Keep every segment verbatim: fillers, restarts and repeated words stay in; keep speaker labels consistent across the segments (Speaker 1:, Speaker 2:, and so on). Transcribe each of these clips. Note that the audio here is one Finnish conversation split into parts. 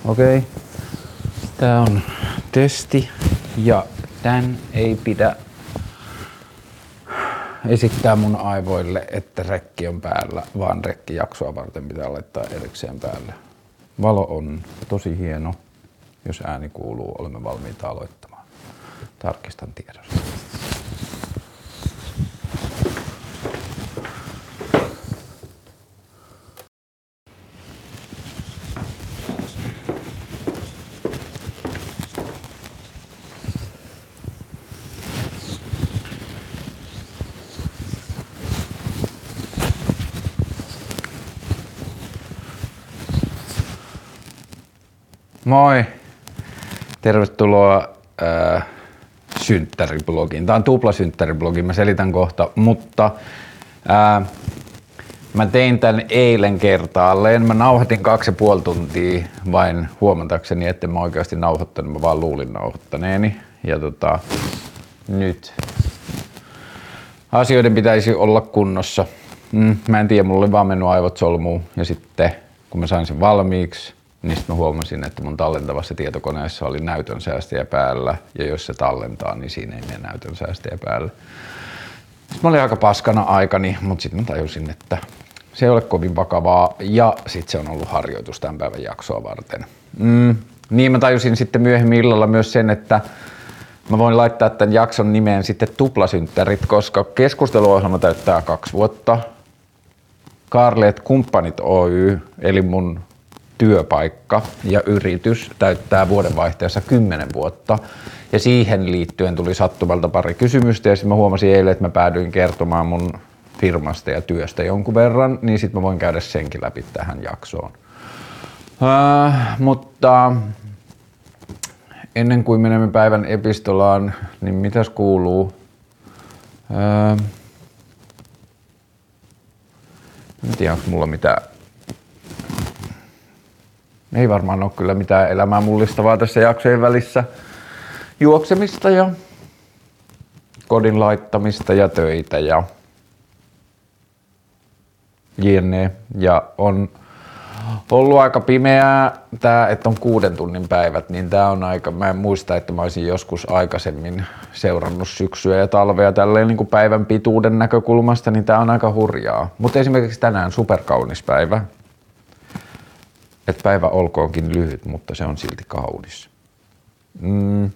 Speaker 1: Okei. Okay. Tää on testi ja tän ei pidä esittää mun aivoille, että rekki on päällä, vaan rekkijaksoa varten pitää laittaa erikseen päälle. Valo on tosi hieno. Jos ääni kuuluu, olemme valmiita aloittamaan. Tarkistan tiedosta. Moi! Tervetuloa äh, synttäriblogiin. Tää on tuplasynttäriblogi, mä selitän kohta, mutta äh, mä tein tän eilen kertaalleen. Mä nauhoitin kaksi ja puoli tuntia vain huomatakseni, etten mä oikeasti nauhoittanut, mä vaan luulin nauhoittaneeni. Ja tota, nyt asioiden pitäisi olla kunnossa. Mm, mä en tiedä, mulla oli vaan mennyt aivot solmuun ja sitten kun mä sain sen valmiiksi, niin sitten mä huomasin, että mun tallentavassa tietokoneessa oli näytönsäästäjä päällä ja jos se tallentaa, niin siinä ei mene näytönsäästäjä päällä. Sitten mä olin aika paskana aikani, mutta sitten mä tajusin, että se ei ole kovin vakavaa ja sitten se on ollut harjoitus tämän päivän jaksoa varten. Mm, niin mä tajusin sitten myöhemmin illalla myös sen, että mä voin laittaa tämän jakson nimeen sitten tuplasynttärit, koska keskusteluohjelma täyttää kaksi vuotta. Kaarleet Kumppanit Oy, eli mun työpaikka ja yritys täyttää vuodenvaihteessa kymmenen vuotta ja siihen liittyen tuli sattumalta pari kysymystä ja sitten mä huomasin eilen, että mä päädyin kertomaan mun firmasta ja työstä jonkun verran, niin sitten mä voin käydä senkin läpi tähän jaksoon. Äh, mutta ennen kuin menemme päivän epistolaan, niin mitäs kuuluu? Äh, en tiedä, onko mulla mitään. Ei varmaan ole kyllä mitään elämää mullistavaa tässä jaksojen välissä. Juoksemista ja kodin laittamista ja töitä ja jne. Ja on ollut aika pimeää tää, että on kuuden tunnin päivät, niin tää on aika, mä en muista, että mä olisin joskus aikaisemmin seurannut syksyä ja talvea tälleen niin kuin päivän pituuden näkökulmasta, niin tää on aika hurjaa. Mutta esimerkiksi tänään superkaunis päivä. Että päivä olkoonkin lyhyt, mutta se on silti kaunis. Mm.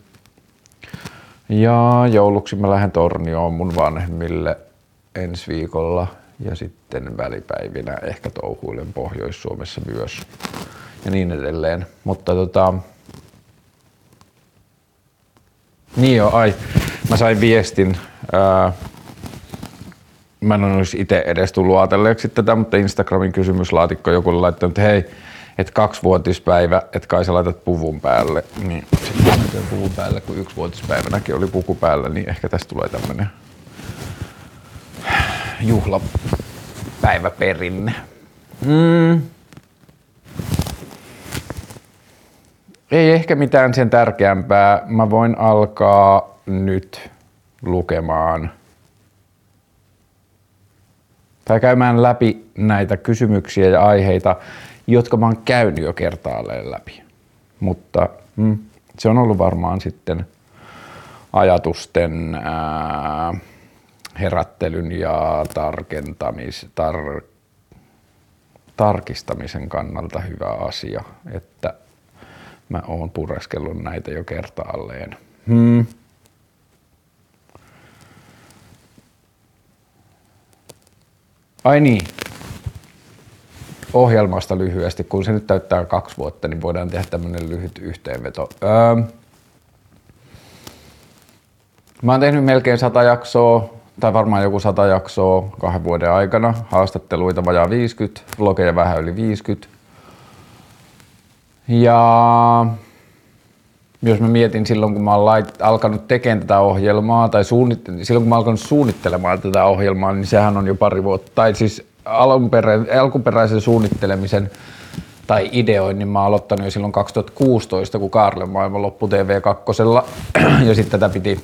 Speaker 1: Ja jouluksi mä lähden Tornioon mun vanhemmille ensi viikolla ja sitten välipäivinä ehkä touhuilen Pohjois-Suomessa myös ja niin edelleen. Mutta tota... Niin joo, ai. Mä sain viestin. Ää... Mä en olisi itse edes tullut ajatelleeksi tätä, mutta Instagramin kysymyslaatikko joku oli laittanut, että hei, että kaksivuotispäivä, että kai sä laitat puvun päälle, niin sitten mä laitoin puvun päälle, kun yksivuotispäivänäkin oli puku päällä, niin ehkä tästä tulee tämmönen juhlapäiväperinne. Mm. Ei ehkä mitään sen tärkeämpää. Mä voin alkaa nyt lukemaan tai käymään läpi näitä kysymyksiä ja aiheita, jotka mä oon käynyt jo kertaalleen läpi. Mutta mm, se on ollut varmaan sitten ajatusten ää, herättelyn ja tarkentamis, tar, tarkistamisen kannalta hyvä asia, että mä oon pureskellut näitä jo kertaalleen. Hmm. Ai niin. Ohjelmasta lyhyesti, kun se nyt täyttää kaksi vuotta, niin voidaan tehdä tämmönen lyhyt yhteenveto. Öö, mä oon tehnyt melkein sata jaksoa, tai varmaan joku sata jaksoa kahden vuoden aikana. Haastatteluita vajaa viisikymmentä, vlogeja vähän yli viisikymmentä. Ja jos mä mietin silloin, kun mä oon lait, alkanut tekemään tätä ohjelmaa, tai suunnitt- silloin kun mä oon alkanut suunnittelemaan tätä ohjelmaa, niin sehän on jo pari vuotta, tai siis alunperä- alkuperäisen suunnittelemisen tai ideoinnin mä oon aloittanut jo silloin kaksituhattakuusitoista, kun Kaarlen maailma loppui T V kaksi, ja sitten tätä piti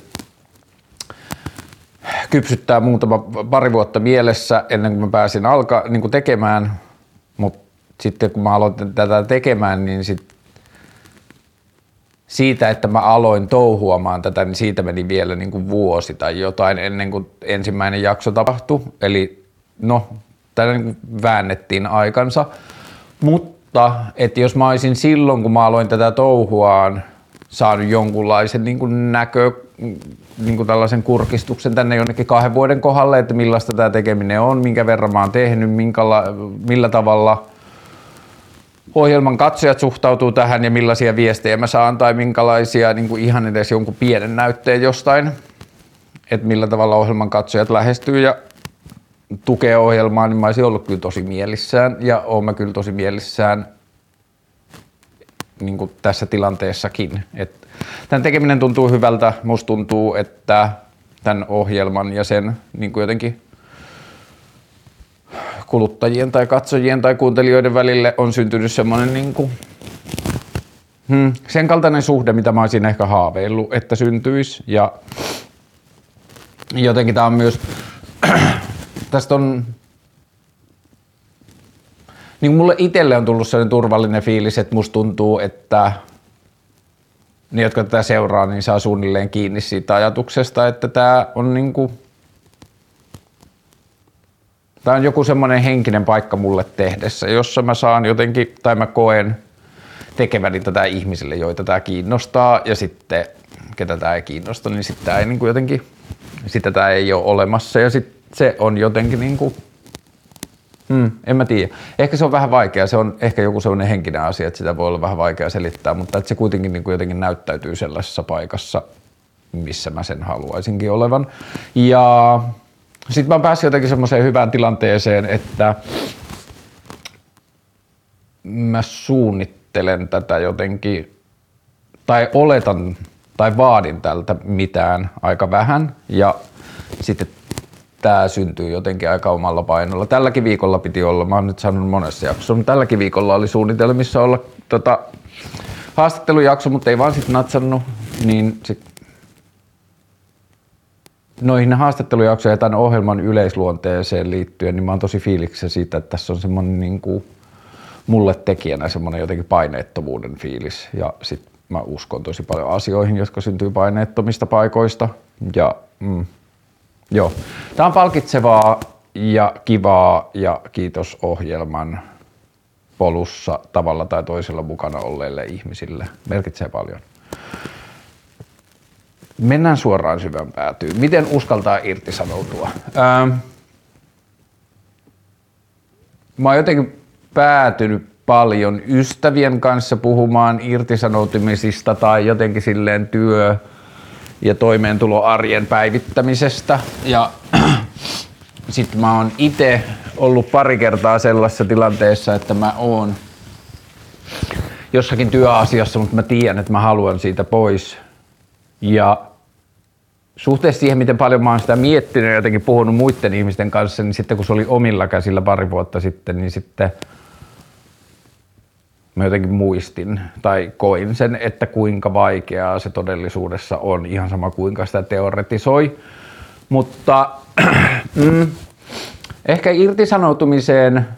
Speaker 1: kypsyttää muutama pari vuotta mielessä ennen kuin mä pääsin alkaa niin kuin tekemään, mutta sitten kun mä aloitin tätä tekemään, niin sit siitä, että mä aloin touhuamaan tätä, niin siitä meni vielä niin kuin vuosi tai jotain ennen kuin ensimmäinen jakso tapahtui. Eli no, tätä niin kuin väännettiin aikansa. Mutta että jos mä olisin silloin, kun mä aloin tätä touhuaan, saanut jonkunlaisen niin kuin näkö, niin kuin tällaisen kurkistuksen tänne jonnekin kahden vuoden kohdalle, että millaista tämä tekeminen on, minkä verran mä oon tehnyt, minkäla, millä tavalla ohjelman katsojat suhtautuu tähän ja millaisia viestejä mä saan tai minkälaisia niin kuin ihan edes jonkun pienen näytteen jostain, että millä tavalla ohjelman katsojat lähestyy ja tukee ohjelmaa, niin mä olisin ollut kyllä tosi mielissään ja oon mä kyllä tosi mielissään niin kuin tässä tilanteessakin. Et tämän tekeminen tuntuu hyvältä, musta tuntuu, että tämän ohjelman ja sen niin kuin jotenkin kuluttajien tai katsojien tai kuuntelijoiden välille on syntynyt semmoinen niin kuin, hmm, sen kaltainen suhde, mitä mä olisin ehkä haaveillut, että syntyisi. Ja jotenkin tää on myös, tästä on, niin kuin mulle itselle on tullut sellainen turvallinen fiilis, että musta tuntuu, että ne, jotka tätä seuraa, niin saa suunnilleen kiinni siitä ajatuksesta, että tää on niinku, tää on joku semmoinen henkinen paikka mulle tehdessä, jossa mä saan jotenkin, tai mä koen tekeväni tätä ihmisille, joita tää kiinnostaa, ja sitten ketä tää ei kiinnosta, niin sitten tää ei niinku jotenkin, sitä tää ei ole olemassa, ja sitten se on jotenkin niinku, Hmm, en mä tiedä. Ehkä se on vähän vaikea. Se on ehkä joku sellainen henkinen asia, että sitä voi olla vähän vaikea selittää, mutta että se kuitenkin niin kuin jotenkin näyttäytyy sellaisessa paikassa, missä mä sen haluaisinkin olevan. Ja sitten mä oon päässyt jotenkin semmoiseen hyvään tilanteeseen, että mä suunnittelen tätä jotenkin, tai oletan, tai vaadin tältä mitään aika vähän, ja sitten tää syntyy jotenkin aika omalla painolla. Tälläkin viikolla piti olla, mä oon nyt sanonut monessa jaksossa, mutta tälläkin viikolla oli suunnitelmissa olla tota, haastattelujakso, mutta ei vaan sit natsannut, niin sit noihin haastattelujaksoihin ja tämän ohjelman yleisluonteeseen liittyen, niin mä oon tosi fiiliksissä siitä, että tässä on semmonen niinku mulle tekijänä semmonen jotenkin paineettomuuden fiilis, ja sit mä uskon tosi paljon asioihin, jotka syntyy paineettomista paikoista, ja mm, joo. Tää on palkitsevaa ja kivaa ja kiitos ohjelman polussa tavalla tai toisella mukana olleille ihmisille. Merkitsee paljon. Mennään suoraan syvän päätyyn. Miten uskaltaa irtisanoutua? Ähm, mä oon jotenkin päätynyt paljon ystävien kanssa puhumaan irtisanoutumisista tai jotenkin silleen työ- ja toimeentuloarjen päivittämisestä. Ja sitten mä oon itse ollut pari kertaa sellaisessa tilanteessa, että mä oon jossakin työasiassa, mutta mä tiedän, että mä haluan siitä pois. Ja suhteessa siihen, miten paljon mä oon sitä miettinyt ja jotenkin puhunut muiden ihmisten kanssa, niin sitten kun se oli omilla käsillä pari vuotta sitten, niin sitten mä jotenkin muistin tai koin sen, että kuinka vaikeaa se todellisuudessa on, ihan sama kuinka sitä teoretisoi. Mutta mm, ehkä irtisanoutumiseen,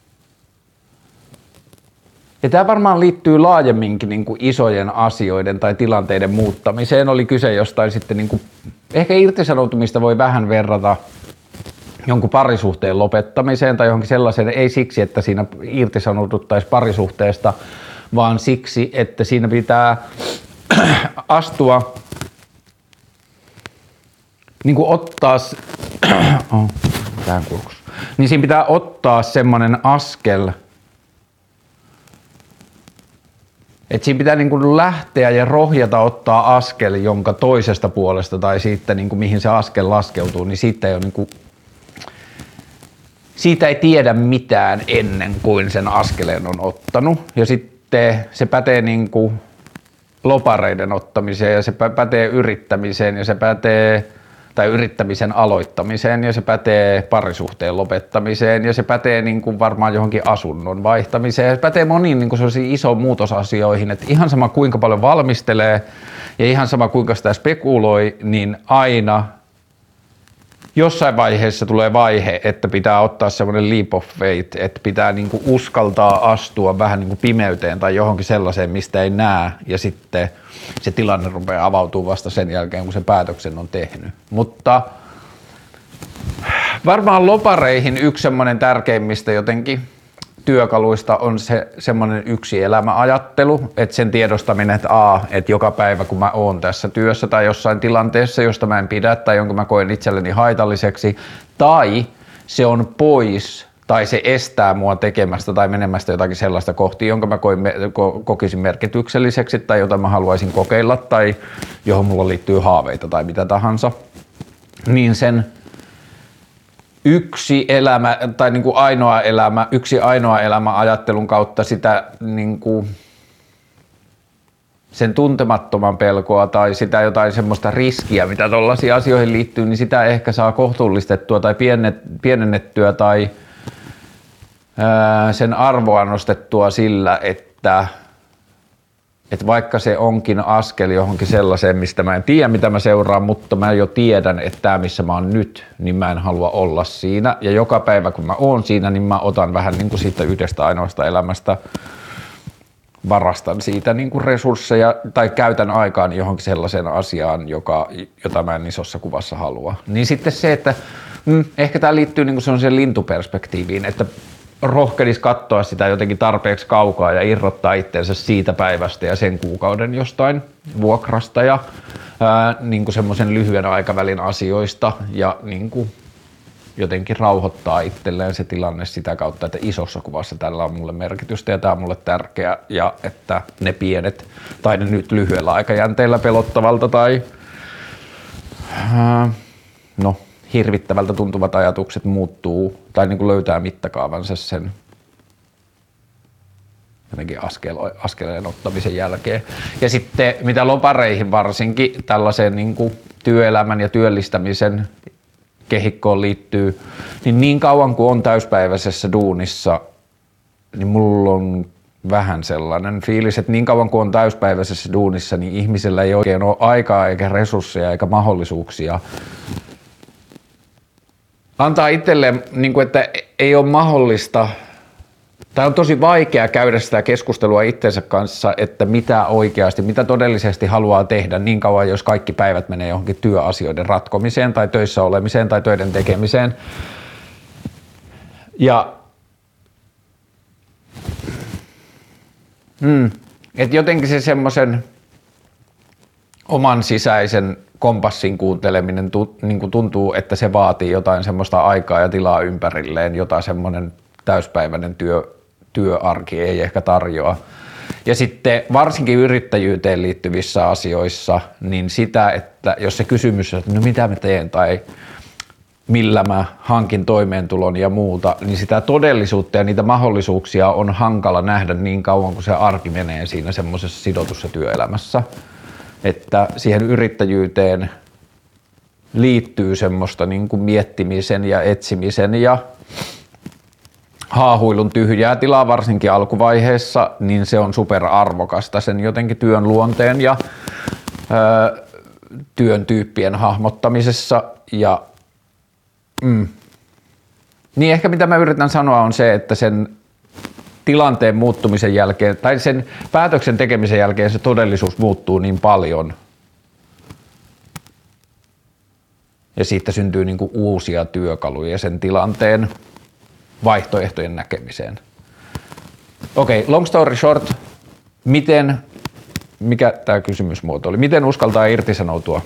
Speaker 1: ja tämä varmaan liittyy laajemminkin niin kuin isojen asioiden tai tilanteiden muuttamiseen, oli kyse jostain sitten, niin kuin, ehkä irtisanoutumista voi vähän verrata jonkun parisuhteen lopettamiseen tai johonkin sellaiseen, ei siksi, että siinä irtisanouduttaisiin parisuhteesta, vaan siksi, että siinä pitää astua, niin kuin ottaa, oh, tähän kurkus, niin siinä pitää ottaa semmoinen askel, että siinä pitää niin kuin lähteä ja rohjata ottaa askel, jonka toisesta puolesta tai siitä, niin kuin mihin se askel laskeutuu, niin siitä ei ole niin kuin, siitä ei tiedä mitään ennen kuin sen askeleen on ottanut. Ja sitten se pätee niin kuin lopareiden ottamiseen ja se pätee yrittämiseen ja se pätee, tai yrittämisen aloittamiseen ja se pätee parisuhteen lopettamiseen ja se pätee niin kuin varmaan johonkin asunnon vaihtamiseen. Se pätee moniin niin kuin sellaisiin isoihin muutosasioihin, että ihan sama kuinka paljon valmistelee ja ihan sama kuinka sitä spekuloi, niin aina jossain vaiheessa tulee vaihe, että pitää ottaa semmoinen leap of faith, että pitää niinku uskaltaa astua vähän niinku pimeyteen tai johonkin sellaiseen, mistä ei näe, ja sitten se tilanne rupeaa avautuu vasta sen jälkeen, kun se päätöksen on tehnyt. Mutta varmaan lopareihin yksi semmoinen tärkeimmistä jotenkin työkaluista on se semmoinen yksi elämäajattelu, että sen tiedostaminen, että a, että joka päivä kun mä oon tässä työssä tai jossain tilanteessa, josta mä en pidä tai jonka mä koen itselleni haitalliseksi, tai se on pois tai se estää mua tekemästä tai menemästä jotakin sellaista kohti, jonka mä koin, ko, kokisin merkitykselliseksi tai jota mä haluaisin kokeilla tai johon mulla liittyy haaveita tai mitä tahansa, niin sen yksi elämä tai niin kuin ainoa elämä, yksi ainoa elämä ajattelun kautta sitä niin kuin sen tuntemattoman pelkoa tai sitä jotain semmoista riskiä, mitä tollaisiin asioihin liittyy, niin sitä ehkä saa kohtuullistettua tai pienennettyä tai ää, sen arvoa nostettua sillä, että että vaikka se onkin askel johonkin sellaiseen, mistä mä en tiedä, mitä mä seuraan, mutta mä jo tiedän, että tää missä mä oon nyt, niin mä en halua olla siinä. Ja joka päivä kun mä oon siinä, niin mä otan vähän niin kuin siitä yhdestä ainoasta elämästä, varastan siitä niin kuin resursseja tai käytän aikaan johonkin sellaiseen asiaan, joka, jota mä en isossa kuvassa halua. Niin sitten se, että mm, ehkä tää liittyy niin kuin sellaiseen lintuperspektiiviin, että rohkelis katsoa sitä jotenkin tarpeeksi kaukaa ja irrottaa itseensä siitä päivästä ja sen kuukauden jostain vuokrasta ja ää, niin kuin semmoisen lyhyen aikavälin asioista ja niin kuin jotenkin rauhoittaa itselleen se tilanne sitä kautta, että isossa kuvassa tällä on mulle merkitystä ja tämä on mulle tärkeä ja että ne pienet tai ne nyt lyhyellä aikajänteellä pelottavalta tai ää, no hirvittävältä tuntuvat ajatukset muuttuu tai niin kuin löytää mittakaavansa sen jotenkin askel, askeleen ottamisen jälkeen. Ja sitten mitä lopareihin varsinkin tällaiseen niin kuin työelämän ja työllistämisen kehikkoon liittyy, niin niin kauan kuin on täyspäiväisessä duunissa, niin mulla on vähän sellainen fiilis, että niin kauan kuin on täyspäiväisessä duunissa, niin ihmisellä ei oikein ole aikaa eikä resursseja eikä mahdollisuuksia antaa itselleen, niin kuin, että ei ole mahdollista, tai on tosi vaikea käydä sitä keskustelua itsensä kanssa, että mitä oikeasti, mitä todellisesti haluaa tehdä niin kauan, jos kaikki päivät menee johonkin työasioiden ratkomiseen tai töissä olemiseen tai töiden tekemiseen. Ja mm, että jotenkin se semmoisen oman sisäisen kompassin kuunteleminen niin tuntuu, että se vaatii jotain semmoista aikaa ja tilaa ympärilleen, jota semmoinen täyspäiväinen työ, työarki ei ehkä tarjoa. Ja sitten varsinkin yrittäjyyteen liittyvissä asioissa, niin sitä, että jos se kysymys on, että no mitä mä teen tai millä mä hankin toimeentulon ja muuta, niin sitä todellisuutta ja niitä mahdollisuuksia on hankala nähdä niin kauan, kun se arki menee siinä semmoisessa sidotussa työelämässä. Että siihen yrittäjyyteen liittyy semmoista niin kuin miettimisen ja etsimisen ja haahuilun tyhjää tilaa varsinkin alkuvaiheessa, niin se on superarvokasta sen jotenkin työn luonteen ja ö, työn tyyppien hahmottamisessa. Ja, mm. Niin ehkä mitä mä yritän sanoa on se, että sen tilanteen muuttumisen jälkeen tai sen päätöksen tekemisen jälkeen se todellisuus muuttuu niin paljon ja siitä syntyy niin kuin uusia työkaluja sen tilanteen vaihtoehtojen näkemiseen. Okei, okay, long story short, miten, mikä tämä kysymysmuoto oli, miten uskaltaa irtisanoutua?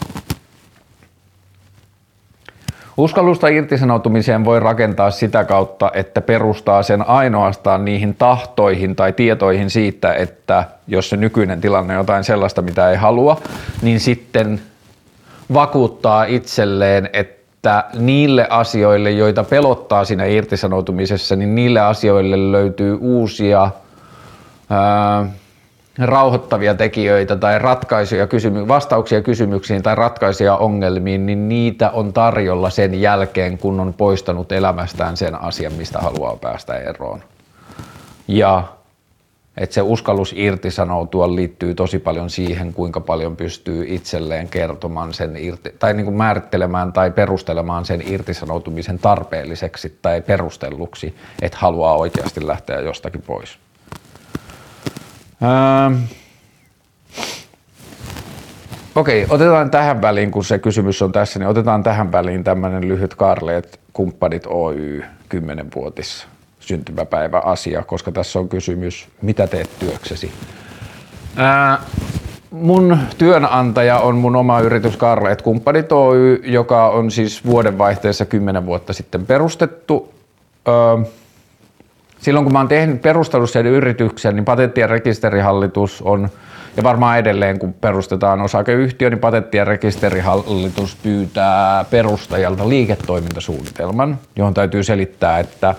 Speaker 1: Uskallusta irtisanoutumiseen voi rakentaa sitä kautta, että perustaa sen ainoastaan niihin tahtoihin tai tietoihin siitä, että jos se nykyinen tilanne on jotain sellaista, mitä ei halua, niin sitten vakuuttaa itselleen, että niille asioille, joita pelottaa siinä irtisanoutumisessa, niin niille asioille löytyy uusia ää, rauhoittavia tekijöitä tai ratkaisuja, kysymy- vastauksia kysymyksiin tai ratkaisuja ongelmiin, niin niitä on tarjolla sen jälkeen, kun on poistanut elämästään sen asian, mistä haluaa päästä eroon. Ja Että se uskallus irtisanoutua liittyy tosi paljon siihen, kuinka paljon pystyy itselleen kertomaan sen irti, tai niin kuin määrittelemään tai perustelemaan sen irtisanoutumisen tarpeelliseksi tai perustelluksi, että haluaa oikeasti lähteä jostakin pois. Ähm. Okei, otetaan tähän väliin, kun se kysymys on tässä, niin otetaan tähän väliin tämmöinen lyhyt Carlet Kumppanit Oy kymmenvuotis syntymäpäiväasia, koska tässä on kysymys, mitä teet työksesi. Ää, mun työnantaja on mun oma yritys Carlet Kumppanit Oy, joka on siis vuodenvaihteessa kymmenen vuotta sitten perustettu. Ää, silloin kun mä oon tehnyt perustanut sen yrityksen, niin Patentti- ja rekisterihallitus on, ja varmaan edelleen kun perustetaan osakeyhtiö, niin Patentti- ja rekisterihallitus pyytää perustajalta liiketoimintasuunnitelman, johon täytyy selittää, että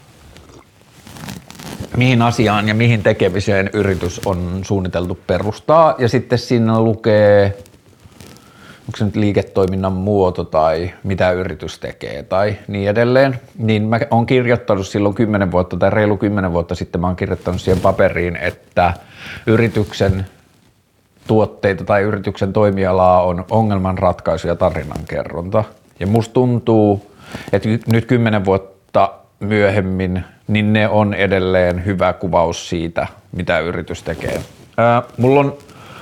Speaker 1: mihin asiaan ja mihin tekemiseen yritys on suunniteltu perustaa, ja sitten siinä lukee, onko se nyt liiketoiminnan muoto tai mitä yritys tekee tai niin edelleen, niin mä oon kirjoittanut silloin kymmenen vuotta tai reilu kymmenen vuotta sitten mä oon kirjoittanut siihen paperiin, että yrityksen tuotteita tai yrityksen toimialaa on ongelmanratkaisu ja tarinankerronta. Ja musta tuntuu, että nyt kymmenen vuotta myöhemmin, niin ne on edelleen hyvä kuvaus siitä, mitä yritys tekee. Ää, mulla on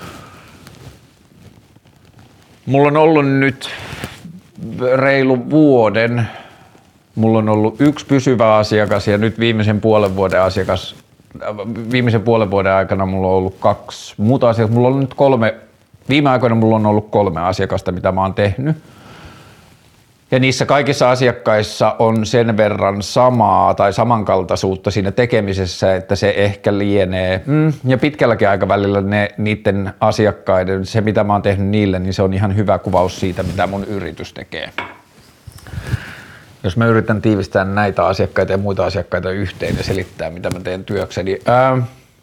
Speaker 1: Mulla on ollut nyt reilu vuoden, mulla on ollut yksi pysyvä asiakas ja nyt viimeisen puolen vuoden asiakas, viimeisen puolen vuoden aikana mulla on ollut kaksi muuta asiakasta. Mulla on nyt kolme, viime aikoina mulla on ollut kolme asiakasta, mitä mä oon tehnyt. Ja niissä kaikissa asiakkaissa on sen verran samaa tai samankaltaisuutta siinä tekemisessä, että se ehkä lienee, mm, ja pitkälläkin aikavälillä ne, niiden asiakkaiden, se mitä mä oon tehnyt niille, niin se on ihan hyvä kuvaus siitä, mitä mun yritys tekee. Jos mä yritän tiivistää näitä asiakkaita ja muita asiakkaita yhteen ja selittää, mitä mä teen työkseni. Ää,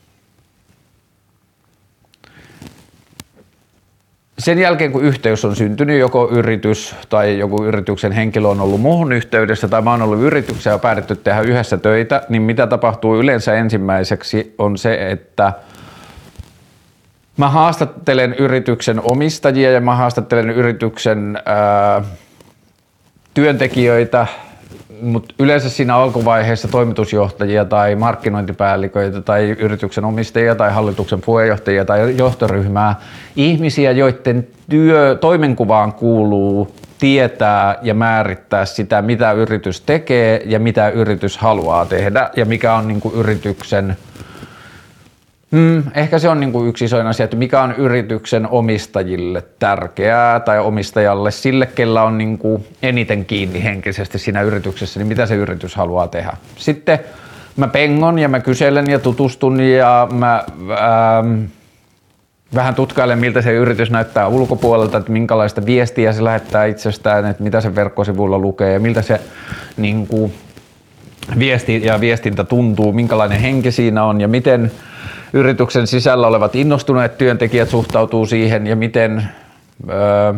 Speaker 1: Sen jälkeen, kun yhteys on syntynyt, joko yritys tai joku yrityksen henkilö on ollut muuhun yhteydessä tai mä oon ollut yrityksessä ja päätetty tehdä yhdessä töitä, niin mitä tapahtuu yleensä ensimmäiseksi on se, että mä haastattelen yrityksen omistajia ja mä haastattelen yrityksen ää, työntekijöitä, mutta yleensä siinä alkuvaiheessa toimitusjohtajia tai markkinointipäälliköitä tai yrityksen omistajia tai hallituksen puheenjohtajia tai johtoryhmää, ihmisiä, joiden työ, toimenkuvaan kuuluu tietää ja määrittää sitä, mitä yritys tekee ja mitä yritys haluaa tehdä ja mikä on niin kuin yrityksen, hmm, ehkä se on niin kuin yksi isoin asia, että mikä on yrityksen omistajille tärkeää tai omistajalle, sille, kellä on niin kuin eniten kiinni henkisesti siinä yrityksessä, niin mitä se yritys haluaa tehdä. Sitten mä pengon ja mä kyselen ja tutustun ja mä ähm, vähän tutkailen, miltä se yritys näyttää ulkopuolelta, että minkälaista viestiä se lähettää itsestään, että mitä se verkkosivuilla lukee ja miltä se niin kuin viesti ja viestintä tuntuu, minkälainen henki siinä on ja miten yrityksen sisällä olevat innostuneet työntekijät suhtautuu siihen ja miten, öö,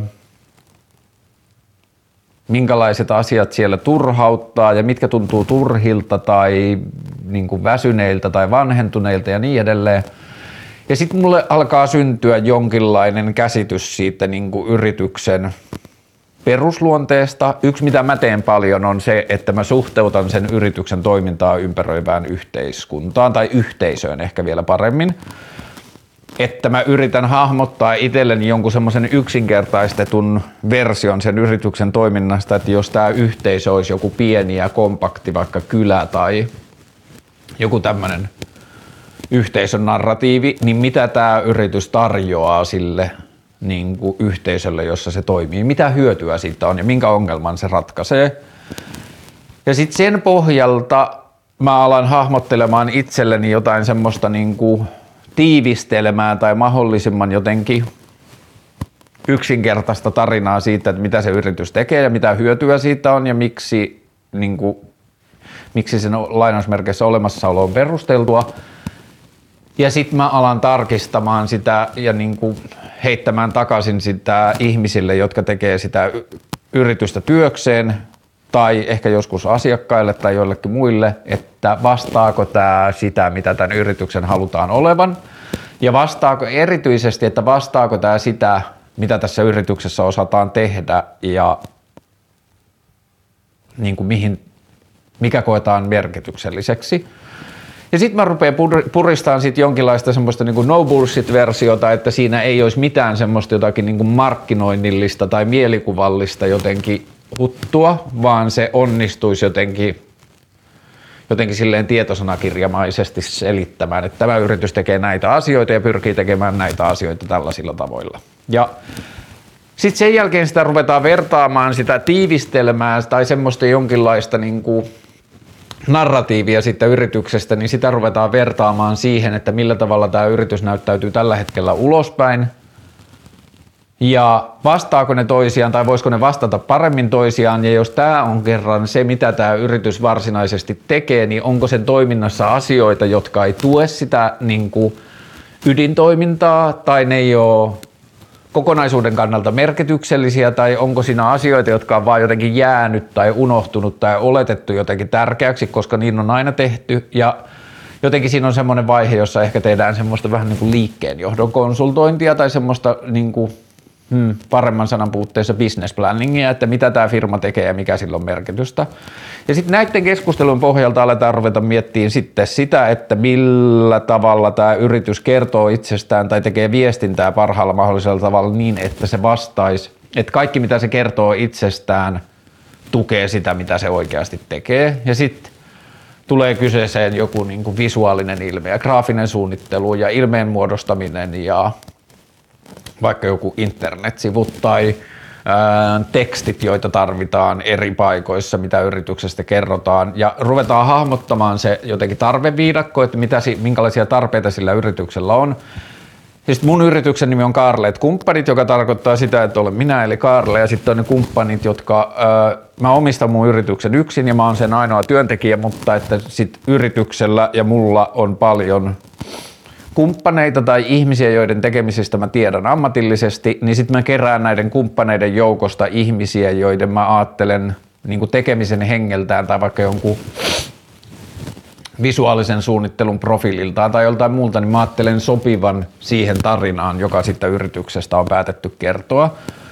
Speaker 1: minkälaiset asiat siellä turhauttaa ja mitkä tuntuu turhilta tai niin kuin väsyneiltä tai vanhentuneilta ja niin edelleen. Ja sitten mulle alkaa syntyä jonkinlainen käsitys siitä niin kuin yrityksen perusluonteesta. Yksi, mitä mä teen paljon, on se, että mä suhteutan sen yrityksen toimintaa ympäröivään yhteiskuntaan tai yhteisöön ehkä vielä paremmin. Että mä yritän hahmottaa itselleni jonkun semmoisen yksinkertaistetun version sen yrityksen toiminnasta, että jos tää yhteisö olisi joku pieni ja kompakti, vaikka kylä tai joku tämmöinen yhteisön narratiivi, niin mitä tää yritys tarjoaa sille niin kuin yhteisölle, jossa se toimii, mitä hyötyä siitä on ja minkä ongelman se ratkaisee. Ja sitten sen pohjalta mä alan hahmottelemaan itselleni jotain semmoista niin kuin tiivistelmää tai mahdollisimman jotenkin yksinkertaista tarinaa siitä, että mitä se yritys tekee ja mitä hyötyä siitä on ja miksi, niin kuin, miksi sen lainausmerkeissä olemassaolo on perusteltua. Ja sitten mä alan tarkistamaan sitä ja niin kuin heittämään takaisin sitä ihmisille, jotka tekee sitä yritystä työkseen tai ehkä joskus asiakkaille tai joillekin muille, että vastaako tämä sitä, mitä tämän yrityksen halutaan olevan, ja vastaako erityisesti, että vastaako tämä sitä, mitä tässä yrityksessä osataan tehdä ja niin kuin mihin, mikä koetaan merkitykselliseksi. Ja sitten mä rupean puristamaan sit jonkinlaista semmoista niin kuin no bullshit-versiota, että siinä ei olisi mitään semmoista jotakin niin kuin markkinoinnillista tai mielikuvallista jotenkin huttua, vaan se onnistuisi jotenkin, jotenkin silleen tietosanakirjamaisesti selittämään, että tämä yritys tekee näitä asioita ja pyrkii tekemään näitä asioita tällaisilla tavoilla. Ja sitten sen jälkeen sitä ruvetaan vertaamaan sitä tiivistelmää tai semmoista jonkinlaista niin kuin narratiivia siitä yrityksestä, niin sitä ruvetaan vertaamaan siihen, että millä tavalla tämä yritys näyttäytyy tällä hetkellä ulospäin. Ja vastaako ne toisiaan tai voisiko ne vastata paremmin toisiaan, ja jos tämä on kerran se, mitä tämä yritys varsinaisesti tekee, niin onko sen toiminnassa asioita, jotka ei tue sitä niin kuin ydintoimintaa tai ne ei ole kokonaisuuden kannalta merkityksellisiä tai onko siinä asioita, jotka on vaan jotenkin jäänyt tai unohtunut tai oletettu jotenkin tärkeäksi, koska niin on aina tehty ja jotenkin siinä on semmoinen vaihe, jossa ehkä tehdään semmoista vähän niin kuin liikkeenjohdon konsultointia tai semmoista niin kuin, hmm, paremman sanan puutteessa business planningia, että mitä tämä firma tekee ja mikä sillä on merkitystä. Ja sitten näiden keskustelun pohjalta aletaan ruveta miettimään sitten sitä, että millä tavalla tämä yritys kertoo itsestään tai tekee viestintää parhaalla mahdollisella tavalla niin, että se vastaisi, että kaikki mitä se kertoo itsestään tukee sitä, mitä se oikeasti tekee. Ja sitten tulee kyseeseen joku niin kuin visuaalinen ilme ja graafinen suunnittelu ja ilmeen muodostaminen ja vaikka joku internetsivut tai ää, tekstit, joita tarvitaan eri paikoissa, mitä yrityksestä kerrotaan ja ruvetaan hahmottamaan se jotenkin tarveviidakko, että mitä, minkälaisia tarpeita sillä yrityksellä on. Ja sitten mun yrityksen nimi on Kaarleet kumppanit, joka tarkoittaa sitä, että olen minä eli Kaarle ja sitten on ne kumppanit, jotka ää, mä omistan mun yrityksen yksin ja mä oon sen ainoa työntekijä, mutta että sit yrityksellä ja mulla on paljon kumppaneita tai ihmisiä, joiden tekemisistä mä tiedän ammatillisesti, niin sitten mä kerään näiden kumppaneiden joukosta ihmisiä, joiden mä ajattelen niin kuin tekemisen hengeltään tai vaikka jonkun visuaalisen suunnittelun profiililtaan tai joltain muulta, niin mä ajattelen sopivan siihen tarinaan, joka sitten yrityksestä on päätetty kertoa.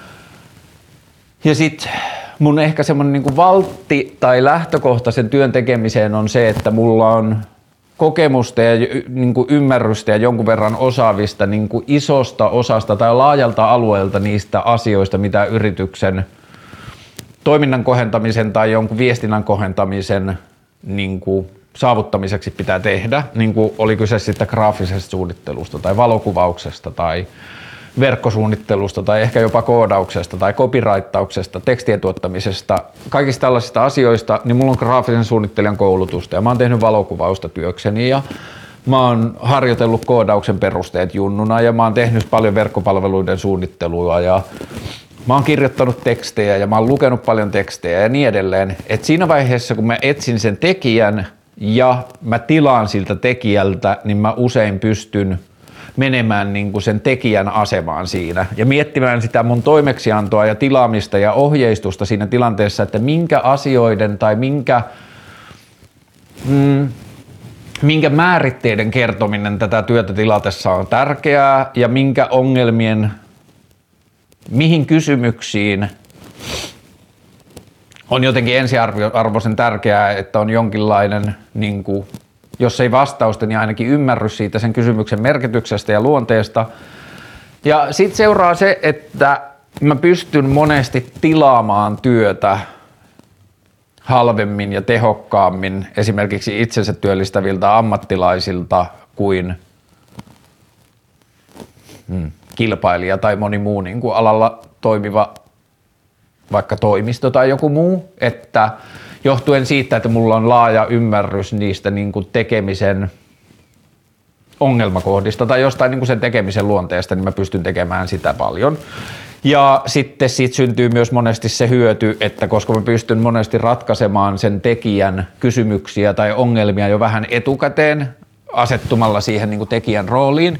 Speaker 1: Ja sitten mun ehkä semmoinen niin kuin valtti tai lähtökohta sen työn tekemiseen on se, että mulla on kokemusta ja niin kuin ymmärrystä ja jonkun verran osaavista niin kuin isosta osasta tai laajalta alueelta niistä asioista, mitä yrityksen toiminnan kohentamisen tai jonkun viestinnän kohentamisen niin kuin saavuttamiseksi pitää tehdä, niin kuin oli kyse sitten graafisesta suunnittelusta tai valokuvauksesta tai verkkosuunnittelusta tai ehkä jopa koodauksesta tai copywritauksesta, tekstien tuottamisesta, kaikista tällaisista asioista, niin mulla on graafisen suunnittelijan koulutusta ja mä oon tehnyt valokuvausta työkseni ja mä oon harjoitellut koodauksen perusteet junnuna ja mä oon tehnyt paljon verkkopalveluiden suunnittelua ja mä oon kirjoittanut tekstejä ja mä oon lukenut paljon tekstejä ja niin edelleen. Et siinä vaiheessa, kun mä etsin sen tekijän ja mä tilaan siltä tekijältä, niin mä usein pystyn menemään niin kuin sen tekijän asemaan siinä ja miettimään sitä mun toimeksiantoa ja tilaamista ja ohjeistusta siinä tilanteessa, että minkä asioiden tai minkä, mm, minkä määritteiden kertominen tätä työtä tilatessa on tärkeää ja minkä ongelmien, mihin kysymyksiin on jotenkin ensiarvoisen tärkeää, että on jonkinlainen niin kuin jos ei vastausta, niin ainakin ymmärrys siitä sen kysymyksen merkityksestä ja luonteesta. Ja sitten seuraa se, että mä pystyn monesti tilaamaan työtä halvemmin ja tehokkaammin esimerkiksi itsensä työllistäviltä ammattilaisilta kuin hmm, kilpailija tai moni muu niin kuin alalla toimiva vaikka toimisto tai joku muu, että johtuen siitä, että mulla on laaja ymmärrys niistä niin kuin tekemisen ongelmakohdista tai jostain niin kuin sen tekemisen luonteesta, niin mä pystyn tekemään sitä paljon. Ja sitten siitä syntyy myös monesti se hyöty, että koska mä pystyn monesti ratkaisemaan sen tekijän kysymyksiä tai ongelmia jo vähän etukäteen asettumalla siihen niin kuin tekijän rooliin,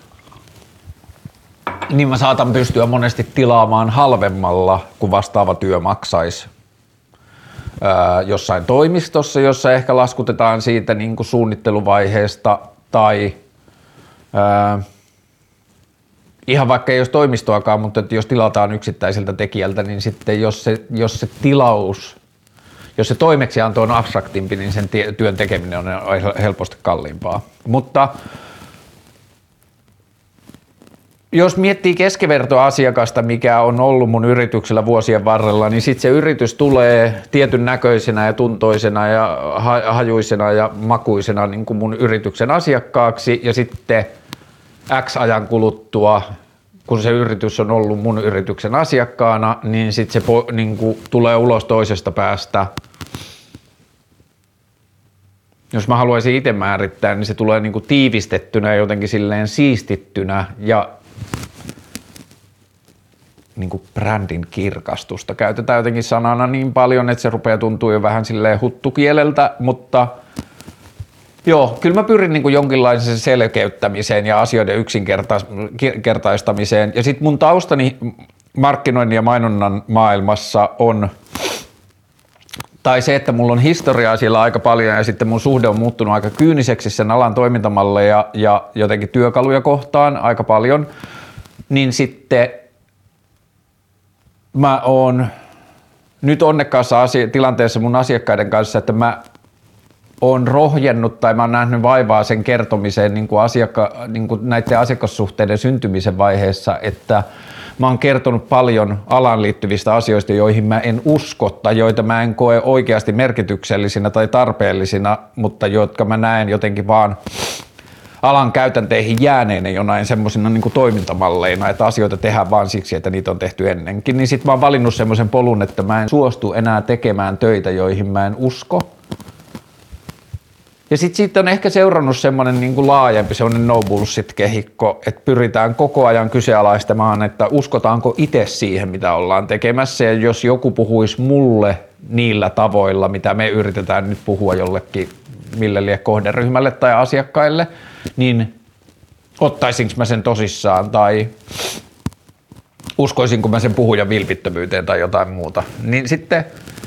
Speaker 1: niin mä saatan pystyä monesti tilaamaan halvemmalla, kun vastaava työ maksaisi ää, jossain toimistossa, jossa ehkä laskutetaan siitä niin kuin suunnitteluvaiheesta tai ää, ihan vaikka ei olisi toimistoakaan, mutta että jos tilataan yksittäiseltä tekijältä, niin sitten jos se, jos se tilaus, jos se toimeksianto on abstraktimpi, niin sen työn tekeminen on helposti kalliimpaa. Mutta jos miettii keskivertoasiakasta, mikä on ollut mun yrityksellä vuosien varrella, niin sitten se yritys tulee tietyn näköisenä ja tuntoisena ja hajuisena ja makuisena niin kuin mun yrityksen asiakkaaksi ja sitten X ajan kuluttua, kun se yritys on ollut mun yrityksen asiakkaana, niin sitten se po, niin kuin, tulee ulos toisesta päästä. Jos mä haluaisin itse määrittää, niin se tulee niin kuin tiivistettynä jotenkin silleen siistittynä ja niin kuin brändin kirkastusta. Käytetään jotenkin sanana niin paljon, että se rupeaa tuntua jo vähän silleen huttukieleltä, mutta joo, kyllä mä pyrin niin kuin jonkinlaiseen selkeyttämiseen ja asioiden yksinkertaistamiseen. Ja sitten mun taustani markkinoinnin ja mainonnan maailmassa on, tai se, että mulla on historiaa siellä aika paljon ja sitten mun suhde on muuttunut aika kyyniseksi sen alan toimintamalleja ja jotenkin työkaluja kohtaan aika paljon, niin sitten mä oon nyt onnekkaassa asia- tilanteessa mun asiakkaiden kanssa, että mä oon rohjennut tai mä oon nähnyt vaivaa sen kertomiseen niin kuin asiakka- niin kuin näiden asiakassuhteiden syntymisen vaiheessa, että mä oon kertonut paljon alaan liittyvistä asioista, joihin mä en usko tai joita mä en koe oikeasti merkityksellisinä tai tarpeellisina, mutta jotka mä näen jotenkin vaan alan käytänteihin jääneinä jonain semmoisina niin kuin toimintamalleina, että asioita tehdään vaan siksi, että niitä on tehty ennenkin, niin sit mä oon valinnut semmoisen polun, että mä en suostu enää tekemään töitä, joihin mä en usko. Ja sitten siitä on ehkä seurannut semmoinen niin kuin laajempi, semmoinen no bullshit-kehikko, että pyritään koko ajan kyseenalaistamaan, että uskotaanko itse siihen, mitä ollaan tekemässä, ja jos joku puhuisi mulle niillä tavoilla, mitä me yritetään nyt puhua jollekin mille lie kohderyhmälle tai asiakkaille, niin ottaisinko mä sen tosissaan tai uskoisinko mä sen puhujan vilpittömyyteen tai jotain muuta. Niin sitten,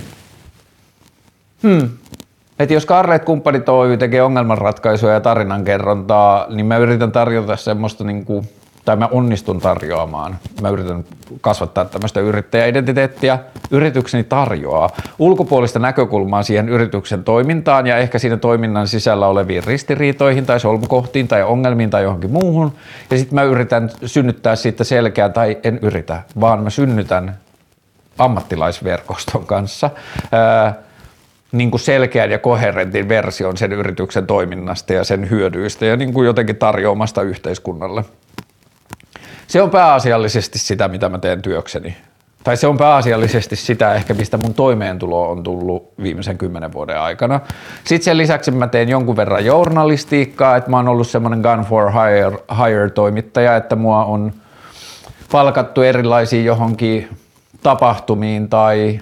Speaker 1: hmm, että jos Scarlett Kumppanit Oy tekee ongelmanratkaisua ja tarinankerrontaa, niin mä yritän tarjota semmoista niinku, tai mä onnistun tarjoamaan. Mä yritän kasvattaa tämmöistä yrittäjäidentiteettiä. Yritykseni tarjoaa ulkopuolista näkökulmaa siihen yrityksen toimintaan ja ehkä siinä toiminnan sisällä oleviin ristiriitoihin tai solmukohtiin tai ongelmiin tai johonkin muuhun. Ja sitten mä yritän synnyttää siitä selkeää, tai en yritä, vaan mä synnytän ammattilaisverkoston kanssa ää, niin kuin selkeän ja koherentin version sen yrityksen toiminnasta ja sen hyödyistä ja niin kuin jotenkin tarjoamasta yhteiskunnalle. Se on pääasiallisesti sitä, mitä mä teen työkseni. Tai se on pääasiallisesti sitä ehkä, mistä mun toimeentulo on tullut viimeisen kymmenen vuoden aikana. Sitten sen lisäksi mä teen jonkun verran journalistiikkaa, että mä oon ollut semmoinen gun for hire, hire toimittaja, että mua on palkattu erilaisiin johonkin tapahtumiin tai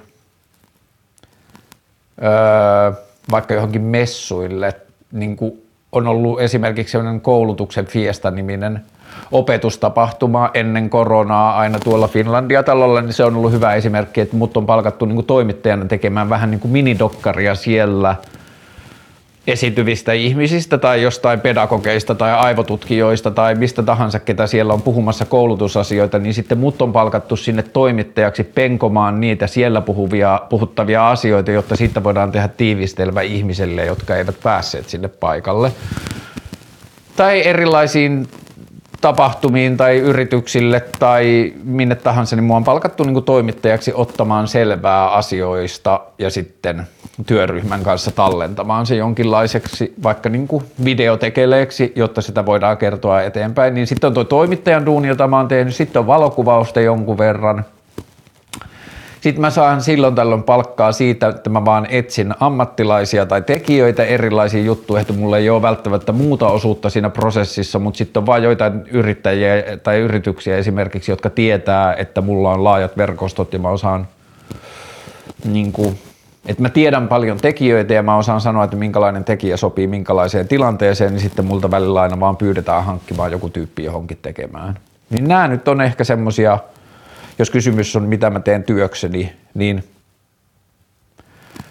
Speaker 1: öö, vaikka johonkin messuille. Niin kuin on ollut esimerkiksi semmoinen koulutuksen Fiesta-niminen opetustapahtuma ennen koronaa aina tuolla Finlandia-talolla, niin se on ollut hyvä esimerkki, että mut on palkattu niin kuin toimittajana tekemään vähän niin kuin minidokkaria siellä esityvistä ihmisistä tai jostain pedagogeista tai aivotutkijoista tai mistä tahansa, ketä siellä on puhumassa koulutusasioita, niin sitten mut on palkattu sinne toimittajaksi penkomaan niitä siellä puhuvia, puhuttavia asioita, jotta siitä voidaan tehdä tiivistelmä ihmisille, jotka eivät päässeet sinne paikalle. Tai erilaisiin tapahtumiin tai yrityksille tai minne tahansa, niin mua on palkattu niin kuin toimittajaksi ottamaan selvää asioista ja sitten työryhmän kanssa tallentamaan se jonkinlaiseksi vaikka niin kuin videotekeleeksi, jotta sitä voidaan kertoa eteenpäin. Niin sitten on tuo toimittajan duuni, jota mä oon tehnyt, sitten on valokuvausta jonkun verran. Sitten mä saan silloin tällöin palkkaa siitä, että mä vaan etsin ammattilaisia tai tekijöitä erilaisiin juttuihin, että mulla ei ole välttämättä muuta osuutta siinä prosessissa, mutta sitten on vaan joitain yrittäjiä tai yrityksiä esimerkiksi, jotka tietää, että mulla on laajat verkostot ja mä osaan, niin kuin, että mä tiedän paljon tekijöitä ja mä osaan sanoa, että minkälainen tekijä sopii minkälaiseen tilanteeseen, niin sitten multa välillä aina vaan pyydetään hankkimaan joku tyyppi johonkin tekemään. Niin nämä nyt on ehkä semmosia. Jos kysymys on, mitä mä teen työkseni, niin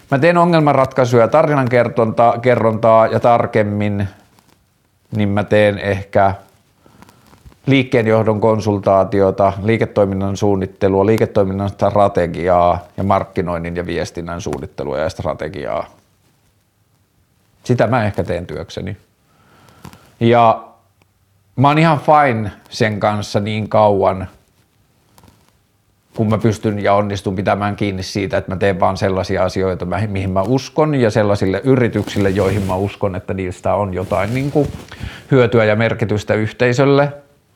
Speaker 1: Mä teen ongelmanratkaisuja ja tarinankerrontaa kerrontaa ja tarkemmin, niin mä teen ehkä liikkeenjohdon konsultaatiota, liiketoiminnan suunnittelua, liiketoiminnan strategiaa ja markkinoinnin ja viestinnän suunnittelua ja strategiaa. Sitä mä ehkä teen työkseni. Ja mä oon ihan fine sen kanssa niin kauan, kun mä pystyn ja onnistun pitämään kiinni siitä, että mä teen vaan sellaisia asioita, mihin mä uskon ja sellaisille yrityksille, joihin mä uskon, että niistä on jotain niin kuin hyötyä ja merkitystä yhteisölle.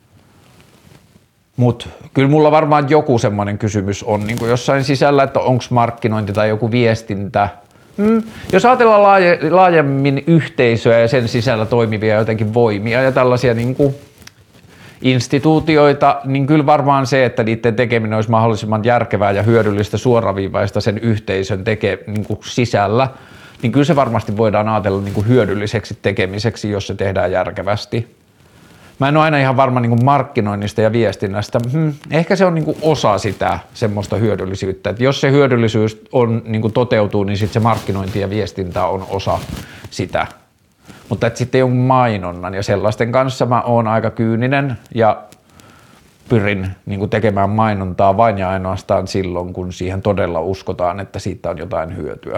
Speaker 1: Mutta kyllä mulla varmaan joku semmoinen kysymys on niin kuin jossain sisällä, että onko markkinointi tai joku viestintä. Hmm. Jos ajatellaan laaje, laajemmin yhteisöä ja sen sisällä toimivia jotenkin voimia ja tällaisia niin kuin instituutioita, niin kyllä varmaan se, että niiden tekeminen olisi mahdollisimman järkevää ja hyödyllistä suoraviivaista sen yhteisön teke, niin kuin sisällä, niin kyllä se varmasti voidaan ajatella niin kuin hyödylliseksi tekemiseksi, jos se tehdään järkevästi. Mä en ole aina ihan varma niin kuin markkinoinnista ja viestinnästä. Hmm, ehkä se on niin kuin osa sitä semmoista hyödyllisyyttä. Että jos se hyödyllisyys on, niin kuin toteutuu, niin sitten se markkinointi ja viestintä on osa sitä. Mutta että sitten jonkun mainonnan ja sellaisten kanssa mä oon aika kyyninen ja pyrin niin kuin tekemään mainontaa vain ja ainoastaan silloin, kun siihen todella uskotaan, että siitä on jotain hyötyä.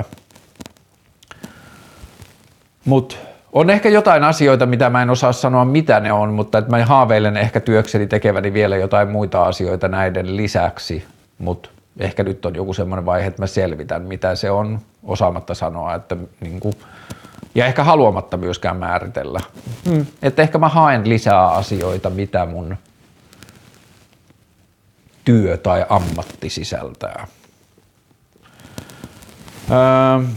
Speaker 1: Mut on ehkä jotain asioita, mitä mä en osaa sanoa, mitä ne on, mutta että mä haaveilen ehkä työkseni tekeväni vielä jotain muita asioita näiden lisäksi, mutta ehkä nyt on joku semmoinen vaihe, että mä selvitän, mitä se on, osaamatta sanoa, että niin kuin, ja ehkä haluamatta myöskään määritellä. Hmm. Että ehkä mä haen lisää asioita, mitä mun työ tai ammatti sisältää. Öö,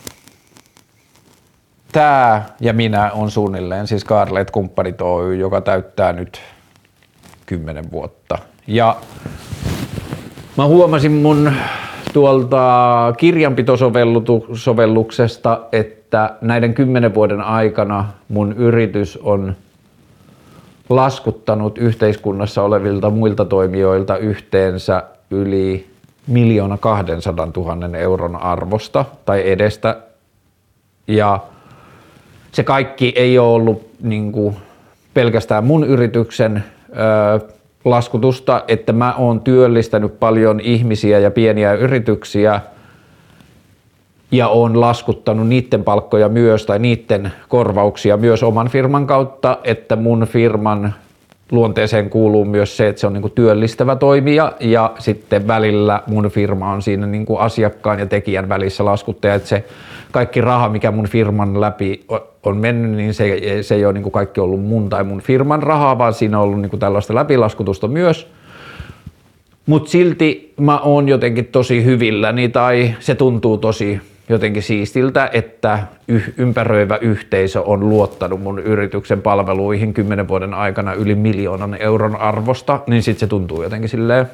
Speaker 1: Tää ja minä on suunnilleen siis Kaarleet Kumppanit Oy, joka täyttää nyt kymmenen vuotta. Ja mä huomasin mun tuolta kirjanpitosovelluksesta, että näiden kymmenen vuoden aikana mun yritys on laskuttanut yhteiskunnassa olevilta muilta toimijoilta yhteensä yli miljoona kahdensadan tuhannen euron arvosta tai edestä. Ja se kaikki ei ole ollut niin kuin pelkästään mun yrityksen ö, laskutusta, että mä oon työllistänyt paljon ihmisiä ja pieniä yrityksiä ja oon laskuttanut niiden palkkoja myös tai niiden korvauksia myös oman firman kautta, että mun firman luonteeseen kuuluu myös se, että se on niin kuin työllistävä toimija ja sitten välillä mun firma on siinä niin kuin asiakkaan ja tekijän välissä laskuttaja, että se kaikki raha, mikä mun firman läpi on mennyt, niin se, se ei ole niin kuin kaikki ollut mun tai mun firman rahaa, vaan siinä on ollut niin kuin tällaista läpilaskutusta myös. Mutta silti mä oon jotenkin tosi hyvilläni tai se tuntuu tosi jotenkin siistiltä, että ympäröivä yhteisö on luottanut mun yrityksen palveluihin kymmenen vuoden aikana yli miljoonan euron arvosta, niin sit se tuntuu jotenkin silleen,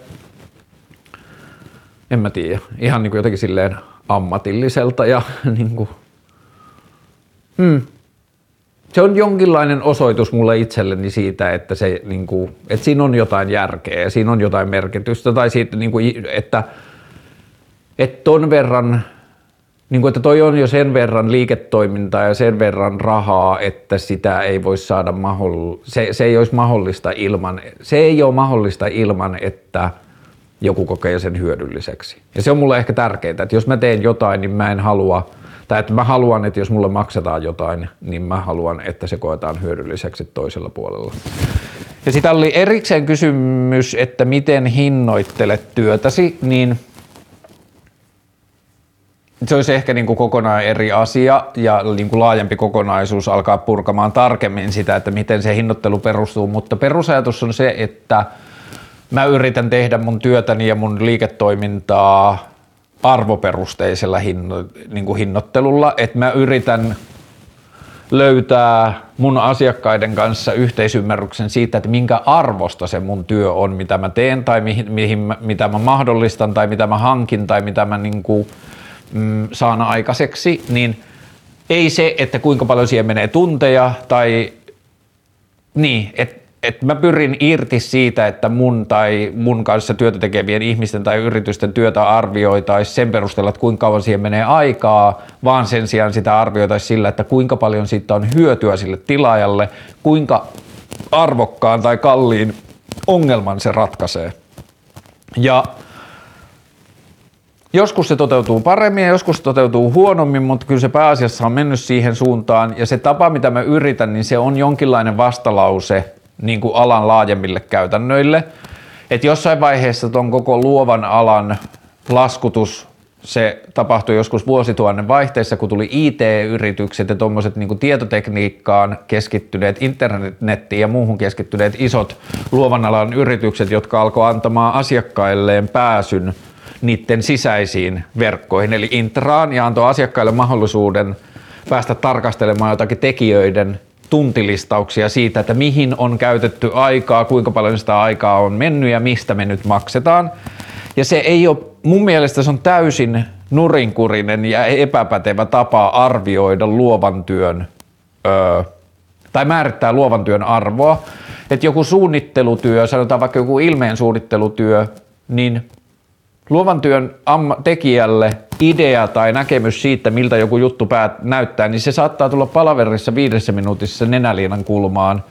Speaker 1: en mä tiedä, ihan niin kuin jotenkin silleen ammatilliselta ja niin kuin, hmm. Se on jonkinlainen osoitus mulle itselleni siitä, että, se, niin kuin, että siinä on jotain järkeä ja siinä on jotain merkitystä tai siitä, niin kuin, että, että ton verran niin kuin, että toi on jo sen verran liiketoimintaa ja sen verran rahaa, että sitä ei voi saada mahdoll- se, se ei olisi mahdollista ilman, se ei ole mahdollista ilman, että joku kokee sen hyödylliseksi. Ja se on mulle ehkä tärkeää, että jos mä teen jotain, niin mä en halua, tai että mä haluan, että jos mulle maksetaan jotain, niin mä haluan, että se koetaan hyödylliseksi toisella puolella. Ja sitä oli erikseen kysymys, että miten hinnoittelet työtäsi, niin se olisi ehkä niin kuin kokonaan eri asia ja niin kuin laajempi kokonaisuus alkaa purkamaan tarkemmin sitä, että miten se hinnoittelu perustuu, mutta perusajatus on se, että mä yritän tehdä mun työtäni ja mun liiketoimintaa arvoperusteisella hinno, niin kuin hinnoittelulla, että mä yritän löytää mun asiakkaiden kanssa yhteisymmärryksen siitä, että minkä arvosta se mun työ on, mitä mä teen tai mihin, mihin, mitä mä mahdollistan tai mitä mä hankin tai mitä mä niin kuin Mm, saan aikaiseksi, niin ei se, että kuinka paljon siihen menee tunteja tai niin, että että mä pyrin irti siitä, että mun tai mun kanssa työtä tekevien ihmisten tai yritysten työtä arvioitaisiin sen perusteella, että kuinka kauan siihen menee aikaa, vaan sen sijaan sitä arvioitaisiin sillä, että kuinka paljon siitä on hyötyä sille tilaajalle, kuinka arvokkaan tai kalliin ongelman se ratkaisee. Ja joskus se toteutuu paremmin ja joskus se toteutuu huonommin, mutta kyllä se pääasiassa on mennyt siihen suuntaan. Ja se tapa, mitä mä yritän, niin se on jonkinlainen vastalause niin kuin alan laajemmille käytännöille. Että jossain vaiheessa ton koko luovan alan laskutus, se tapahtui joskus vuosituhannen vaihteessa, kun tuli I T-yritykset ja tuommoiset niin kuin tietotekniikkaan keskittyneet, internettiin ja muuhun keskittyneet isot luovan alan yritykset, jotka alkoi antamaan asiakkailleen pääsyn niiden sisäisiin verkkoihin, eli intraan, ja antoi asiakkaille mahdollisuuden päästä tarkastelemaan jotakin tekijöiden tuntilistauksia siitä, että mihin on käytetty aikaa, kuinka paljon sitä aikaa on mennyt ja mistä me nyt maksetaan. Ja se ei ole, mun mielestä se on täysin nurinkurinen ja epäpätevä tapa arvioida luovan työn, öö, tai määrittää luovan työn arvoa. Että joku suunnittelutyö, sanotaan vaikka joku ilmeen suunnittelutyö, niin luovan työn tekijälle idea tai näkemys siitä, miltä joku juttu päät näyttää, niin se saattaa tulla palaverissa viidessä minuutissa nenäliinan kulmaan.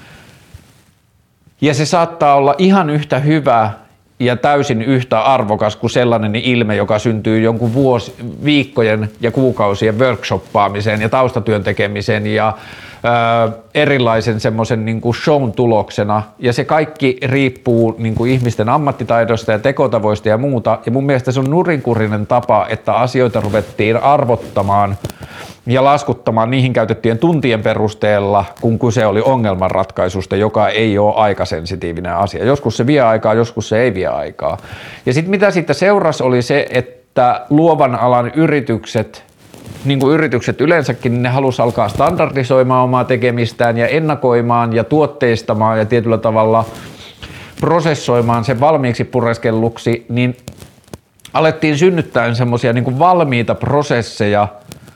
Speaker 1: Ja se saattaa olla ihan yhtä hyvä ja täysin yhtä arvokas kuin sellainen ilme, joka syntyy jonkun vuosi, viikkojen ja kuukausien workshoppaamiseen ja taustatyön tekemiseen ja ö, erilaisen semmoisen niin kuin shown tuloksena. Ja se kaikki riippuu niin kuin ihmisten ammattitaidosta ja tekotavoista ja muuta. Ja mun mielestä se on nurinkurinen tapa, että asioita ruvettiin arvottamaan ja laskuttamaan niihin käytettyjen tuntien perusteella, kun kyse oli ongelmanratkaisusta, joka ei ole aikasensitiivinen asia. Joskus se vie aikaa, joskus se ei vie aikaa. Ja sitten mitä siitä seurasi oli se, että luovan alan yritykset, niin kuin yritykset yleensäkin, ne halusi alkaa standardisoimaan omaa tekemistään ja ennakoimaan ja tuotteistamaan ja tietyllä tavalla prosessoimaan sen valmiiksi pureskelluksi, niin alettiin synnyttää semmoisia niin kuin valmiita prosesseja,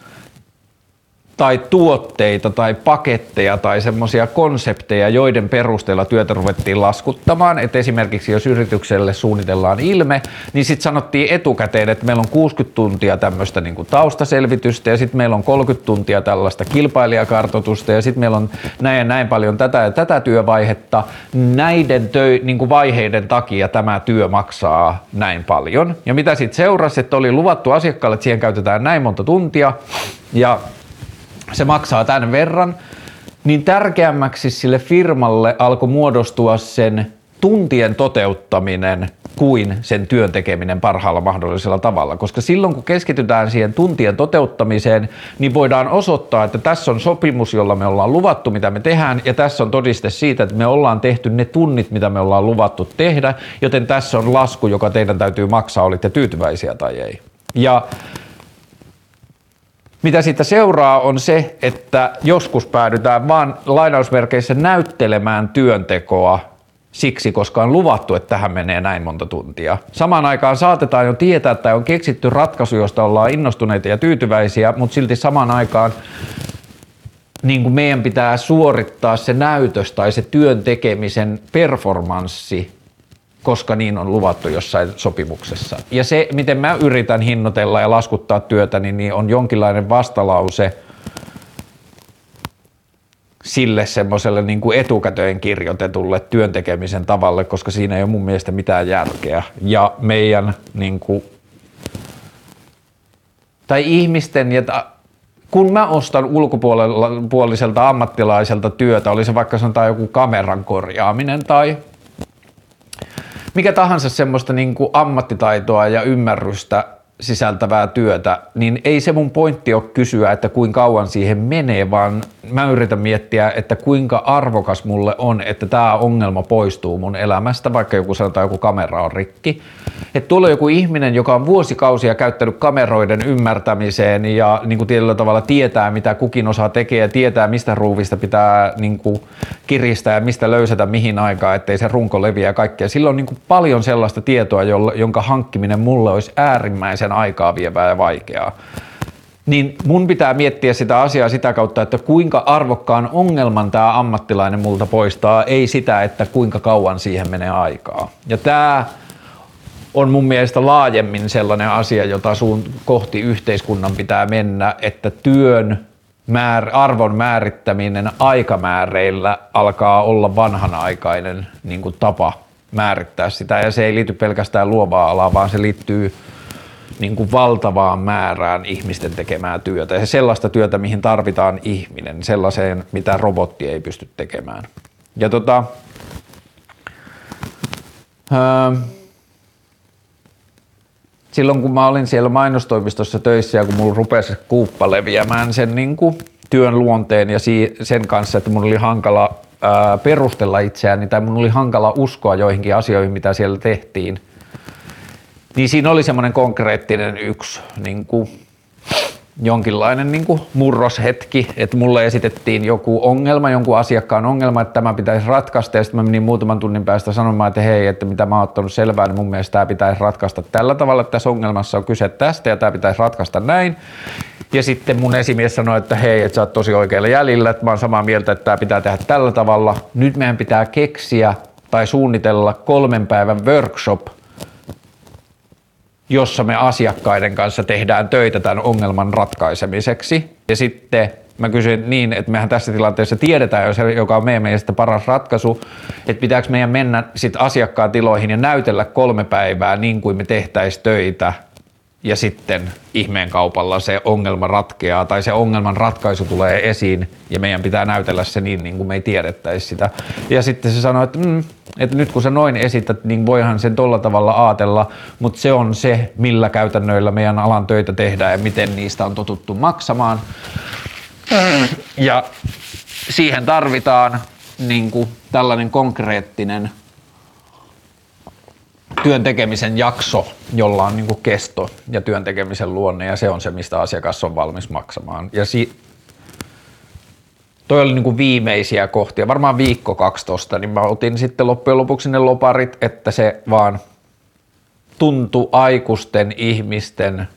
Speaker 1: tai tuotteita tai paketteja tai semmoisia konsepteja, joiden perusteella työtä ruvettiin laskuttamaan. Et esimerkiksi jos yritykselle suunnitellaan ilme, niin sitten sanottiin etukäteen, että meillä on kuusikymmentä tuntia tämmöistä niinku taustaselvitystä ja sitten meillä on kolmekymmentä tuntia tällaista kilpailijakartoitusta ja sitten meillä on näin ja näin paljon tätä ja tätä työvaihetta. Näiden töi, niinku vaiheiden takia tämä työ maksaa näin paljon. Ja mitä sitten seurasi, että oli luvattu asiakkaalle, että siihen käytetään näin monta tuntia ja se maksaa tämän verran, niin tärkeämmäksi sille firmalle alkoi muodostua sen tuntien toteuttaminen kuin sen työn tekeminen parhaalla mahdollisella tavalla. Koska silloin kun keskitytään siihen tuntien toteuttamiseen, niin voidaan osoittaa, että tässä on sopimus, jolla me ollaan luvattu, mitä me tehdään, ja tässä on todiste siitä, että me ollaan tehty ne tunnit, mitä me ollaan luvattu tehdä, joten tässä on lasku, joka teidän täytyy maksaa, olitte tyytyväisiä tai ei. Ja mitä siitä seuraa on se, että joskus päädytään vaan lainausmerkeissä näyttelemään työntekoa siksi, koska on luvattu, että tähän menee näin monta tuntia. Samaan aikaan saatetaan jo tietää, että on keksitty ratkaisu, josta ollaan innostuneita ja tyytyväisiä, mutta silti samaan aikaan niin kuin meidän pitää suorittaa se näytös tai se työn tekemisen performanssi, koska niin on luvattu jossain sopimuksessa. Ja se, miten mä yritän hinnoitella ja laskuttaa työtäni, niin on jonkinlainen vastalause sille semmoiselle niin kuin etukäteen kirjoitetulle työntekemisen tavalle, koska siinä ei ole mun mielestä mitään järkeä. Ja meidän niin kuin, tai ihmisten, ja ta, kun mä ostan ulkopuoliselta ammattilaiselta työtä, oli se vaikka sanotaan joku kameran korjaaminen tai mikä tahansa semmoista niin kuin ammattitaitoa ja ymmärrystä sisältävää työtä, niin ei se mun pointti ole kysyä, että kuinka kauan siihen menee, vaan mä yritän miettiä, että kuinka arvokas mulle on, että tämä ongelma poistuu mun elämästä, vaikka joku sanotaan, joku kamera on rikki. Että tuolla on joku ihminen, joka on vuosikausia käyttänyt kameroiden ymmärtämiseen ja niin kuin tietyllä tavalla tietää, mitä kukin osaa tekee ja tietää, mistä ruuvista pitää niin kuin kiristää ja mistä löysätä mihin aikaan, ettei se runko leviä ja kaikkea. Sillä on niin kuin paljon sellaista tietoa, jonka hankkiminen mulle olisi äärimmäisen aikaa vievää ja vaikeaa. niin mun pitää miettiä sitä asiaa sitä kautta, että kuinka arvokkaan ongelman tämä ammattilainen multa poistaa, ei sitä, että kuinka kauan siihen menee aikaa. Ja tämä on mun mielestä laajemmin sellainen asia, jota suun kohti yhteiskunnan pitää mennä, että työn määr, arvon määrittäminen aikamääreillä alkaa olla vanhanaikainen niin kuin tapa määrittää sitä, ja se ei liity pelkästään luovaan alaan, vaan se liittyy niin kuin valtavaan määrään ihmisten tekemää työtä ja sellaista työtä, mihin tarvitaan ihminen, sellaiseen, mitä robotti ei pysty tekemään. Ja tota, ää, silloin kun mä olin siellä mainostoimistossa töissä ja kun mulla rupesi kuuppa leviämään sen niin kuin työn luonteen ja sen kanssa, että mun oli hankala ää, perustella itseäni tai mun oli hankala uskoa joihinkin asioihin, mitä siellä tehtiin, niin siinä oli semmoinen konkreettinen yksi niin kuin, jonkinlainen niin kuin murroshetki, että mulle esitettiin joku ongelma, jonkun asiakkaan ongelma, että tämä pitäisi ratkaista, ja sitten mä menin muutaman tunnin päästä sanomaan, että hei, että mitä mä oon ottanut selvää, niin mun mielestä tämä pitäisi ratkaista tällä tavalla, että tässä ongelmassa on kyse tästä ja tämä pitäisi ratkaista näin. Ja sitten mun esimies sanoi, että hei, että sä oot tosi oikealla jäljellä, että mä oon samaa mieltä, että tämä pitää tehdä tällä tavalla. Nyt meidän pitää keksiä tai suunnitella kolmen päivän workshop, jossa me asiakkaiden kanssa tehdään töitä tämän ongelman ratkaisemiseksi. Ja sitten mä kysyin niin, että mehän tässä tilanteessa tiedetään, joka on meidän mielestä paras ratkaisu, että pitääkö meidän mennä sitten asiakkaan tiloihin ja näytellä kolme päivää niin kuin me tehtäisiin töitä, ja sitten ihmeen kaupalla se ongelma ratkeaa tai se ongelman ratkaisu tulee esiin ja meidän pitää näytellä se niin, niin kuin me ei tiedettäisi sitä. Ja sitten se sanoi, että, mm, että nyt kun sä noin esität, niin voihan sen tolla tavalla ajatella, mutta se on se, millä käytännöillä meidän alan töitä tehdään ja miten niistä on totuttu maksamaan. Ja siihen tarvitaan niin kuin tällainen konkreettinen työn tekemisen jakso, jolla on niin kuin kesto ja työn tekemisen luonne, ja se on se, mistä asiakas on valmis maksamaan. Ja si- toi oli niin kuin viimeisiä kohtia, varmaan viikko kaksi tosta, niin mä otin sitten loppujen lopuksi ne loparit, että se vaan tuntui aikuisten ihmisten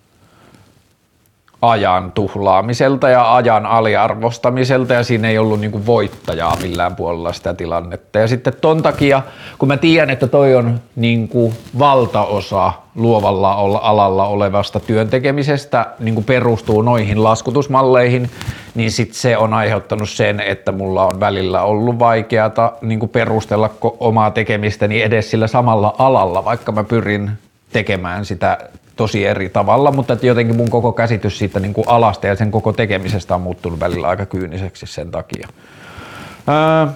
Speaker 1: ajan tuhlaamiselta ja ajan aliarvostamiselta, ja siinä ei ollut niinku voittajaa millään puolella sitä tilannetta. Ja sitten ton takia, kun mä tiedän, että toi on niinku valtaosa luovalla alalla olevasta työntekemisestä niinku perustuu noihin laskutusmalleihin, niin sit se on aiheuttanut sen, että mulla on välillä ollut vaikeata niinku perustella omaa tekemistäni edes sillä samalla alalla, vaikka mä pyrin tekemään sitä tosi eri tavalla, mutta että jotenkin mun koko käsitys siitä niin kuin alasta ja sen koko tekemisestä on muuttunut välillä aika kyyniseksi sen takia. Öö,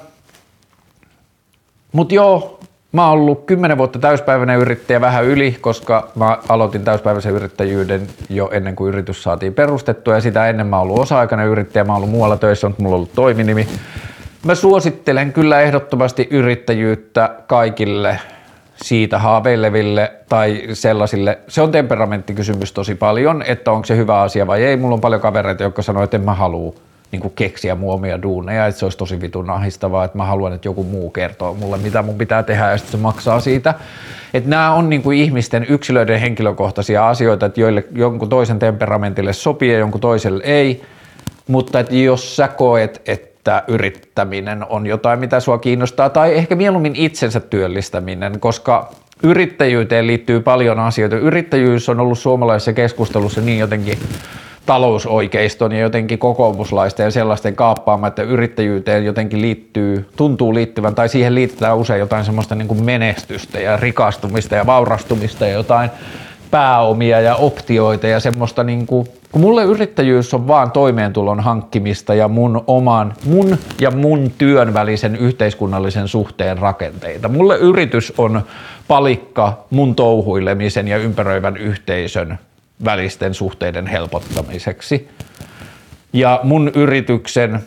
Speaker 1: Mutta joo, mä oon ollut kymmenen vuotta täyspäiväinen yrittäjä, vähän yli, koska mä aloitin täyspäiväisen yrittäjyyden jo ennen kuin yritys saatiin perustettua, ja sitä ennen mä oon ollut osa-aikainen yrittäjä, mä oon ollut muualla töissä, mutta mulla on ollut toiminimi. Mä suosittelen kyllä ehdottomasti yrittäjyyttä kaikille siitä haaveileville tai sellaisille, se on temperamenttikysymys tosi paljon, että onko se hyvä asia vai ei. Mulla on paljon kavereita, jotka sanoo, että en mä halua niin kuin keksiä mun omia duuneja, että se olisi tosi vitun ahistavaa, että mä haluan, että joku muu kertoo mulle, mitä mun pitää tehdä, ja sitten se maksaa siitä. Että nämä on niin kuin ihmisten yksilöiden henkilökohtaisia asioita, että joille jonkun toisen temperamentille sopii ja jonkun toiselle ei, mutta että jos sä koet, että että yrittäminen on jotain, mitä sua kiinnostaa, tai ehkä mieluummin itsensä työllistäminen, koska yrittäjyyteen liittyy paljon asioita. Yrittäjyys on ollut suomalaisessa keskustelussa niin jotenkin talousoikeiston ja jotenkin kokoomuslaisten ja sellaisten kaappaama, että yrittäjyyteen jotenkin liittyy, tuntuu liittyvän, tai siihen liitetään usein jotain semmoista niin kuin menestystä ja rikastumista ja vaurastumista ja jotain pääomia ja optioita ja semmoista niin kuin, kun mulle yrittäjyys on vaan toimeentulon hankkimista ja mun oman, mun ja mun työn välisen yhteiskunnallisen suhteen rakenteita. Mulle yritys on palikka mun touhuilemisen ja ympäröivän yhteisön välisten suhteiden helpottamiseksi. Ja mun yrityksen,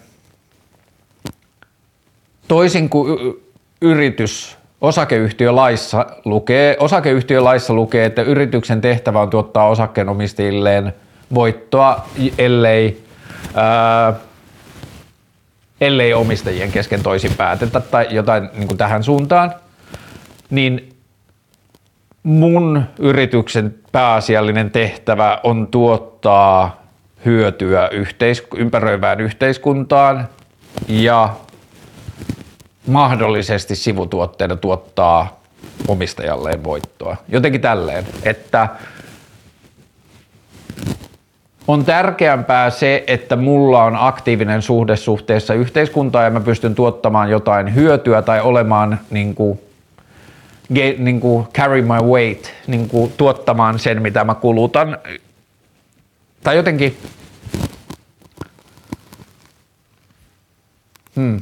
Speaker 1: toisin kuin y- yritys, Osakeyhtiölaissa lukee, osakeyhtiölaissa lukee, että yrityksen tehtävä on tuottaa osakkeenomistajilleen voittoa, ellei, ää, ellei omistajien kesken toisin päätetä tai jotain niin kuin tähän suuntaan, niin mun yrityksen pääasiallinen tehtävä on tuottaa hyötyä yhteis- ympäröivään yhteiskuntaan ja mahdollisesti sivutuotteena tuottaa omistajalleen voittoa. Jotenkin tälleen, että on tärkeämpää se, että mulla on aktiivinen suhde suhteessa yhteiskuntaan ja mä pystyn tuottamaan jotain hyötyä tai olemaan niin kuin, niin kuin carry my weight, niin kuin tuottamaan sen, mitä mä kulutan. Tai jotenkin hmm.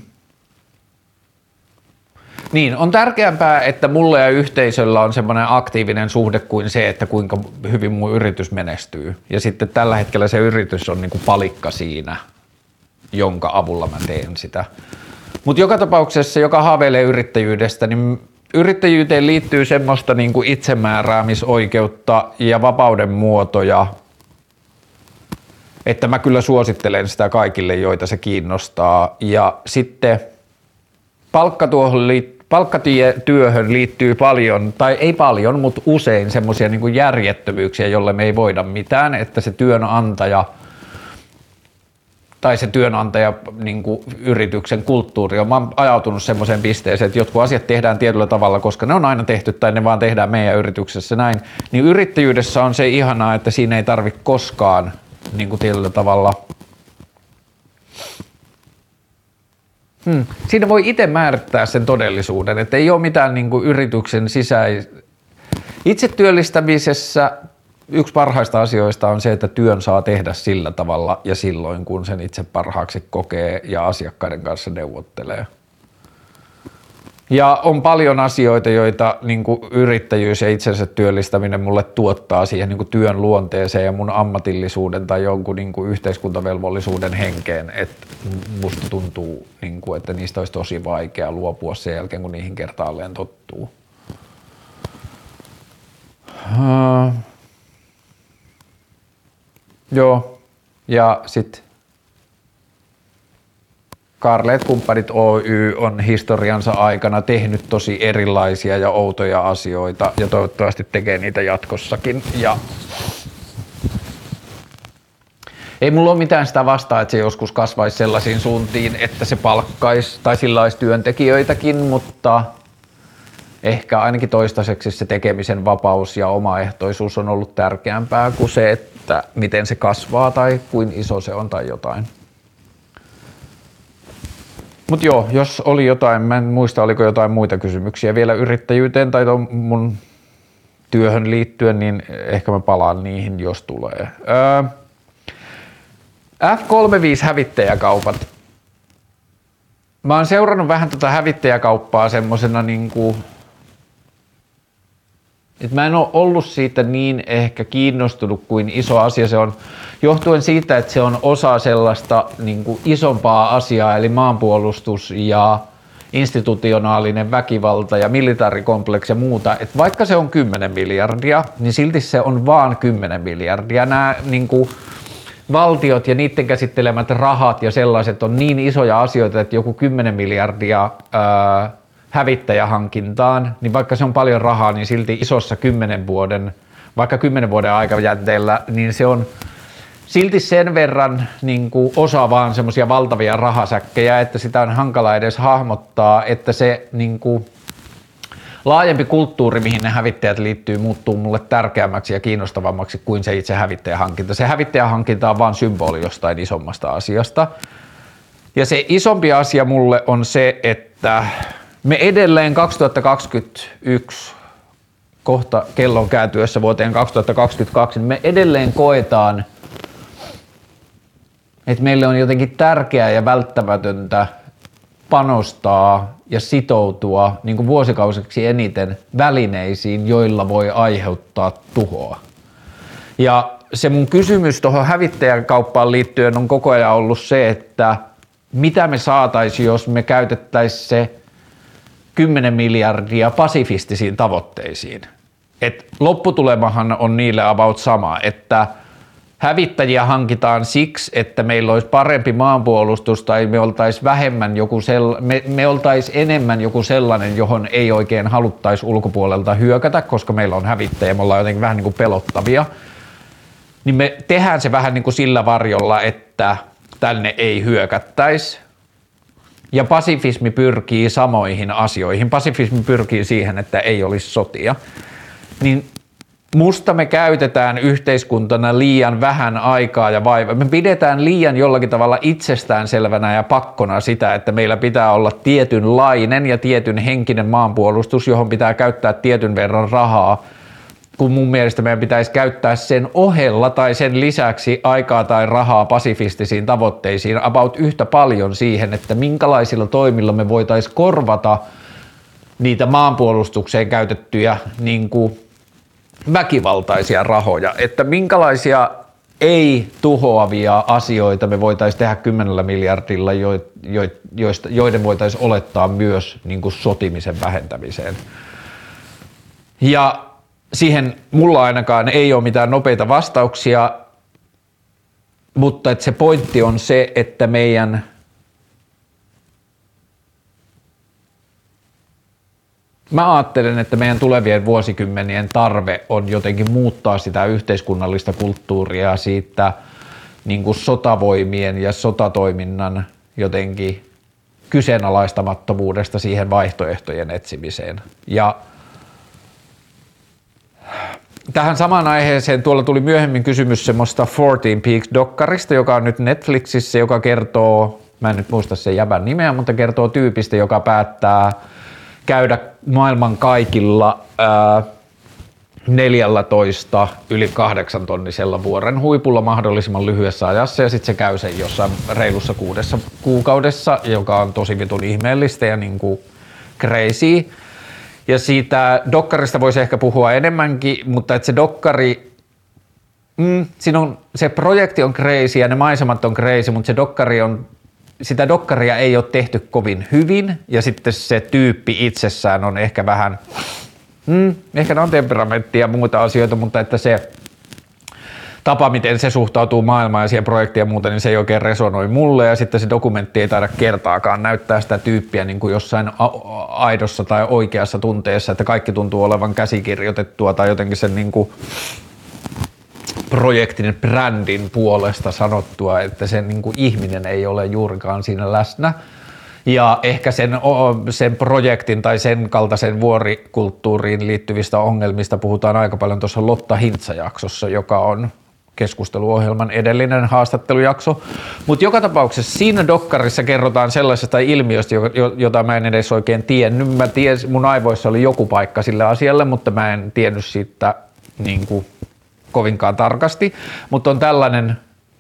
Speaker 1: Niin, on tärkeämpää, että mulla ja yhteisöllä on semmoinen aktiivinen suhde kuin se, että kuinka hyvin mun yritys menestyy. Ja sitten tällä hetkellä se yritys on niinku palikka siinä, jonka avulla mä teen sitä. Mutta joka tapauksessa, joka haaveilee yrittäjyydestä, niin yrittäjyyteen liittyy semmoista niinku itsemääräämisoikeutta ja vapauden muotoja, että mä kyllä suosittelen sitä kaikille, joita se kiinnostaa. Ja sitten palkkatuohon liittyy Palkkatyöhön liittyy paljon, tai ei paljon, mutta usein semmoisia niin kuin järjettömyyksiä, jolle me ei voida mitään, että se työnantaja tai se työnantaja niin kuin yrityksen kulttuuri on. Mä oon ajautunut semmoiseen pisteeseen, että jotkut asiat tehdään tietyllä tavalla, koska ne on aina tehty tai ne vaan tehdään meidän yrityksessä näin. Niin yrittäjyydessä on se ihanaa, että siinä ei tarvitse koskaan niin kuin tietyllä tavalla. Hmm. Siinä voi itse määrittää sen todellisuuden, että ei ole mitään niin kuin yrityksen sisäis... Itsetyöllistämisessä yksi parhaista asioista on se, että työn saa tehdä sillä tavalla ja silloin, kun sen itse parhaaksi kokee ja asiakkaiden kanssa neuvottelee. Ja on paljon asioita, joita niin kuin yrittäjyys ja itsensä työllistäminen mulle tuottaa siihen niin kuin työn luonteeseen ja mun ammatillisuuden tai jonkun niin kuin yhteiskuntavelvollisuuden henkeen, että musta tuntuu, niin kuin, että niistä olisi tosi vaikea luopua sen jälkeen, kun niihin kertaalleen tottuu. Uh, joo, ja sitten Carlet-kumppanit Oy on historiansa aikana tehnyt tosi erilaisia ja outoja asioita ja toivottavasti tekee niitä jatkossakin. Ja ei mulla ole mitään sitä vastaa, että se joskus kasvaisi sellaisiin suuntiin, että se palkkaisi tai sillä olisi työntekijöitäkin, mutta ehkä ainakin toistaiseksi se tekemisen vapaus ja omaehtoisuus on ollut tärkeämpää kuin se, että miten se kasvaa tai kuin iso se on tai jotain. Mutta joo, jos oli jotain, mä en muista oliko jotain muita kysymyksiä vielä yrittäjyyteen tai mun työhön liittyen, niin ehkä mä palaan niihin, jos tulee. Öö, F kolmekymmentäviisi hävittäjäkaupat. Mä oon seurannut vähän tätä hävittäjäkauppaa semmosena niinku, että mä en oo ollut siitä niin ehkä kiinnostunut kuin iso asia se on, johtuen siitä, että se on osa sellaista niin kuin isompaa asiaa, eli maanpuolustus ja institutionaalinen väkivalta ja militaarikompleksi ja muuta. Et vaikka se on kymmenen miljardia, niin silti se on vaan kymmenen miljardia. Nämä niin kuin valtiot ja niiden käsittelemät rahat ja sellaiset on niin isoja asioita, että joku kymmenen miljardia ää, hävittäjähankintaan, niin vaikka se on paljon rahaa, niin silti isossa kymmenen vuoden, vaikka kymmenen vuoden aikajänteellä, niin se on silti sen verran niin kuin osa vaan semmoisia valtavia rahasäkkejä, että sitä on hankala edes hahmottaa, että se niin kuin laajempi kulttuuri, mihin ne hävittäjät liittyy, muuttuu mulle tärkeämmäksi ja kiinnostavammaksi kuin se itse hävittäjähankinta. Se hävittäjähankinta on vaan symboli jostain isommasta asiasta. Ja se isompi asia mulle on se, että me edelleen kaksituhattakaksikymmentäyksi, kohta kellon kääntyessä vuoteen kaksituhattakaksikymmentäkaksi, niin me edelleen koetaan, että meille on jotenkin tärkeää ja välttämätöntä panostaa ja sitoutua niin kuin vuosikausiksi eniten välineisiin, joilla voi aiheuttaa tuhoa. Ja se mun kysymys tuohon hävittäjäkauppaan liittyen on koko ajan ollut se, että mitä me saataisiin, jos me käytettäisiin se kymmenen miljardia pasifistisiin tavoitteisiin. Et lopputulemahan on niille about sama, että hävittäjiä hankitaan siksi, että meillä olisi parempi maanpuolustus tai me oltaisiin vähemmän joku sell- me, me oltaisiin enemmän joku sellainen, johon ei oikein haluttaisi ulkopuolelta hyökätä, koska meillä on hävittäjiä, me ollaan jotenkin vähän niin kuin pelottavia. niin me tehdään se vähän niin kuin sillä varjolla, että tänne ei hyökättäisi. Ja pasifismi pyrkii samoihin asioihin. Pasifismi pyrkii siihen, että ei olisi sotia. Niin musta me käytetään yhteiskuntana liian vähän aikaa ja vaivaa. Me pidetään liian jollakin tavalla itsestäänselvänä ja pakkona sitä, että meillä pitää olla tietynlainen ja tietyn henkinen maanpuolustus, johon pitää käyttää tietyn verran rahaa, kun mun mielestä meidän pitäisi käyttää sen ohella tai sen lisäksi aikaa tai rahaa pasifistisiin tavoitteisiin about yhtä paljon siihen, että minkälaisilla toimilla me voitaisiin korvata niitä maanpuolustukseen käytettyjä niin kuin väkivaltaisia rahoja, että minkälaisia ei-tuhoavia asioita me voitaisiin tehdä kymmenellä miljardilla, jo, jo, joista, joiden voitaisiin olettaa myös niin kuin sotimisen vähentämiseen. Ja siihen mulla ainakaan ei ole mitään nopeita vastauksia, mutta että se pointti on se, että meidän Mä ajattelen, että meidän tulevien vuosikymmenien tarve on jotenkin muuttaa sitä yhteiskunnallista kulttuuria siitä niin kuin sotavoimien ja sotatoiminnan jotenkin kyseenalaistamattomuudesta siihen vaihtoehtojen etsimiseen. Ja tähän samaan aiheeseen tuolla tuli myöhemmin kysymys semmoista fourteen Peaks-dokkarista, joka on nyt Netflixissä, joka kertoo, mä en nyt muista sen jäbän nimeä, mutta kertoo tyypistä, joka päättää käydä maailman kaikilla ää, neljätoista yli kahdeksan tonnisella vuoren huipulla mahdollisimman lyhyessä ajassa ja sitten se käy sen jossain reilussa kuudessa kuukaudessa, joka on tosi vitun ihmeellistä ja niin kuin crazy. Ja siitä dokkarista voisi ehkä puhua enemmänkin, mutta että se dokkari, mm, siinä on, se projekti on crazy ja ne maisemat on crazy, mutta se dokkari on, sitä dokkaria ei ole tehty kovin hyvin ja sitten se tyyppi itsessään on ehkä vähän, mm, ehkä ne on temperamenttia ja muita asioita, mutta että se tapa, miten se suhtautuu maailmaan ja siihen projektiin ja muuta, niin se ei oikein resonoi mulle ja sitten se dokumentti ei taida kertaakaan näyttää sitä tyyppiä niin kuin jossain aidossa tai oikeassa tunteessa, että kaikki tuntuu olevan käsikirjoitettua tai jotenkin sen niin kuin projektin brändin puolesta sanottua, että sen niin kuin ihminen ei ole juurikaan siinä läsnä. Ja ehkä sen, sen projektin tai sen kaltaisen vuorikulttuuriin liittyvistä ongelmista puhutaan aika paljon tuossa Lotta Hintsa-jaksossa, joka on keskusteluohjelman edellinen haastattelujakso. Mutta joka tapauksessa siinä dokkarissa kerrotaan sellaisesta ilmiöstä, jota mä en edes oikein tiennyt. Mä ties, mun aivoissa oli joku paikka sille asialle, mutta mä en tiennyt siitä niin kuin kovinkaan tarkasti. Mutta on tällainen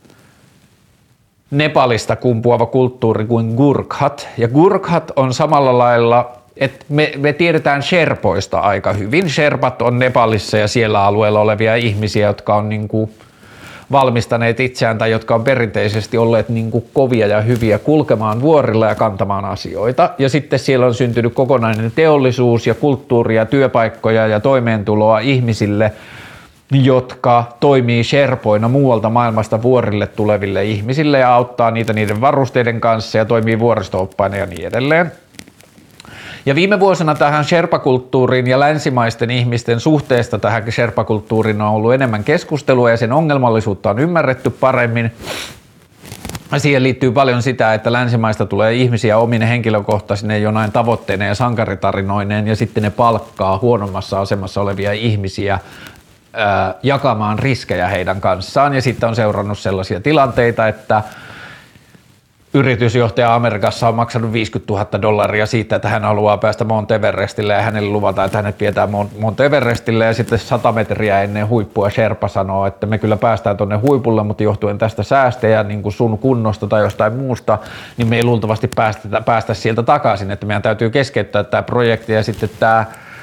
Speaker 1: Nepalista kumpuava kulttuuri kuin Gurkhat. Ja Gurkhat on samalla lailla, että me, me tiedetään sherpoista aika hyvin. Sherpat on Nepalissa ja siellä alueella olevia ihmisiä, jotka on niin kuin valmistaneet itseään tai jotka on perinteisesti olleet niin kuin kovia ja hyviä kulkemaan vuorilla ja kantamaan asioita. Ja sitten siellä on syntynyt kokonainen teollisuus ja kulttuuria, työpaikkoja ja toimeentuloa ihmisille, jotka toimii sherpoina muualta maailmasta vuorille tuleville ihmisille ja auttaa niitä niiden varusteiden kanssa ja toimii vuoristo-oppaina ja niin edelleen. Ja viime vuosina tähän sherpakulttuuriin ja länsimaisten ihmisten suhteesta tähän sherpakulttuuriin on ollut enemmän keskustelua ja sen ongelmallisuutta on ymmärretty paremmin. Siihen liittyy paljon sitä, että länsimaista tulee ihmisiä omine henkilökohtaisine jonain tavoitteinen ja sankaritarinoineen ja sitten ne palkkaa huonommassa asemassa olevia ihmisiä jakamaan riskejä heidän kanssaan ja sitten on seurannut sellaisia tilanteita, että yritysjohtaja Amerikassa on maksanut viisikymmentätuhatta dollaria siitä, että hän haluaa päästä Mount Everestille ja hänelle luvataan, että hänet vietään Mount Everestille ja sitten sata metriä ennen huippua Sherpa sanoo, että me kyllä päästään tuonne huipulle, mutta johtuen tästä säästöjä niin kuin sun kunnosta tai jostain muusta, niin me ei luultavasti päästä, päästä sieltä takaisin, että meidän täytyy keskeyttää tämä projekti ja sitten tämä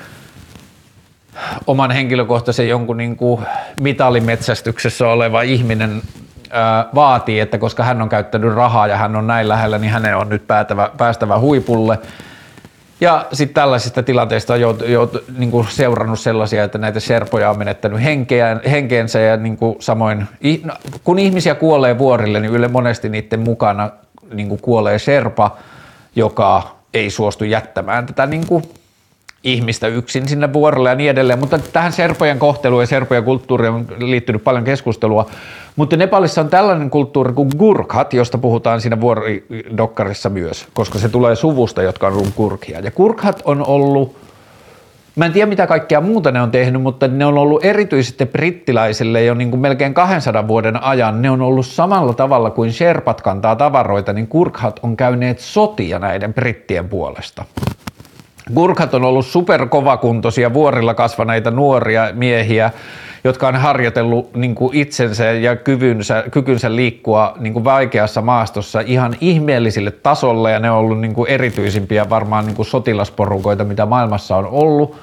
Speaker 1: oman henkilökohtaisen jonkun niin kuin mitalimetsästyksessä oleva ihminen ää, vaatii, että koska hän on käyttänyt rahaa ja hän on näin lähellä, niin hänen on nyt päätävä, päästävä huipulle. Ja sitten tällaisista tilanteista on jo, jo, niin kuin seurannut sellaisia, että näitä sherpoja on menettänyt henkeä, henkeensä ja niin kuin samoin, kun ihmisiä kuolee vuorille, niin yle monesti niiden mukana niin kuin kuolee sherpa, joka ei suostu jättämään tätä niin kuin ihmistä yksin sinne vuorolle ja niin edelleen, mutta tähän serpojen kohteluun ja serpojen kulttuuriin on liittynyt paljon keskustelua, mutta Nepalissa on tällainen kulttuuri kuin Gurkhat, josta puhutaan siinä vuoridokkarissa myös, koska se tulee suvusta, jotka on ollut Gurkhia. Ja Gurkhat on ollut, mä en tiedä mitä kaikkea muuta ne on tehnyt, mutta ne on ollut erityisesti brittiläisille jo niin kuin melkein kahdensadan vuoden ajan, ne on ollut samalla tavalla kuin Sherpat kantaa tavaroita, niin Gurkhat on käyneet sotia näiden brittien puolesta. Gurkhat on ollut superkovakuntoisia vuorilla kasvaneita nuoria miehiä, jotka on harjoitellut niin kuin itsensä ja kyvynsä, kykynsä liikkua niin kuin vaikeassa maastossa ihan ihmeellisille tasolle, ja ne on ollut niin kuin erityisimpiä varmaan niin kuin sotilasporukoita, mitä maailmassa on ollut.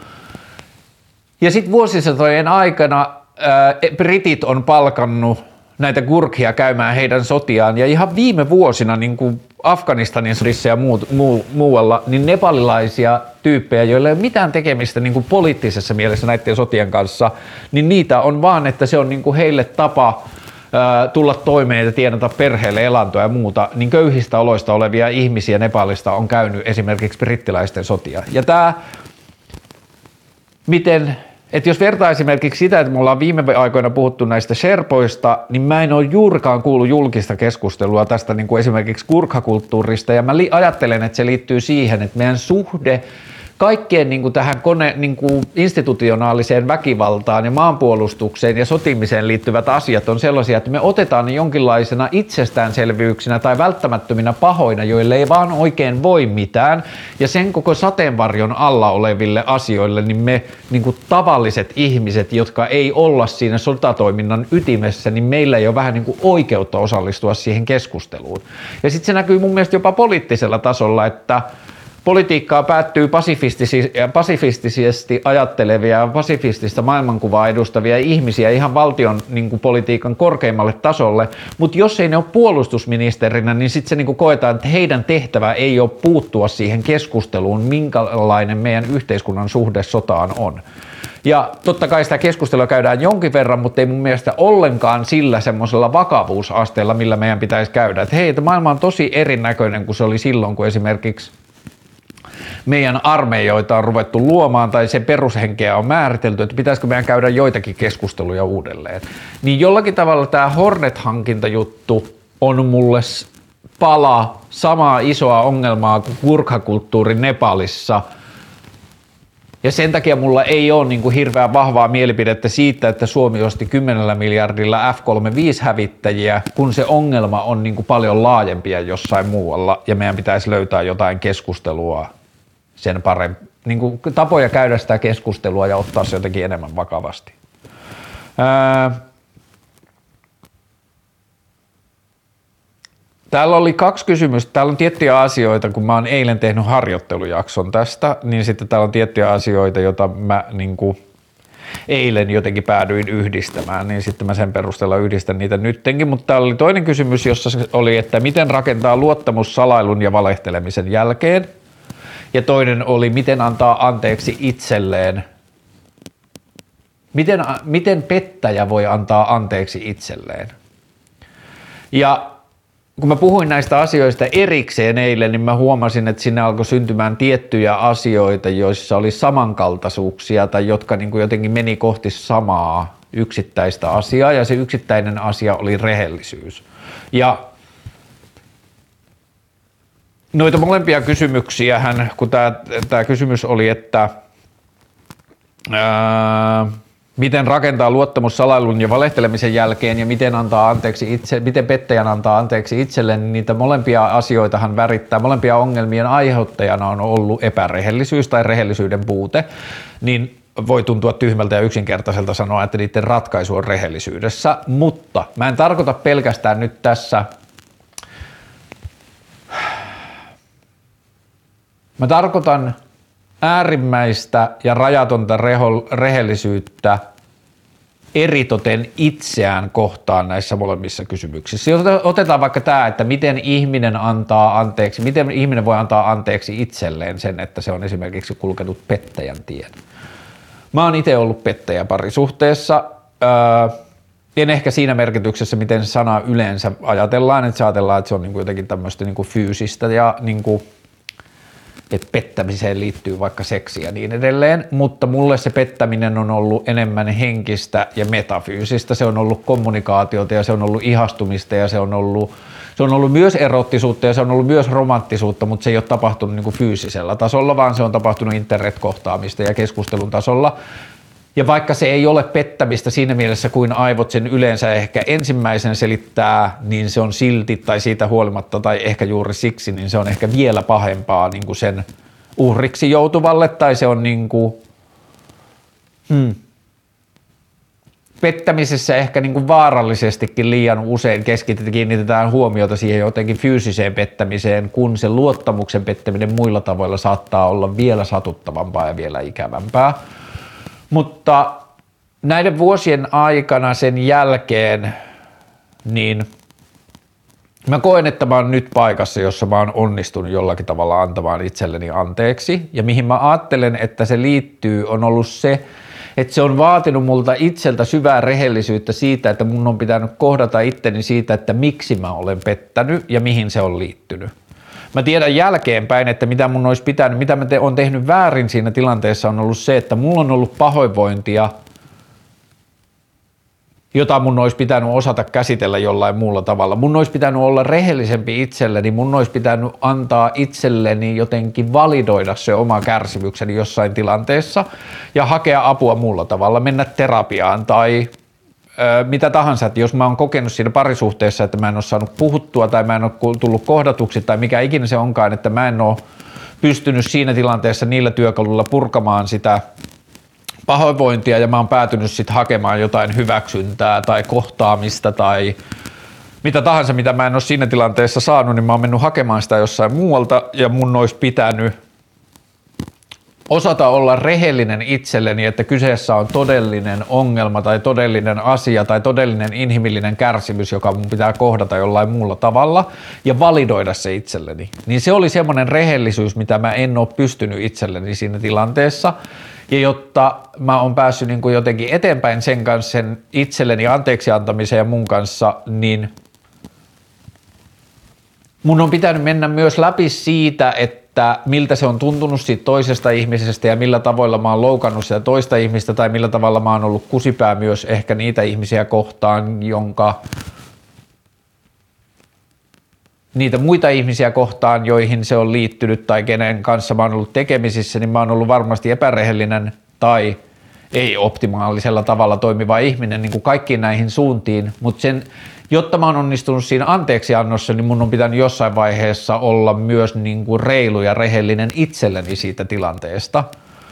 Speaker 1: Ja sitten vuosisatojen aikana ää, britit on palkannut näitä Gurkhia käymään heidän sotiaan, ja ihan viime vuosina niin kuin Afganistanin sodissa ja muu, muu, muualla, niin nepalilaisia tyyppejä, joilla ei ole mitään tekemistä niin kuin poliittisessa mielessä näiden sotien kanssa, niin niitä on vaan, että se on niin kuin heille tapa ää, tulla toimeen ja tienata perheelle elantoa ja muuta, niin köyhistä oloista olevia ihmisiä Nepalista on käynyt esimerkiksi brittiläisten sotia. Ja tämä, miten... Että jos vertaa esimerkiksi sitä, että me ollaan viime aikoina puhuttu näistä sherpoista, niin mä en ole juurikaan kuullut julkista keskustelua tästä niin kuin esimerkiksi Gurkha-kulttuurista, ja mä li- ajattelen, että se liittyy siihen, että meidän suhde kaikkeen niin kuin tähän kone, niin kuin institutionaaliseen väkivaltaan ja maanpuolustukseen ja sotimiseen liittyvät asiat on sellaisia, että me otetaan ne jonkinlaisena itsestäänselvyyksinä tai välttämättöminä pahoina, joille ei vaan oikein voi mitään, ja sen koko sateenvarjon alla oleville asioille, niin me niin kuin tavalliset ihmiset, jotka ei olla siinä sotatoiminnan ytimessä, niin meillä ei ole vähän niin kuin oikeutta osallistua siihen keskusteluun. Ja sitten se näkyy mun mielestä jopa poliittisella tasolla, että politiikkaa päättyy pasifistisesti ajattelevia ja pasifistista maailmankuvaa edustavia ihmisiä ihan valtion niin kuin politiikan korkeimmalle tasolle, mutta jos ei ne ole puolustusministerinä, niin sitten se niin kuin koetaan, että heidän tehtävä ei ole puuttua siihen keskusteluun, minkälainen meidän yhteiskunnan suhde sotaan on. Ja totta kai sitä keskustelua käydään jonkin verran, mutta ei mun mielestä ollenkaan sillä semmoisella vakavuusasteella, millä meidän pitäisi käydä. Että hei, että maailma on tosi erinäköinen kuin se oli silloin, kun esimerkiksi meidän armeijoita on ruvettu luomaan tai sen perushenkeä on määritelty, että pitäisikö meidän käydä joitakin keskusteluja uudelleen. Niin jollakin tavalla tämä Hornet-hankintajuttu on mulle pala samaa isoa ongelmaa kuin Gurkha-kulttuuri Nepalissa. Ja sen takia mulla ei ole niin kuin hirveän vahvaa mielipidettä siitä, että Suomi osti kymmenellä miljardilla F kolmekymmentäviisi hävittäjiä, kun se ongelma on niin kuin paljon laajempia jossain muualla ja meidän pitäisi löytää jotain keskustelua sen parempi, niin kuin tapoja käydä sitä keskustelua ja ottaa se jotenkin enemmän vakavasti. Ää... Täällä oli kaksi kysymystä. Täällä on tiettyjä asioita, kun mä oon eilen tehnyt harjoittelujakson tästä, niin sitten täällä on tiettyjä asioita, joita mä niin kuin eilen jotenkin päädyin yhdistämään, niin sitten mä sen perusteella yhdistän niitä nyttenkin, mutta täällä oli toinen kysymys, jossa oli, että miten rakentaa luottamus salailun ja valehtelemisen jälkeen, ja toinen oli, miten antaa anteeksi itselleen, miten, miten pettäjä voi antaa anteeksi itselleen. Ja kun mä puhuin näistä asioista erikseen eilen, niin mä huomasin, että sinne alkoi syntymään tiettyjä asioita, joissa oli samankaltaisuuksia tai jotka niin kuin jotenkin meni kohti samaa yksittäistä asiaa, ja se yksittäinen asia oli rehellisyys. Ja noita molempia kysymyksiähän, kun tämä kysymys oli, että ää, miten rakentaa luottamus salailun ja valehtelemisen jälkeen ja miten antaa anteeksi itse, miten pettäjän antaa anteeksi itselleen, niin niitä molempia asioitahan värittää, molempia ongelmien aiheuttajana on ollut epärehellisyys tai rehellisyyden puute, niin voi tuntua tyhmältä ja yksinkertaiselta sanoa, että niiden ratkaisu on rehellisyydessä, mutta mä en tarkoita pelkästään nyt tässä, mä tarkoitan äärimmäistä ja rajatonta reho, rehellisyyttä eritoten itseään kohtaan näissä molemmissa kysymyksissä. Otetaan vaikka tämä, että miten ihminen antaa anteeksi, miten ihminen voi antaa anteeksi itselleen sen, että se on esimerkiksi kulkenut pettäjän tien. Mä oon itse ollut pettäjä parisuhteessa, öö, en ehkä siinä merkityksessä, miten sana yleensä ajatellaan, että se ajatellaan, että se on niin kuin jotenkin tämmöistä niin kuin fyysistä ja niin kuin että pettämiseen liittyy vaikka seksi ja niin edelleen, mutta mulle se pettäminen on ollut enemmän henkistä ja metafyysistä, se on ollut kommunikaatiota ja se on ollut ihastumista ja se on ollut, se on ollut myös erottisuutta ja se on ollut myös romanttisuutta, mutta se ei ole tapahtunut niin kuin fyysisellä tasolla, vaan se on tapahtunut internet-kohtaamista ja keskustelun tasolla. Ja vaikka se ei ole pettämistä siinä mielessä, kuin aivot sen yleensä ehkä ensimmäisen selittää, niin se on silti tai siitä huolimatta tai ehkä juuri siksi, niin se on ehkä vielä pahempaa niin kuin sen uhriksi joutuvalle tai se on niin kuin, hmm, pettämisessä ehkä niin kuin vaarallisestikin liian usein keskitetään, kiinnitetään huomiota siihen jotenkin fyysiseen pettämiseen, kun se luottamuksen pettäminen muilla tavoilla saattaa olla vielä satuttavampaa ja vielä ikävämpää. Mutta näiden vuosien aikana sen jälkeen, niin mä koen, että mä oon nyt paikassa, jossa mä oon onnistunut jollakin tavalla antamaan itselleni anteeksi. Ja mihin mä ajattelen, että se liittyy, on ollut se, että se on vaatinut multa itseltä syvää rehellisyyttä siitä, että mun on pitänyt kohdata itteni siitä, että miksi mä olen pettänyt ja mihin se on liittynyt. Mä tiedän jälkeenpäin, että mitä mun olisi pitänyt, mitä mä te, on tehnyt väärin siinä tilanteessa on ollut se, että mulla on ollut pahoinvointia, jota mun olisi pitänyt osata käsitellä jollain muulla tavalla. Mun olisi pitänyt olla rehellisempi itselleni, mun olisi pitänyt antaa itselleni jotenkin validoida se oma kärsimykseni jossain tilanteessa ja hakea apua muulla tavalla, mennä terapiaan tai mitä tahansa, että jos mä oon kokenut siinä parisuhteessa, että mä en ole saanut puhuttua tai mä en ole tullut kohdatuksi tai mikä ikinä se onkaan, että mä en ole pystynyt siinä tilanteessa niillä työkaluilla purkamaan sitä pahoinvointia ja mä oon päätynyt sitten hakemaan jotain hyväksyntää tai kohtaamista tai mitä tahansa, mitä mä en ole siinä tilanteessa saanut, niin mä oon mennyt hakemaan sitä jossain muualta ja mun olisi pitänyt osata olla rehellinen itselleni, että kyseessä on todellinen ongelma tai todellinen asia tai todellinen inhimillinen kärsimys, joka mun pitää kohdata jollain muulla tavalla ja validoida se itselleni. Niin se oli semmoinen rehellisyys, mitä mä en ole pystynyt itselleni siinä tilanteessa. Ja jotta mä oon päässyt niin kuin jotenkin eteenpäin sen kanssa, sen itselleni anteeksi antamisen ja mun kanssa, niin mun on pitänyt mennä myös läpi siitä, että miltä se on tuntunut siitä toisesta ihmisestä ja millä tavoilla mä oon loukannut sitä toista ihmistä tai millä tavalla mä oon ollut kusipää myös ehkä niitä ihmisiä kohtaan, jonka niitä muita ihmisiä kohtaan, joihin se on liittynyt tai kenen kanssa mä oon ollut tekemisissä, niin mä oon ollut varmasti epärehellinen tai ei optimaalisella tavalla toimiva ihminen niin kuin kaikkiin näihin suuntiin, mutta sen, jotta mä oon onnistunut siinä anteeksiannossa, niin mun on pitänyt jossain vaiheessa olla myös niin kuin reilu ja rehellinen itselleni siitä tilanteesta.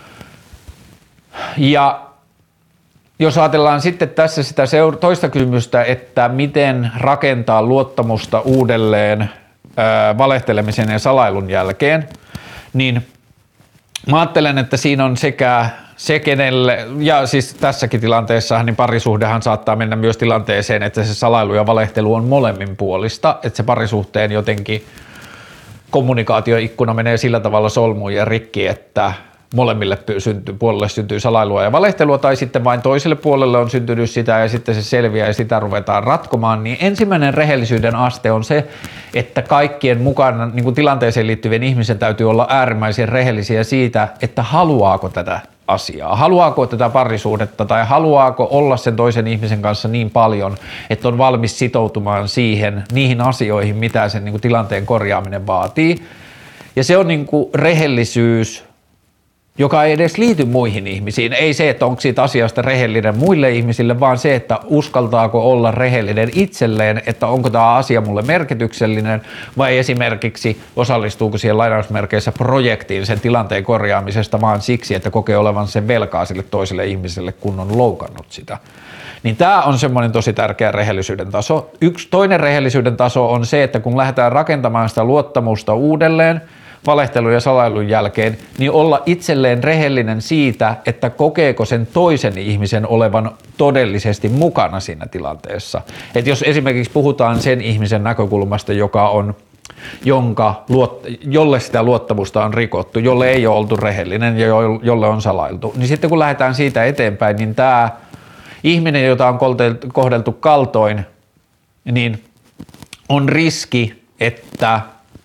Speaker 1: Ja jos ajatellaan sitten tässä sitä toista kysymystä, että miten rakentaa luottamusta uudelleen ää, valehtelemisen ja salailun jälkeen, niin mä ajattelen, että siinä on sekä se kenelle, ja siis tässäkin tilanteessa niin parisuhdehan saattaa mennä myös tilanteeseen, että se salailu ja valehtelu on molemminpuolista, että se parisuhteen jotenkin kommunikaatioikkuna menee sillä tavalla solmuun ja rikki, että molemmille syntyy, puolelle syntyy salailua ja valehtelua tai sitten vain toiselle puolelle on syntynyt sitä ja sitten se selviää ja sitä ruvetaan ratkomaan, niin ensimmäinen rehellisyyden aste on se, että kaikkien mukana niin kuin tilanteeseen liittyvien ihmisen täytyy olla äärimmäisen rehellisiä siitä, että haluaako tätä asiaa, haluaako tätä parisuhdetta tai haluaako olla sen toisen ihmisen kanssa niin paljon, että on valmis sitoutumaan siihen, niihin asioihin, mitä sen niin kuin tilanteen korjaaminen vaatii. Ja se on niin kuin rehellisyys, joka ei edes liity muihin ihmisiin. Ei se, että onko siitä asiasta rehellinen muille ihmisille, vaan se, että uskaltaako olla rehellinen itselleen, että onko tämä asia mulle merkityksellinen vai esimerkiksi osallistuuko siihen lainausmerkeissä projektiin sen tilanteen korjaamisesta vaan siksi, että kokee olevan sen velkaa sille toiselle ihmiselle, kun on loukannut sitä. Niin tämä on semmoinen tosi tärkeä rehellisyyden taso. Yksi toinen rehellisyyden taso on se, että kun lähdetään rakentamaan sitä luottamusta uudelleen, valehtelun ja salailun jälkeen, niin olla itselleen rehellinen siitä, että kokeeko sen toisen ihmisen olevan todellisesti mukana siinä tilanteessa. Et jos esimerkiksi puhutaan sen ihmisen näkökulmasta, joka on, jonka, jolle sitä luottamusta on rikottu, jolle ei ole oltu rehellinen ja jolle on salailtu, niin sitten kun lähdetään siitä eteenpäin, niin tämä ihminen, jota on kohdeltu kaltoin, niin on riski, että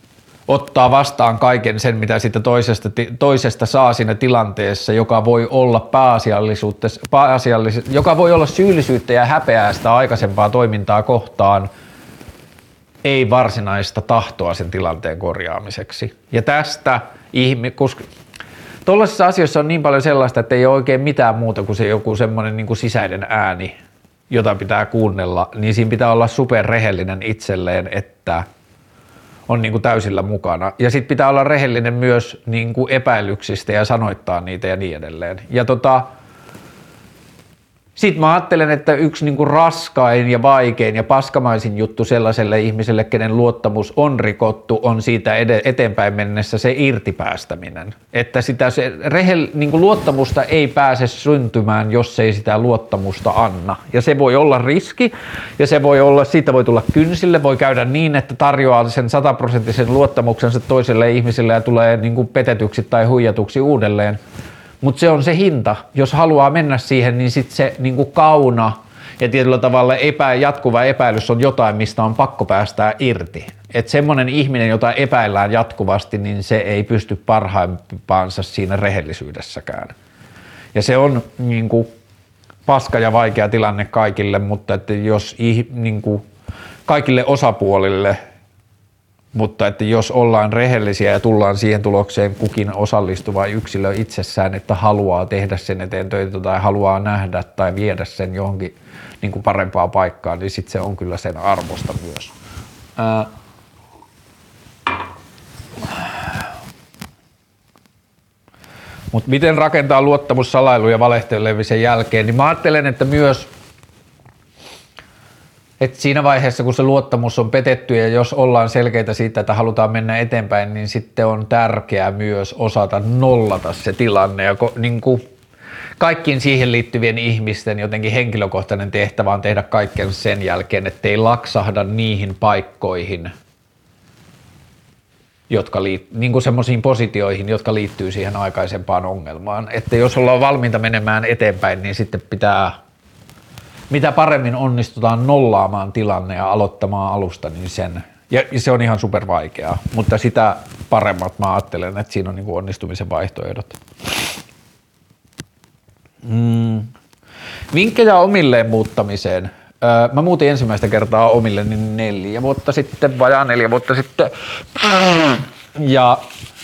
Speaker 2: ottaa vastaan kaiken sen, mitä siitä toisesta, toisesta saa siinä tilanteessa, joka voi olla pääasiallisuutta, pääasiallis, joka voi olla syyllisyyttä ja häpeää sitä aikaisempaa toimintaa kohtaan, ei varsinaista tahtoa sen tilanteen korjaamiseksi. Ja tästä koska tuollaisissa asioissa on niin paljon sellaista, että ei ole oikein mitään muuta kuin se joku semmoinen niin kuin sisäinen ääni, jota pitää kuunnella, niin siinä pitää olla superrehellinen itselleen, että on niin kuin täysillä mukana. Ja sitten pitää olla rehellinen myös niin kuin epäilyksistä ja sanoittaa niitä ja niin edelleen. Ja tota, sitten mä ajattelen, että yksi niin kuin raskain ja vaikein ja paskamaisin juttu sellaiselle ihmiselle, kenen luottamus on rikottu, on siitä eteenpäin mennessä se irtipäästäminen. Että sitä se rehell, niin kuin luottamusta ei pääse syntymään, jos ei sitä luottamusta anna. Ja se voi olla riski ja se voi olla, siitä voi tulla kynsille, voi käydä niin, että tarjoaa sen sataprosenttisen luottamuksensa toiselle ihmiselle ja tulee niin kuin petetyksi tai huijatuksi uudelleen. Mutta se on se hinta. Jos haluaa mennä siihen, niin sitten se niinku kauna ja tietyllä tavalla epä, jatkuva epäilys on jotain, mistä on pakko päästää irti. Että semmoinen ihminen, jota epäillään jatkuvasti, niin se ei pysty parhaimpaansa siinä rehellisyydessäkään. Ja se on niinku paska ja vaikea tilanne kaikille, mutta että jos niinku kaikille osapuolille, mutta että jos ollaan rehellisiä ja tullaan siihen tulokseen kukin osallistuva yksilö itsessään, että haluaa tehdä sen eteen töitä tai haluaa nähdä tai viedä sen johonkin niin kuin parempaa paikkaa, niin sitten se on kyllä sen arvosta myös. Ää... Mutta miten rakentaa luottamus salailu ja valehtelemisen jälkeen, niin mä ajattelen, että myös että siinä vaiheessa, kun se luottamus on petetty ja jos ollaan selkeitä siitä, että halutaan mennä eteenpäin, niin sitten on tärkeää myös osata nollata se tilanne. Ja niin kuin kaikkiin siihen liittyvien ihmisten jotenkin henkilökohtainen tehtävä on tehdä kaiken sen jälkeen, ettei laksahda niihin paikkoihin, jotka liit, niin kuin semmoisiin positioihin, jotka liittyy siihen aikaisempaan ongelmaan. Että jos ollaan valmiita menemään eteenpäin, niin sitten pitää mitä paremmin onnistutaan nollaamaan tilanne ja aloittamaan alusta, niin sen, ja se on ihan super vaikeaa, mutta sitä paremmat mä ajattelen, että siinä on niin kuin onnistumisen vaihtoehdot. Mm. Vinkkejä omilleen muuttamiseen. Öö, mä muutin ensimmäistä kertaa omilleni neljä vuotta sitten, vajaa neljä vuotta sitten, ja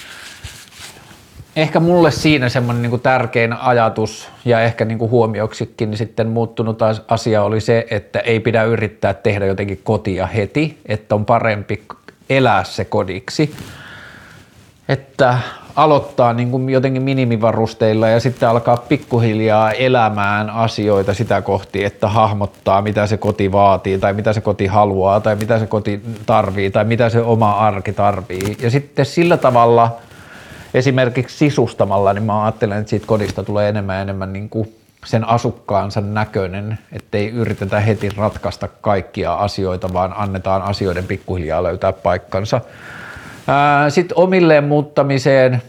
Speaker 2: ehkä mulle siinä semmoinen niin kuin tärkein ajatus ja ehkä niin kuin huomioksikin sitten muuttunut asia oli se, että ei pidä yrittää tehdä jotenkin kotia heti, että on parempi elää se kodiksi, että aloittaa niin kuin jotenkin minimivarusteilla ja sitten alkaa pikkuhiljaa elämään asioita sitä kohti, että hahmottaa mitä se koti vaatii tai mitä se koti haluaa tai mitä se koti tarvii tai mitä se oma arki tarvii ja sitten sillä tavalla esimerkiksi sisustamalla, niin mä ajattelen, että siitä kodista tulee enemmän ja enemmän niin kuin sen asukkaansa näköinen, ettei yritetä heti ratkaista kaikkia asioita, vaan annetaan asioiden pikkuhiljaa löytää paikkansa. Sitten omilleen muuttamiseen,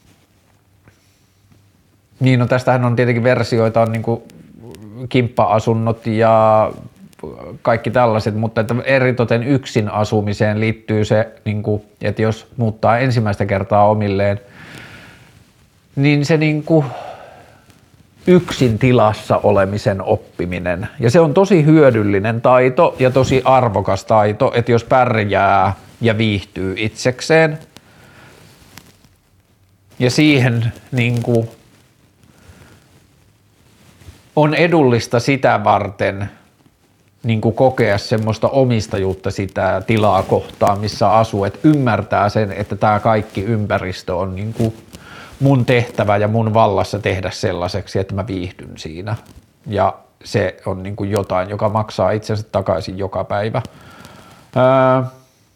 Speaker 2: niin no tästähän on tietenkin versioita, on niin kuin kimppa-asunnot ja kaikki tällaiset, mutta että eritoten yksin asumiseen liittyy se, niin kuin, että jos muuttaa ensimmäistä kertaa omilleen, niin se niin kuin yksin tilassa olemisen oppiminen. Ja se on tosi hyödyllinen taito ja tosi arvokas taito, että jos pärjää ja viihtyy itsekseen. Ja siihen niin kuin on edullista sitä varten niin kuin kokea semmoista omistajuutta sitä tilaa kohtaan, missä asuu, että ymmärtää sen, että tämä kaikki ympäristö on niin kuin mun tehtävä ja mun vallassa tehdä sellaiseksi, että mä viihdyn siinä. Ja se on niin kuin jotain, joka maksaa itsensä takaisin joka päivä. Ää...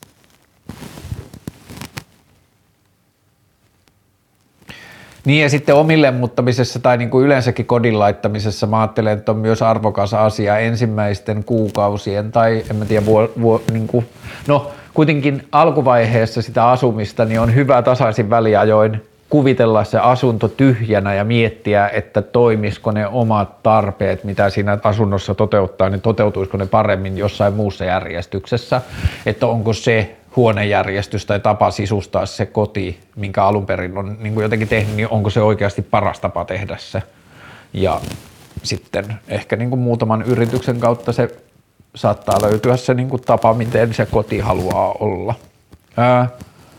Speaker 2: Niin ja sitten omilleen muuttamisessa tai niin kuin yleensäkin kodin laittamisessa mä ajattelen, että on myös arvokas asia ensimmäisten kuukausien tai en mä tiedä, vuo, vuo, niin kuin, no kuitenkin alkuvaiheessa sitä asumista niin on hyvä tasaisin väliajoin kuvitella se asunto tyhjänä ja miettiä, että toimisiko ne omat tarpeet, mitä siinä asunnossa toteuttaa, niin toteutuisiko ne paremmin jossain muussa järjestyksessä, että onko se huonejärjestys tai tapa sisustaa se koti, minkä alun perin on niin kuin jotenkin tehnyt, niin onko se oikeasti paras tapa tehdä se. Ja sitten ehkä niin kuin muutaman yrityksen kautta se saattaa löytyä se niin kuin tapa, miten se koti haluaa olla. Ää,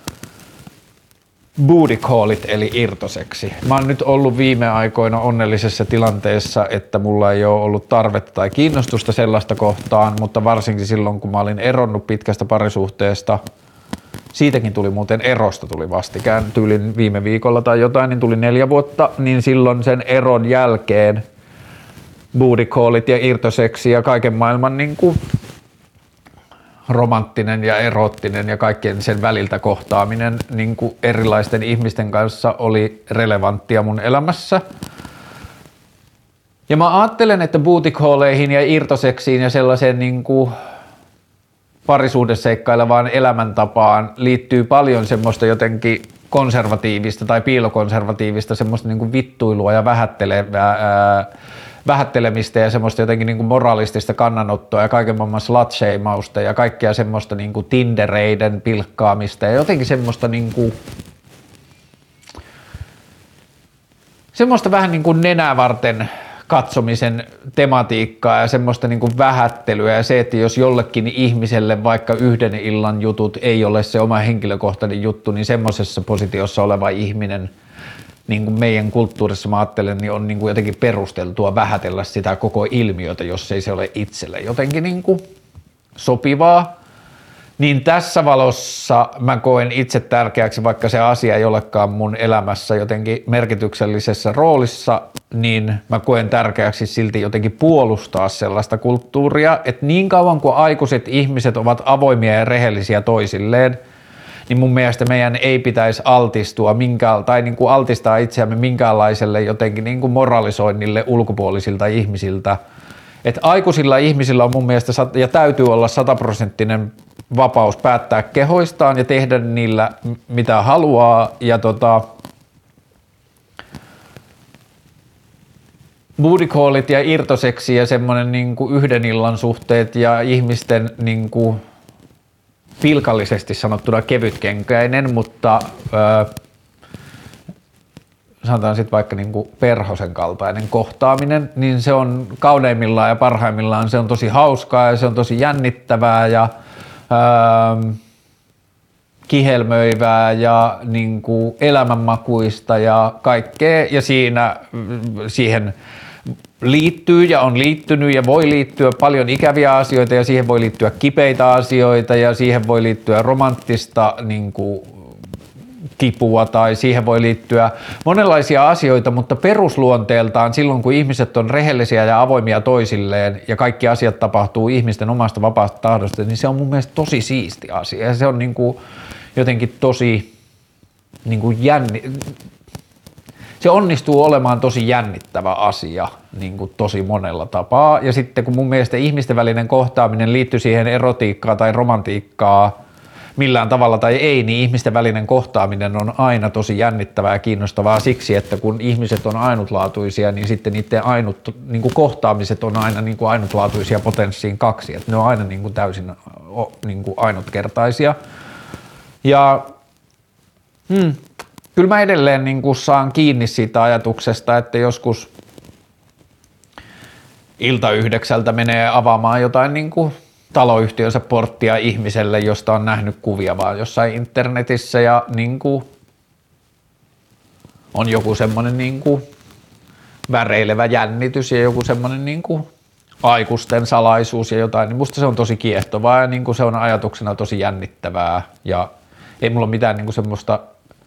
Speaker 2: booty callit eli irtoseksi. Mä oon nyt ollut viime aikoina onnellisessa tilanteessa, että mulla ei ole ollut tarvetta tai kiinnostusta sellaista kohtaan, mutta varsinkin silloin, kun mä olin eronnut pitkästä parisuhteesta, siitäkin tuli muuten erosta tuli vastikään, tyylin viime viikolla tai jotain, niin tuli neljä vuotta, niin silloin sen eron jälkeen booty callit ja irtoseksi ja kaiken maailman niin kuin romanttinen ja eroottinen ja kaikkien sen väliltä kohtaaminen niin kuin erilaisten ihmisten kanssa oli relevanttia mun elämässä. Ja mä ajattelen, että booty calleihin ja irtoseksiin ja sellaiseen niin kuin parisuhdeseikkailevaan elämäntapaan liittyy paljon semmoista jotenkin konservatiivista tai piilokonservatiivista semmoista niin kuin vittuilua ja vähättelevää ää, vähättelemistä ja semmoista jotenkin niin kuin moralistista kannanottoa ja kaiken maailman slut-shameausta ja kaikkea semmoista niin kuin tindereiden pilkkaamista ja jotenkin semmoista niin kuin, semmoista vähän niin kuin nenää varten katsomisen tematiikkaa ja semmoista niin kuin vähättelyä ja se, että jos jollekin ihmiselle vaikka yhden illan jutut ei ole se oma henkilökohtainen juttu, niin semmoisessa positiossa oleva ihminen niin kuin meidän kulttuurissa mä ajattelen, niin on niin kuin jotenkin perusteltua vähätellä sitä koko ilmiötä, jos ei se ole itselle jotenkin niin kuin sopivaa. Niin tässä valossa mä koen itse tärkeäksi, vaikka se asia ei olekaan mun elämässä jotenkin merkityksellisessä roolissa, niin mä koen tärkeäksi silti jotenkin puolustaa sellaista kulttuuria, että niin kauan kuin aikuiset ihmiset ovat avoimia ja rehellisiä toisilleen, niin mun mielestä meidän ei pitäisi altistua minkään, tai niin kuin altistaa itseämme minkäänlaiselle jotenkin niin kuin moralisoinnille ulkopuolisilta ihmisiltä. Että aikuisilla ihmisillä on mun mielestä, ja täytyy olla sataprosenttinen vapaus päättää kehoistaan ja tehdä niillä mitä haluaa. Ja tota, booty callit ja irtoseksi ja semmoinen niin kuin yhden illan suhteet ja ihmisten niin kuin pilkallisesti sanottuna kevytkenkäinen, mutta öö, sanotaan sitten vaikka niinku perhosen kaltainen kohtaaminen, niin se on kauneimmillaan ja parhaimmillaan se on tosi hauskaa ja se on tosi jännittävää ja öö, kihelmöivää ja niinku elämänmakuista ja kaikkea ja siinä siihen liittyy ja on liittynyt ja voi liittyä paljon ikäviä asioita ja siihen voi liittyä kipeitä asioita ja siihen voi liittyä romanttista niin kuin, kipua tai siihen voi liittyä monenlaisia asioita, mutta perusluonteeltaan silloin kun ihmiset on rehellisiä ja avoimia toisilleen ja kaikki asiat tapahtuu ihmisten omasta vapaasta tahdosta, niin se on mun mielestä tosi siisti asia ja se on niin kuin, jotenkin tosi niin kuin jänni... Se onnistuu olemaan tosi jännittävä asia niin kuin tosi monella tapaa. Ja sitten kun mun mielestä ihmisten välinen kohtaaminen liittyy siihen erotiikkaa tai romantiikkaa millään tavalla tai ei, niin ihmisten välinen kohtaaminen on aina tosi jännittävää ja kiinnostavaa siksi, että kun ihmiset on ainutlaatuisia, niin sitten niiden ainut, niin kuin kohtaamiset on aina niin kuin ainutlaatuisia potenssiin kaksi. Että ne on aina niin kuin täysin niin kuin ainutkertaisia. Ja hmm, kyllä mä edelleen niin kuin saan kiinni siitä ajatuksesta, että joskus ilta yhdeksältä menee avaamaan jotain niin kuin taloyhtiönsä porttia ihmiselle, josta on nähnyt kuvia vaan jossain internetissä ja niin kuin on joku semmoinen niin kuin väreilevä jännitys ja joku semmoinen niin kuin aikuisten salaisuus ja jotain, niin musta se on tosi kiehtovaa ja niin kuin se on ajatuksena tosi jännittävää ja ei mulla ole mitään niin kuin semmoista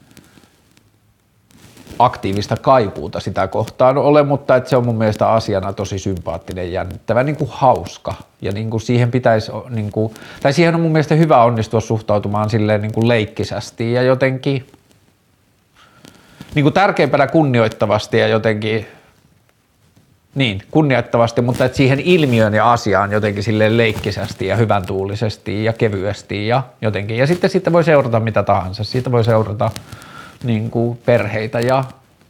Speaker 2: aktiivista kaipuuta sitä kohtaan ole, mutta että se on mun mielestä asiana tosi sympaattinen, jännittävä, niin kuin hauska ja niin kuin siihen pitäisi, niin kuin, tai siihen on mun mielestä hyvä onnistua suhtautumaan silleen niin kuin leikkisästi ja jotenkin niin kuin tärkeimpänä kunnioittavasti ja jotenkin niin, kunnioittavasti, mutta että siihen ilmiön ja asiaan jotenkin silleen leikkisästi ja hyvän tuulisesti ja kevyesti ja jotenkin. Ja sitten siitä voi seurata mitä tahansa. Siitä voi seurata niin kuin perheitä ja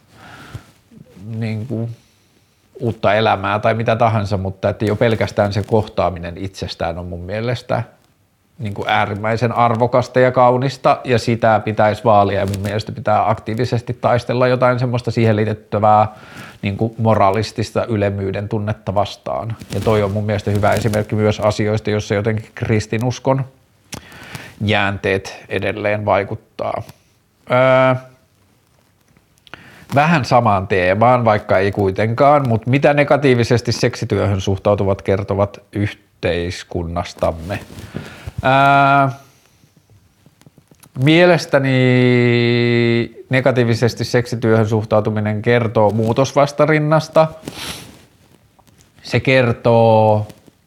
Speaker 2: niin kuin uutta elämää tai mitä tahansa, mutta että jo pelkästään se kohtaaminen itsestään on mun mielestä niin kuin äärimmäisen arvokasta ja kaunista, ja sitä pitäisi vaalia, ja mun mielestä pitää aktiivisesti taistella jotain semmoista siihen liitettävää niin kuin moralistista ylemmyyden tunnetta vastaan. Ja toi on mun mielestä hyvä esimerkki myös asioista, joissa jotenkin kristinuskon jäänteet edelleen vaikuttaa. Öö, vähän samaan teemaan, vaikka ei kuitenkaan, mutta mitä negatiivisesti seksityöhön suhtautuvat kertovat yhteiskunnastamme? Ää, mielestäni negatiivisesti seksityöhön suhtautuminen kertoo muutosvastarinnasta. Se kertoo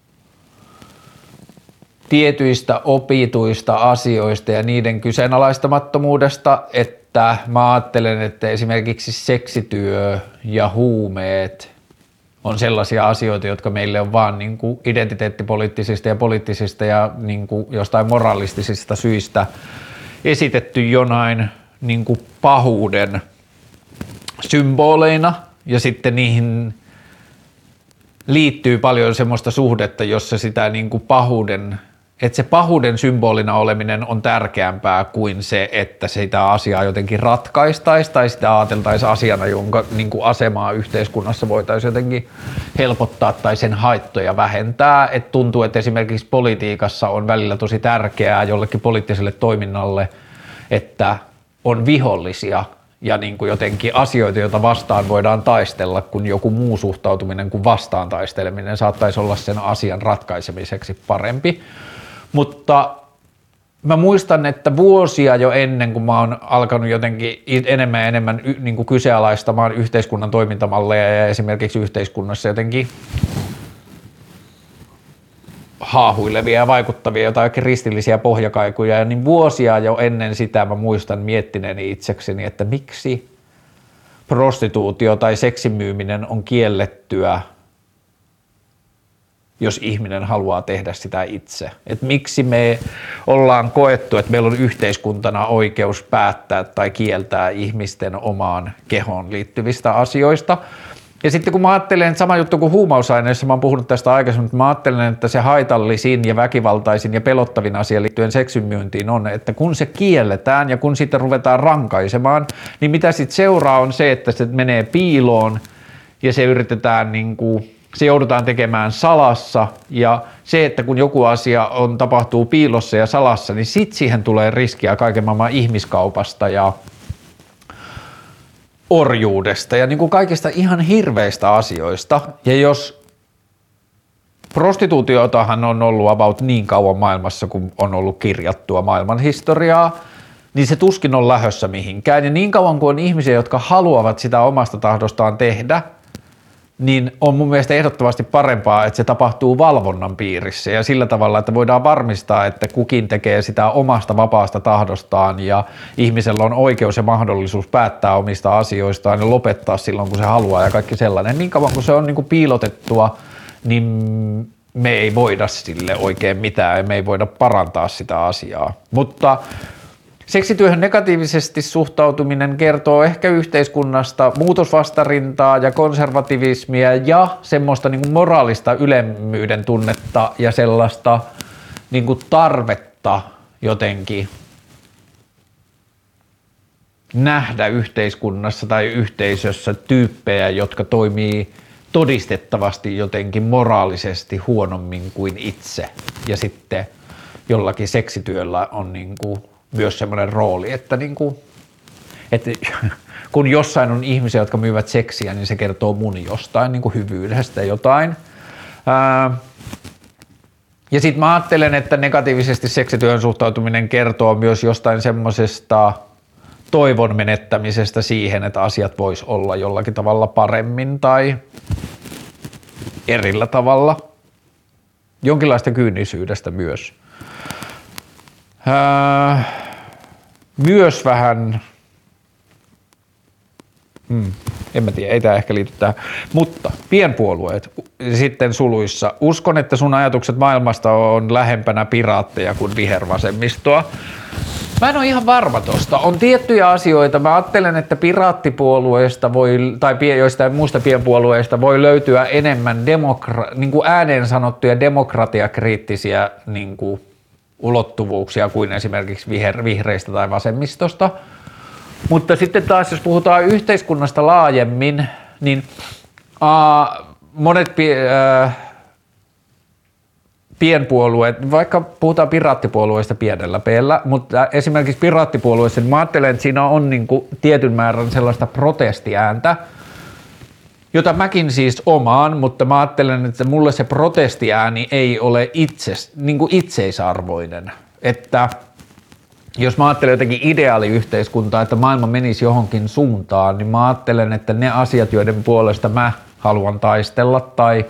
Speaker 2: tietyistä opituista asioista ja niiden kyseenalaistamattomuudesta, että mä ajattelen, että esimerkiksi seksityö ja huumeet on sellaisia asioita, jotka meille on vaan niin kuin identiteettipoliittisista ja poliittisista ja niin kuin jostain moralistisista syistä esitetty jonain niin kuin pahuuden symboleina, ja sitten niihin liittyy paljon semmoista suhdetta, jossa sitä niin kuin pahuuden, että se pahuuden symbolina oleminen on tärkeämpää kuin se, että sitä asiaa jotenkin ratkaistaisi tai sitä ajateltaisiin asiana, jonka niin kuin asemaa yhteiskunnassa voitaisiin jotenkin helpottaa tai sen haittoja vähentää. Et tuntuu, että esimerkiksi politiikassa on välillä tosi tärkeää jollekin poliittiselle toiminnalle, että on vihollisia ja niin kuin jotenkin asioita, joita vastaan voidaan taistella, kun joku muu suhtautuminen kuin vastaan taisteleminen saattaisi olla sen asian ratkaisemiseksi parempi. Mutta mä muistan, että vuosia jo ennen kuin mä oon alkanut jotenkin enemmän ja enemmän niin kuin kyseenalaistamaan yhteiskunnan toimintamalleja ja esimerkiksi yhteiskunnassa jotenkin haahuilevia ja vaikuttavia jotain kristillisiä pohjakaikuja, niin vuosia jo ennen sitä mä muistan miettineeni itsekseni, että miksi prostituutio tai seksin myyminen on kiellettyä, jos ihminen haluaa tehdä sitä itse. Et miksi me ollaan koettu, että meillä on yhteiskuntana oikeus päättää tai kieltää ihmisten omaan kehoon liittyvistä asioista. Ja sitten kun mä ajattelen, että sama juttu kuin huumausaineissa, mä oon puhunut tästä aikaisemmin, että mä ajattelen, että se haitallisin ja väkivaltaisin ja pelottavin asia liittyen seksinmyyntiin on, että kun se kielletään ja kun sitä ruvetaan rankaisemaan, niin mitä sitten seuraa on se, että se menee piiloon ja se yritetään niin kuin, se joudutaan tekemään salassa, ja se, että kun joku asia on, tapahtuu piilossa ja salassa, niin sitten siihen tulee riskiä kaiken maailman ihmiskaupasta ja orjuudesta ja niin kuin kaikista ihan hirveistä asioista. Ja jos prostituutiotahan on ollut about niin kauan maailmassa, kun on ollut kirjattua maailman historiaa, niin se tuskin on lähössä mihinkään. Ja niin kauan kuin on ihmisiä, jotka haluavat sitä omasta tahdostaan tehdä, niin on mun mielestä ehdottomasti parempaa, että se tapahtuu valvonnan piirissä ja sillä tavalla, että voidaan varmistaa, että kukin tekee sitä omasta vapaasta tahdostaan ja ihmisellä on oikeus ja mahdollisuus päättää omista asioistaan ja lopettaa silloin, kun se haluaa ja kaikki sellainen. Niin kauan kuin se on niin kuin piilotettua, niin me ei voida sille oikein mitään ja me ei voida parantaa sitä asiaa. Mutta seksityöhön negatiivisesti suhtautuminen kertoo ehkä yhteiskunnasta muutosvastarintaa ja konservativismia ja semmoista niin kuin moraalista ylemmyyden tunnetta ja sellaista niin kuin tarvetta jotenkin nähdä yhteiskunnassa tai yhteisössä tyyppejä, jotka toimii todistettavasti jotenkin moraalisesti huonommin kuin itse, ja sitten jollakin seksityöllä on niin kuin myös semmoinen rooli, että, niin kuin, että kun jossain on ihmisiä, jotka myyvät seksiä, niin se kertoo mun jostain niin kuin hyvyydestä jotain. Ää, ja sitten mä ajattelen, että negatiivisesti seksityön suhtautuminen kertoo myös jostain semmoisesta toivon menettämisestä siihen, että asiat vois olla jollakin tavalla paremmin tai erillä tavalla. Jonkinlaista kyynisyydestä myös. Ää, myös vähän, hmm, en mä tiedä, ei tää ehkä liity tähän, mutta pienpuolueet sitten suluissa. Uskon, että sun ajatukset maailmasta on lähempänä piraatteja kuin vihervasemmistoa. Mä en ole ihan varma tosta. On tiettyjä asioita. Mä ajattelen, että piraattipuolueesta voi, tai joistain muista pienpuolueista voi löytyä enemmän demokra- niin kuin ääneen sanottuja demokratiakriittisiä niin kuin ulottuvuuksia kuin esimerkiksi viher, vihreistä tai vasemmistosta. Mutta sitten taas, jos puhutaan yhteiskunnasta laajemmin, niin uh, monet uh, pienpuolueet, vaikka puhutaan piraattipuolueista pienellä peellä, mutta esimerkiksi piraattipuolueissa, niin mä ajattelen, että siinä on niin kuin tietyn määrän sellaista protestiääntä, jota mäkin siis omaan, mutta mä ajattelen, että mulle se protestiääni ei ole itses, niin kuin itseisarvoinen. Että jos mä ajattelen jotenkin ideaaliyhteiskuntaa, että maailma menisi johonkin suuntaan, niin mä ajattelen, että ne asiat, joiden puolesta mä haluan taistella tai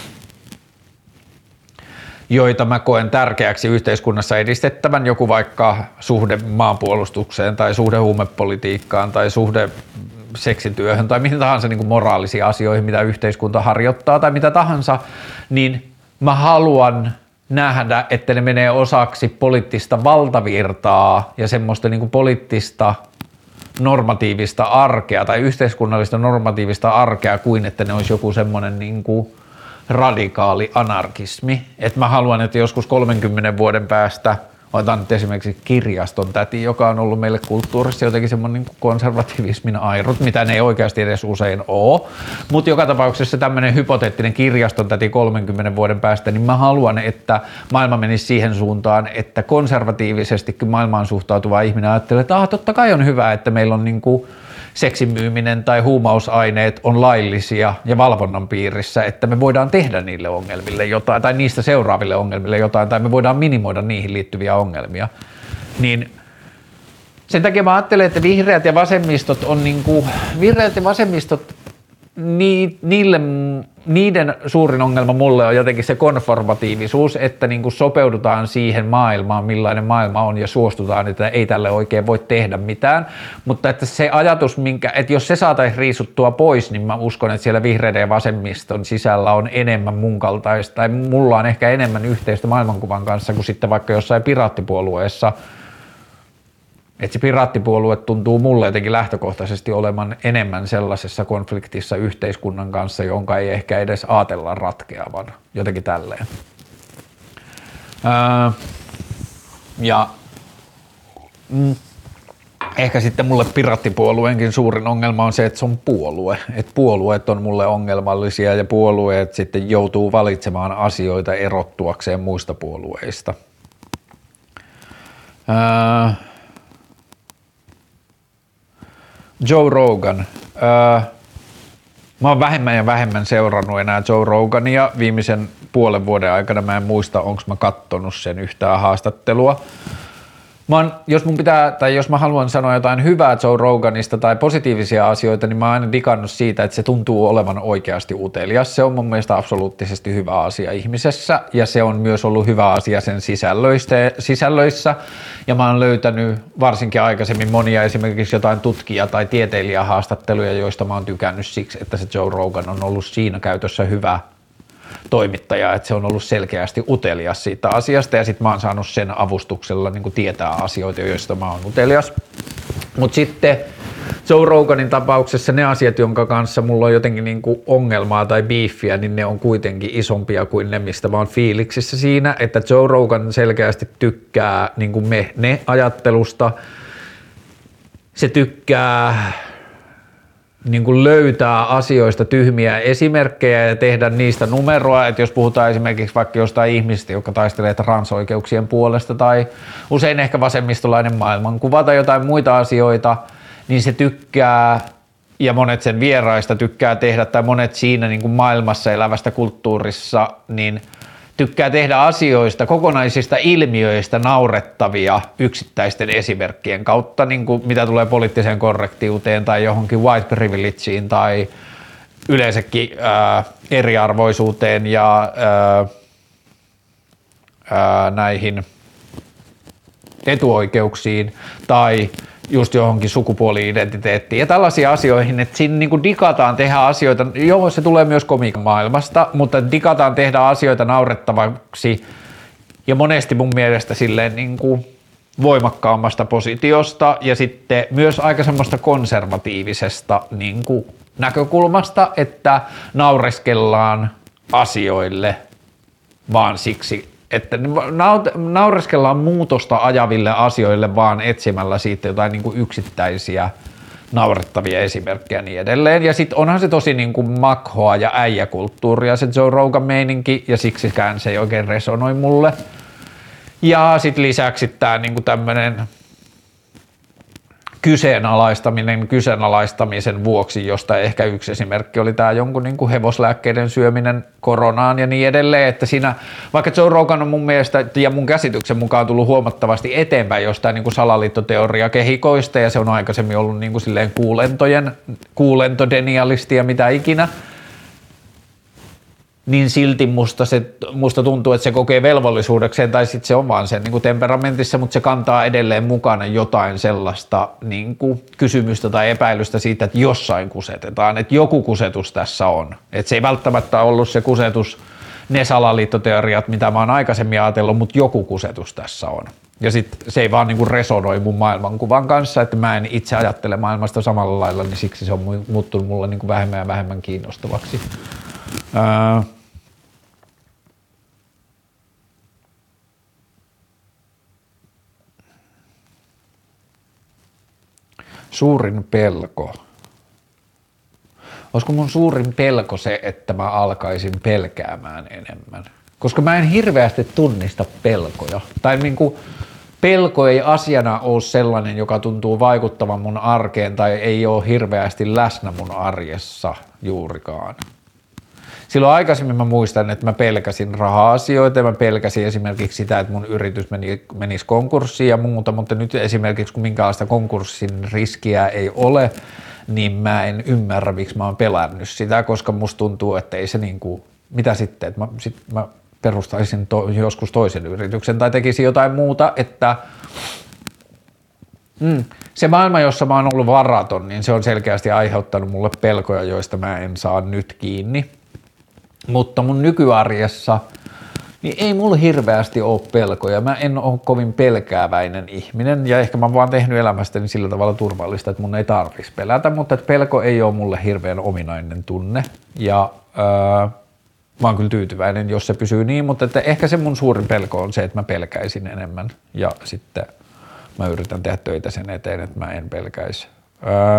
Speaker 2: joita mä koen tärkeäksi yhteiskunnassa edistettävän, joku vaikka suhde maanpuolustukseen tai suhde huumepolitiikkaan tai suhde seksityöhön tai mihin tahansa niin kuin moraalisiin asioihin, mitä yhteiskunta harjoittaa tai mitä tahansa, niin mä haluan nähdä, että ne menee osaksi poliittista valtavirtaa ja semmoista niin kuin poliittista normatiivista arkea tai yhteiskunnallista normatiivista arkea kuin että ne olisi joku semmoinen niin kuin radikaali anarkismi. Että mä haluan, että joskus kolmenkymmenen vuoden päästä, otan nyt esimerkiksi kirjaston täti, joka on ollut meille kulttuurissa jotenkin semmoinen niin konservativismin airut, mitä ne ei oikeasti edes usein ole. Mutta joka tapauksessa tämmöinen hypoteettinen kirjaston täti kolmenkymmenen vuoden päästä, niin mä haluan, että maailma menisi siihen suuntaan, että konservatiivisestikin maailmaan suhtautuva ihminen ajattelee, että ah, totta kai on hyvä, että meillä on niin kuin seksin myyminen tai huumausaineet on laillisia ja valvonnan piirissä, että me voidaan tehdä niille ongelmille jotain tai niistä seuraaville ongelmille jotain tai me voidaan minimoida niihin liittyviä ongelmia. Niin sen takia mä ajattelen, että vihreät ja vasemmistot on niinku, vihreät ja vasemmistot, ni, niille, niiden suurin ongelma mulle on jotenkin se konformatiivisuus, että niinku sopeudutaan siihen maailmaan, millainen maailma on ja suostutaan, että ei tälle oikein voi tehdä mitään, mutta että se ajatus, minkä, että jos se saataisiin riisuttua pois, niin mä uskon, että siellä vihreiden ja vasemmiston sisällä on enemmän mun kaltaista, tai mulla on ehkä enemmän yhteistä maailmankuvan kanssa kuin sitten vaikka jossain piraattipuolueessa. Että se piraattipuolue tuntuu mulle jotenkin lähtökohtaisesti olevan enemmän sellaisessa konfliktissa yhteiskunnan kanssa, jonka ei ehkä edes ajatella ratkeavan. Jotenkin tälleen. Öö, ja mm, ehkä sitten mulle piraattipuolueenkin suurin ongelma on se, että se on puolue. Että puolueet on mulle ongelmallisia ja puolueet sitten joutuu valitsemaan asioita erottuakseen muista puolueista. Öö, Joe Rogan. Öö, mä oon vähemmän ja vähemmän seurannut enää Joe Rogania. Viimeisen puolen vuoden aikana mä en muista, onko mä kattonut sen yhtään haastattelua. Mä oon, jos mun pitää, tai jos mä haluan sanoa jotain hyvää Joe Roganista tai positiivisia asioita, niin mä oon aina digannut siitä, että se tuntuu olevan oikeasti utelias. Se on mun mielestä absoluuttisesti hyvä asia ihmisessä ja se on myös ollut hyvä asia sen sisällöissä. Ja mä oon löytänyt varsinkin aikaisemmin monia esimerkiksi jotain tutkija- tai tieteilijähaastatteluja, joista mä oon tykännyt siksi, että se Joe Rogan on ollut siinä käytössä hyvä toimittaja, että se on ollut selkeästi utelias siitä asiasta ja sitten mä oon saanut sen avustuksella niin kuin tietää asioita, joista mä oon utelias. Mutta sitten Joe Roganin tapauksessa ne asiat, jonka kanssa mulla on jotenkin niin kuin ongelmaa tai beefiä, niin ne on kuitenkin isompia kuin ne, mistä mä oon fiiliksissä siinä, että Joe Rogan selkeästi tykkää niin kuin me ne ajattelusta. Se tykkää niin kuin löytää asioista tyhmiä esimerkkejä ja tehdä niistä numeroa, että jos puhutaan esimerkiksi vaikka jostain ihmistä, joka taistelee transoikeuksien puolesta tai usein ehkä vasemmistolainen maailmankuva tai jotain muita asioita, niin se tykkää ja monet sen vieraista tykkää tehdä tai monet siinä niin kuin maailmassa elävästä kulttuurissa, niin tykkää tehdä asioista, kokonaisista ilmiöistä naurettavia yksittäisten esimerkkien kautta, niin kuin mitä tulee poliittiseen korrektiuteen tai johonkin white privilegeen tai yleensäkin ää, eriarvoisuuteen ja ää, ää, näihin etuoikeuksiin tai just johonkin sukupuoli-identiteettiin ja tällaisiin asioihin, että siinä niin kuin digataan tehdä asioita, joo se tulee myös komiikan maailmasta, mutta digataan tehdä asioita naurettavaksi ja monesti mun mielestä silleen niin kuin voimakkaammasta positiosta ja sitten myös aika semmoista konservatiivisesta niin kuin näkökulmasta, että naureskellaan asioille vaan siksi, että naureskellaan muutosta ajaville asioille vaan etsimällä siitä jotain niin kuin yksittäisiä naurettavia esimerkkejä ja niin edelleen. Ja sitten onhan se tosi niin kuin makhoa ja äijäkulttuuria se Joe Rogan meininki, ja siksikään se ei oikein resonoi mulle. Ja sitten lisäksi tämä niin kuin tämmöinen kyseenalaistaminen kyseenalaistamisen vuoksi, josta ehkä yksi esimerkki oli tämä jonkun niin kuin hevoslääkkeiden syöminen koronaan ja niin edelleen, että siinä, vaikka Joe Rogan on mun mielestä ja mun käsityksen mukaan tullut huomattavasti eteenpäin jostain niin kuin salaliittoteoria kehikoista, ja se on aikaisemmin ollut niin kuin silleen kuulentojen, kuulentodenialisti ja mitä ikinä, niin silti musta, se, musta tuntuu, että se kokee velvollisuudekseen, tai sitten se on vaan sen niin kuin temperamentissa, mutta se kantaa edelleen mukana jotain sellaista niin kuin kysymystä tai epäilystä siitä, että jossain kusetetaan, että joku kusetus tässä on. Että se ei välttämättä ollut se kusetus, ne salaliittoteoriat, mitä mä oon aikaisemmin ajatellut, mutta joku kusetus tässä on. Ja sitten se ei vaan niin kuin resonoi mun maailmankuvan kanssa, että mä en itse ajattele maailmasta samalla lailla, niin siksi se on muuttunut mulle niin kuin vähemmän ja vähemmän kiinnostavaksi. Öö. Suurin pelko. Olisiko mun suurin pelko se, että mä alkaisin pelkäämään enemmän? Koska mä en hirveästi tunnista pelkoja. Tai niinku pelko ei asiana ole sellainen, joka tuntuu vaikuttavan mun arkeen tai ei ole hirveästi läsnä mun arjessa juurikaan. Silloin aikaisemmin mä muistan, että mä pelkäsin raha-asioita ja mä pelkäsin esimerkiksi sitä, että mun yritys meni, menisi konkurssiin ja muuta, mutta nyt esimerkiksi kun minkälaista konkurssin riskiä ei ole, niin mä en ymmärrä, miksi mä oon pelännyt sitä, koska musta tuntuu, että ei se niinku, mitä sitten, että mä, sit mä perustaisin to, joskus toisen yrityksen tai tekisin jotain muuta, että mm, se maailma, jossa mä oon ollut varaton, niin se on selkeästi aiheuttanut mulle pelkoja, joista mä en saa nyt kiinni. Mutta mun nykyarjessa niin ei mulla hirveästi ole pelkoja. Mä en ole kovin pelkääväinen ihminen ja ehkä mä oon vaan tehnyt elämästäni sillä tavalla turvallista, että mun ei tarvitsisi pelätä, mutta että pelko ei ole mulle hirveän ominainen tunne ja öö, mä oon kyllä tyytyväinen, jos se pysyy niin, mutta että ehkä se mun suurin pelko on se, että mä pelkäisin enemmän ja sitten mä yritän tehdä töitä sen eteen, että mä en pelkäisi. Öö,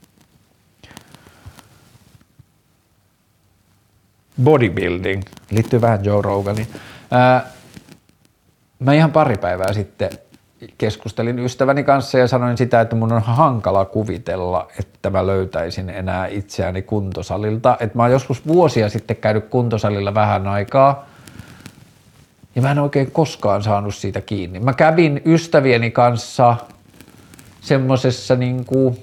Speaker 2: bodybuilding liittyy vähän Joe Roganiin. Ää, mä ihan pari päivää sitten keskustelin ystäväni kanssa ja sanoin sitä, että mun on hankala kuvitella, että mä löytäisin enää itseäni kuntosalilta. Että mä oon joskus vuosia sitten käynyt kuntosalilla vähän aikaa ja mä en oikein koskaan saanut siitä kiinni. Mä kävin ystävieni kanssa semmosessa niinku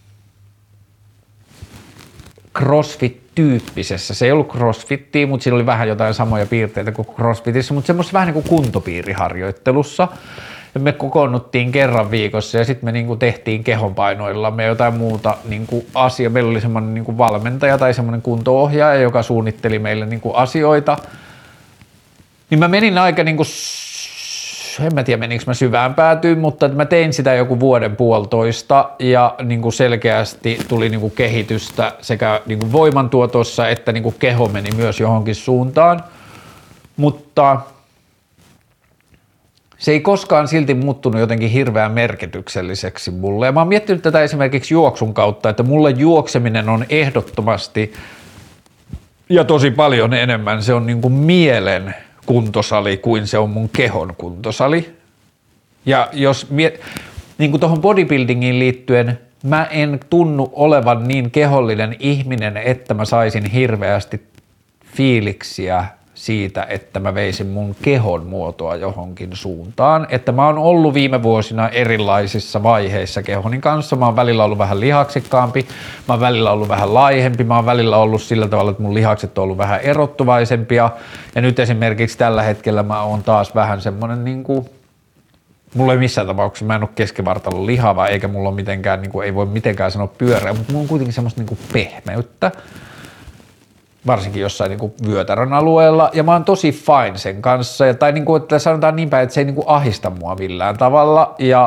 Speaker 2: CrossFit-tyyppisessä. Se ei ollut CrossFittiä, mutta siinä oli vähän jotain samoja piirteitä kuin CrossFitissa, mutta semmoisessa vähän niin kuin kuntopiiriharjoittelussa. Ja me kokoonnuttiin kerran viikossa ja sitten me niinku tehtiin kehonpainoillamme jotain muuta niinku asiaa. Meillä oli semmoinen niinku valmentaja tai semmoinen kunto-ohjaaja, joka suunnitteli meille niinku asioita. Niin mä menin aika niinku, en mä tiedä menikö mä syvään päätyyn, mutta mä tein sitä joku vuoden puolitoista ja niinku selkeästi tuli niinku kehitystä sekä niinku voimantuotossa että niinku keho meni myös johonkin suuntaan. Mutta se ei koskaan silti muuttunut jotenkin hirveän merkitykselliseksi mulle. Ja mä oon miettinyt tätä esimerkiksi juoksun kautta, että mulle juokseminen on ehdottomasti ja tosi paljon enemmän, se on niin kuin mielen kuntosali kuin se on mun kehon kuntosali. Ja jos miet, niin kuin tuohon bodybuildingiin liittyen, mä en tunnu olevan niin kehollinen ihminen, että mä saisin hirveästi fiiliksiä siitä, että mä veisin mun kehon muotoa johonkin suuntaan. Että mä oon ollut viime vuosina erilaisissa vaiheissa kehoni kanssa. Mä oon välillä ollut vähän lihaksikkaampi, mä oon välillä ollut vähän laihempi, mä oon välillä ollut sillä tavalla, että mun lihakset on ollut vähän erottuvaisempia. Ja nyt esimerkiksi tällä hetkellä mä oon taas vähän semmonen niinku, mulla ei missään tapauksessa, mä en ole keskivartalon lihava, eikä mulla ole mitenkään, niinku, ei voi mitenkään sanoa pyöreä, mutta mulla on kuitenkin semmoista niinku pehmeyttä. Varsinkin jossain niin kuin vyötärön alueella, ja mä oon tosi fine sen kanssa, ja, tai niin kuin, että sanotaan niin päin, että se ei niin kuin ahista mua millään tavalla, ja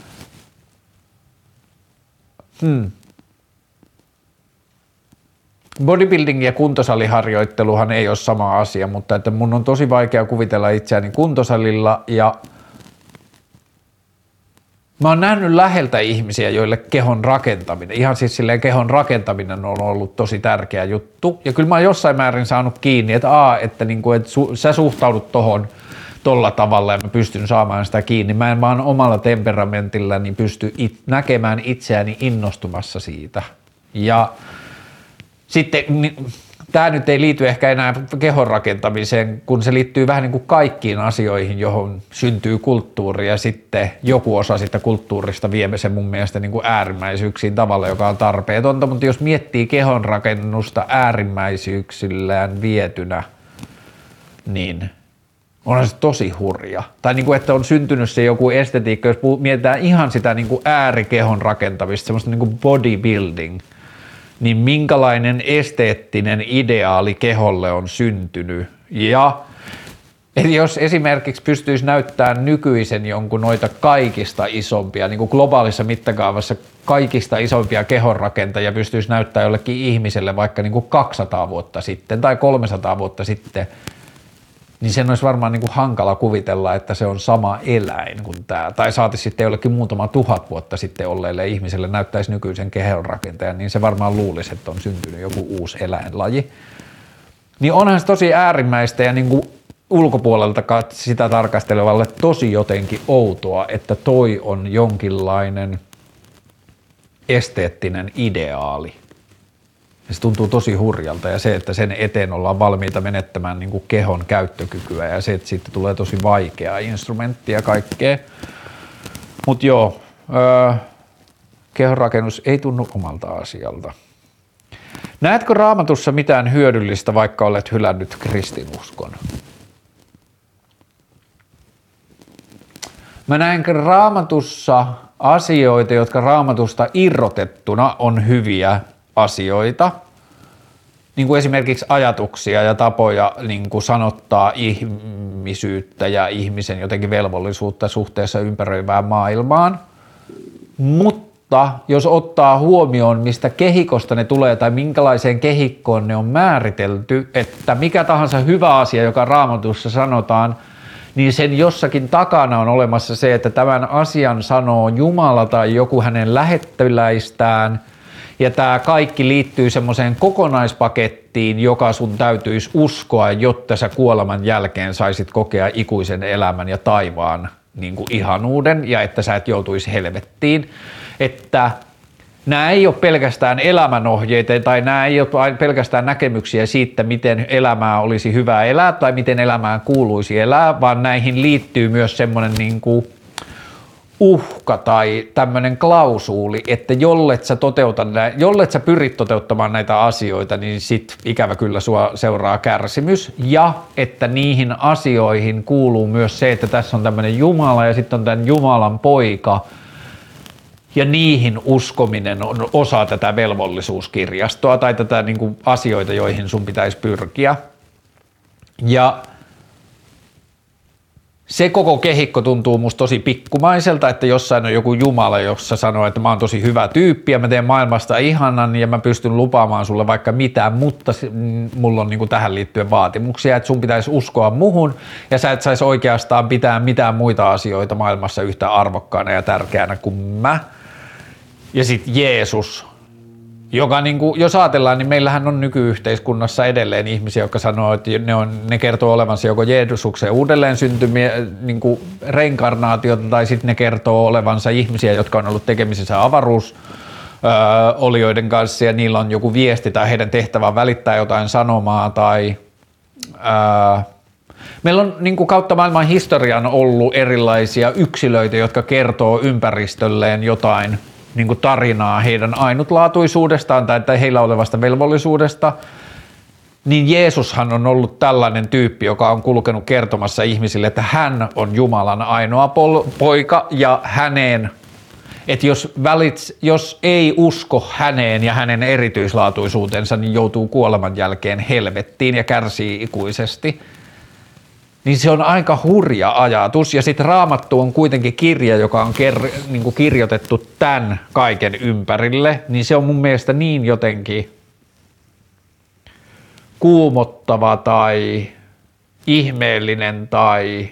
Speaker 2: hmm. bodybuilding ja kuntosaliharjoitteluhan ei ole sama asia, mutta että mun on tosi vaikea kuvitella itseäni kuntosalilla ja mä oon nähnyt läheltä ihmisiä, joille kehon rakentaminen, ihan siis silleen kehon rakentaminen on ollut tosi tärkeä juttu. Ja kyllä mä oon jossain määrin saanut kiinni, että aa, että, niinku, että su, sä suhtaudut tohon tolla tavalla ja mä pystyn saamaan sitä kiinni. Mä en vaan omalla temperamentillani pysty it, näkemään itseäni innostumassa siitä. Ja sitten tämä nyt ei liity ehkä enää kehon rakentamiseen, kun se liittyy vähän niin kuin kaikkiin asioihin, johon syntyy kulttuuri ja sitten joku osa sitä kulttuurista vie sen mun mielestä niin kuin äärimmäisyyksiin tavalla, joka on tarpeetonta, mutta jos miettii kehon rakennusta äärimmäisyyksillään vietynä, niin onhan se tosi hurja. Tai niin kuin, että on syntynyt se joku estetiikka, jos mietitään ihan sitä niin kuin äärikehon rakentamista, semmoista niin kuin bodybuilding, niin minkälainen esteettinen ideaali keholle on syntynyt. Ja jos esimerkiksi pystyisi näyttämään nykyisen jonkun noita kaikista isompia, niin kuin globaalissa mittakaavassa kaikista isompia kehonrakentajia pystyisi näyttämään jollekin ihmiselle vaikka niin kuin kaksisataa vuotta sitten tai kolmesataa vuotta sitten, niin sen olisi varmaan niin kuin hankala kuvitella, että se on sama eläin kuin tämä. Tai saati sitten jollekin muutama tuhat vuotta sitten olleelle ihmiselle näyttäisi nykyisen kehonrakentajan, niin se varmaan luulisi, että on syntynyt joku uusi eläinlaji. Niin onhan se tosi äärimmäistä ja niin kuin ulkopuolelta sitä tarkastelevalle tosi jotenkin outoa, että toi on jonkinlainen esteettinen ideaali. Ja se tuntuu tosi hurjalta ja se, että sen eteen ollaan valmiita menettämään niin kuin kehon käyttökykyä ja se, että siitä tulee tosi vaikeaa instrumenttia ja kaikkea. Mut joo, öö, kehonrakennus ei tunnu omalta asialta. Näetkö Raamatussa mitään hyödyllistä, vaikka olet hylännyt kristinuskon? Mä näen Raamatussa asioita, jotka Raamatusta irrotettuna on hyviä asioita, niin kuin esimerkiksi ajatuksia ja tapoja niin kuin sanottaa ihmisyyttä ja ihmisen jotenkin velvollisuutta suhteessa ympäröivään maailmaan, mutta jos ottaa huomioon, mistä kehikosta ne tulee tai minkälaiseen kehikkoon ne on määritelty, että mikä tahansa hyvä asia, joka Raamatussa sanotaan, niin sen jossakin takana on olemassa se, että tämän asian sanoo Jumala tai joku hänen lähettiläistään. Ja tämä kaikki liittyy semmoiseen kokonaispakettiin, joka sun täytyisi uskoa, jotta sä kuoleman jälkeen saisit kokea ikuisen elämän ja taivaan niin kuin ihanuuden ja että sä et joutuisi helvettiin. Että nämä ei ole pelkästään elämänohjeita tai nämä ei ole pelkästään näkemyksiä siitä, miten elämää olisi hyvä elää tai miten elämää kuuluisi elää, vaan näihin liittyy myös semmoinen niin kuin uhka tai tämmöinen klausuuli, että jollet sä, toteuta, jollet sä pyrit toteuttamaan näitä asioita, niin sit ikävä kyllä sua seuraa kärsimys. Ja että niihin asioihin kuuluu myös se, että tässä on tämmöinen Jumala ja sitten on tämän Jumalan poika. Ja niihin uskominen on osa tätä velvollisuuskirjastoa tai tätä niin kuin asioita, joihin sun pitäisi pyrkiä. Ja se koko kehikko tuntuu musta tosi pikkumaiselta, että jossain on joku Jumala, jossa sanoo, että mä oon tosi hyvä tyyppi ja mä teen maailmasta ihanan ja mä pystyn lupaamaan sulle vaikka mitään, mutta mulla on niin kuin tähän liittyen vaatimuksia, että sun pitäisi uskoa muhun ja sä et saisi oikeastaan pitää mitään muita asioita maailmassa yhtä arvokkaana ja tärkeänä kuin mä. Ja sitten Jeesus, joka niin kuin, jos ajatellaan, niin meillähän on nykyyhteiskunnassa edelleen ihmisiä, jotka sanoo, että ne, on, ne kertoo olevansa joko Jeesuksen uudelleen syntymiä, niin kuin reinkarnaatiota, tai sitten ne kertoo olevansa ihmisiä, jotka on ollut tekemisissä avaruusolioiden kanssa, ja niillä on joku viesti, tai heidän tehtävä on välittää jotain sanomaa, tai ää, meillä on niin kuin kautta maailman historian ollut erilaisia yksilöitä, jotka kertoo ympäristölleen jotain niin kuin tarinaa heidän ainutlaatuisuudestaan tai että heillä olevasta velvollisuudesta, niin Jeesushan on ollut tällainen tyyppi, joka on kulkenut kertomassa ihmisille, että hän on Jumalan ainoa pol- poika ja häneen, että jos, välits, jos ei usko häneen ja hänen erityislaatuisuutensa, niin joutuu kuoleman jälkeen helvettiin ja kärsii ikuisesti. Niin se on aika hurja ajatus, ja sitten Raamattu on kuitenkin kirja, joka on ker- niin kuin kirjoitettu tämän kaiken ympärille, niin se on mun mielestä niin jotenkin kuumottava tai ihmeellinen tai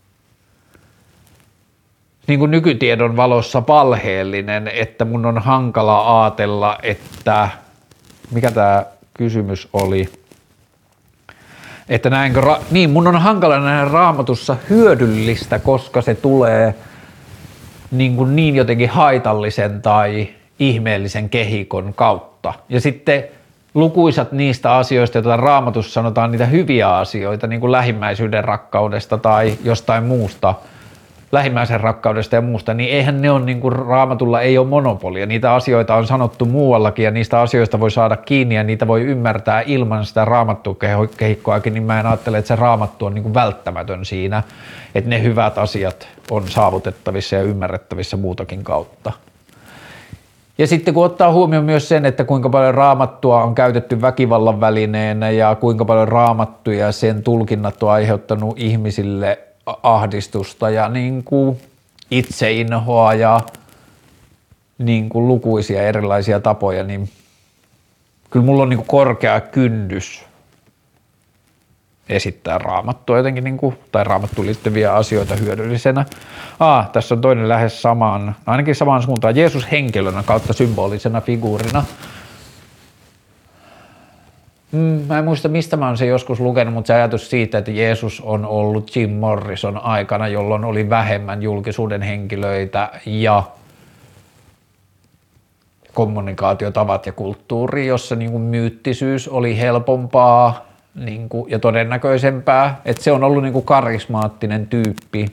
Speaker 2: niin kuin nykytiedon valossa valheellinen, että mun on hankala ajatella, että mikä tämä kysymys oli, että näinkö, ra- niin mun on hankala nähdä Raamatussa hyödyllistä, koska se tulee niin, kuin niin jotenkin haitallisen tai ihmeellisen kehikon kautta. Ja sitten lukuisat niistä asioista, joita Raamatussa sanotaan niitä hyviä asioita, niin kuin lähimmäisyyden rakkaudesta tai jostain muusta, lähimmäisen rakkaudesta ja muusta, niin eihän ne ole, niin kuin Raamatulla ei ole monopolia. Niitä asioita on sanottu muuallakin ja niistä asioista voi saada kiinni ja niitä voi ymmärtää ilman sitä raamattukehikkoakin, niin mä en ajattele, että se Raamattu on niin kuin välttämätön siinä, että ne hyvät asiat on saavutettavissa ja ymmärrettävissä muutakin kautta. Ja sitten kun ottaa huomioon myös sen, että kuinka paljon Raamattua on käytetty väkivallan välineenä ja kuinka paljon Raamattuja ja sen tulkinnat on aiheuttanut ihmisille ahdistusta ja niin kuin itseinhoa ja niin kuin lukuisia erilaisia tapoja, niin kyllä mulla on niin kuin korkea kynnys esittää Raamattua jotenkin, niin kuin, tai Raamattuun liittyviä asioita hyödyllisenä. Ah, tässä on toinen lähes samaan, ainakin samaan suuntaan, Jeesus henkilönä kautta symbolisena figuurina. Mm, mä en muista, mistä mä oon se joskus lukenut, mutta se ajatus siitä, että Jeesus on ollut Jim Morrison aikana, jolloin oli vähemmän julkisuuden henkilöitä ja kommunikaatiotavat ja kulttuuri, jossa niin kuin myyttisyys oli helpompaa niin kuin, ja todennäköisempää, että se on ollut niin kuin karismaattinen tyyppi,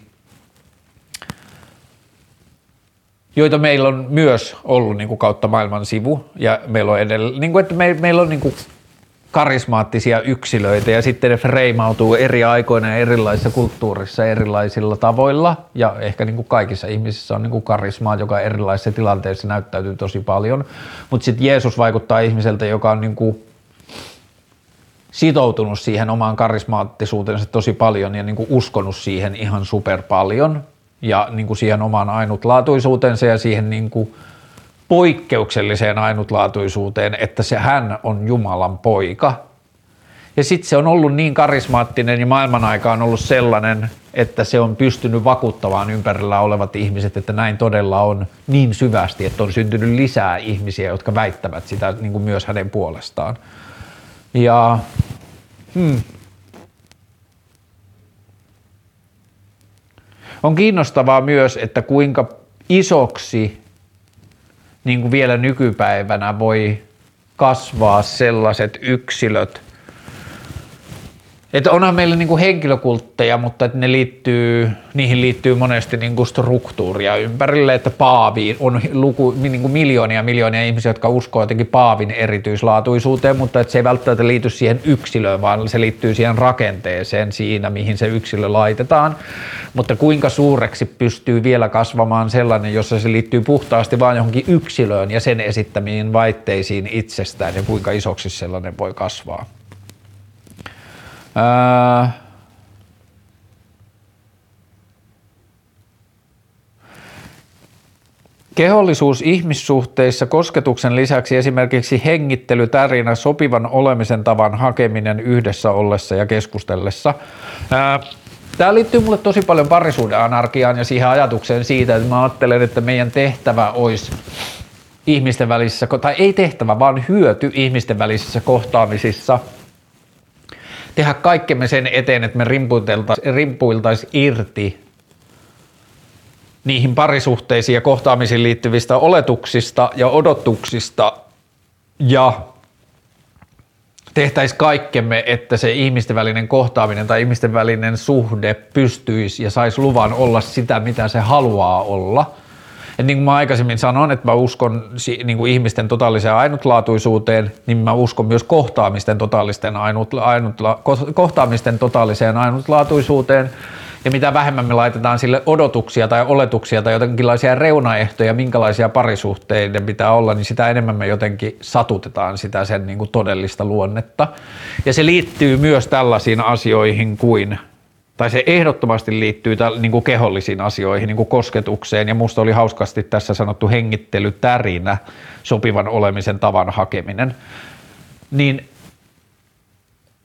Speaker 2: joita meillä on myös ollut niin kuin kautta maailman sivu ja meillä on edelleen, niin kuin, että me, meillä on niin kuin karismaattisia yksilöitä ja sitten ne freimautuu eri aikoina ja erilaisissa kulttuurissa erilaisilla tavoilla ja ehkä niin kuin kaikissa ihmisissä on niin kuin karismaa, joka erilaisissa tilanteissa näyttäytyy tosi paljon, mutta sitten Jeesus vaikuttaa ihmiseltä, joka on niin kuin sitoutunut siihen omaan karismaattisuutensa tosi paljon ja niin kuin uskonut siihen ihan super paljon ja niin kuin siihen omaan ainutlaatuisuutensa ja siihen niin kuin poikkeukselliseen ainutlaatuisuuteen, että se hän on Jumalan poika. Ja sitten se on ollut niin karismaattinen ja maailman aika on ollut sellainen, että se on pystynyt vakuuttamaan ympärillä olevat ihmiset, että näin todella on niin syvästi, että on syntynyt lisää ihmisiä, jotka väittävät sitä niin kuin myös hänen puolestaan. Ja hmm. on kiinnostavaa myös, että kuinka isoksi niin kuin vielä nykypäivänä voi kasvaa sellaiset yksilöt, että onhan meillä niin kuin henkilökultteja, mutta että ne liittyy, niihin liittyy monesti niin kuin struktuuria ympärille, että paaviin on luku, niin kuin miljoonia miljoonia ihmisiä, jotka uskoo jotenkin paavin erityislaatuisuuteen, mutta että se ei välttämättä liity siihen yksilöön, vaan se liittyy siihen rakenteeseen siinä, mihin se yksilö laitetaan. Mutta kuinka suureksi pystyy vielä kasvamaan sellainen, jossa se liittyy puhtaasti vain johonkin yksilöön ja sen esittämiin väitteisiin itsestään ja kuinka isoksi sellainen voi kasvaa. Ää... Kehollisuus ihmissuhteissa kosketuksen lisäksi esimerkiksi hengittely, tärinä, sopivan olemisen tavan hakeminen yhdessä ollessa ja keskustellessa. Ää... Tämä liittyy mulle tosi paljon parisuuden anarkiaan ja siihen ajatukseen siitä, että mä ajattelen, että meidän tehtävä olisi ihmisten välisissä, tai ei tehtävä, vaan hyöty ihmisten välisissä kohtaamisissa tehdä kaikkemme sen eteen, että me rimpuiltaisiin irti niihin parisuhteisiin ja kohtaamisiin liittyvistä oletuksista ja odotuksista ja tehtäisiin kaikkemme, että se ihmisten välinen kohtaaminen tai ihmisten välinen suhde pystyisi ja saisi luvan olla sitä, mitä se haluaa olla. Et niin kuin mä aikaisemmin sanoin, että mä uskon niin kuin ihmisten totaaliseen ainutlaatuisuuteen, niin mä uskon myös kohtaamisten, totaalisten ainutla, ainutla, kohtaamisten totaaliseen ainutlaatuisuuteen. Ja mitä vähemmän me laitetaan sille odotuksia tai oletuksia tai jotenkinlaisia reunaehtoja, minkälaisia parisuhteiden pitää olla, niin sitä enemmän me jotenkin satutetaan sitä sen niin kuin todellista luonnetta. Ja se liittyy myös tällaisiin asioihin kuin, tai se ehdottomasti liittyy täl, niin kuin kehollisiin asioihin, niin kuin kosketukseen, ja musta oli hauskasti tässä sanottu hengittely, tärinä, sopivan olemisen tavan hakeminen. Niin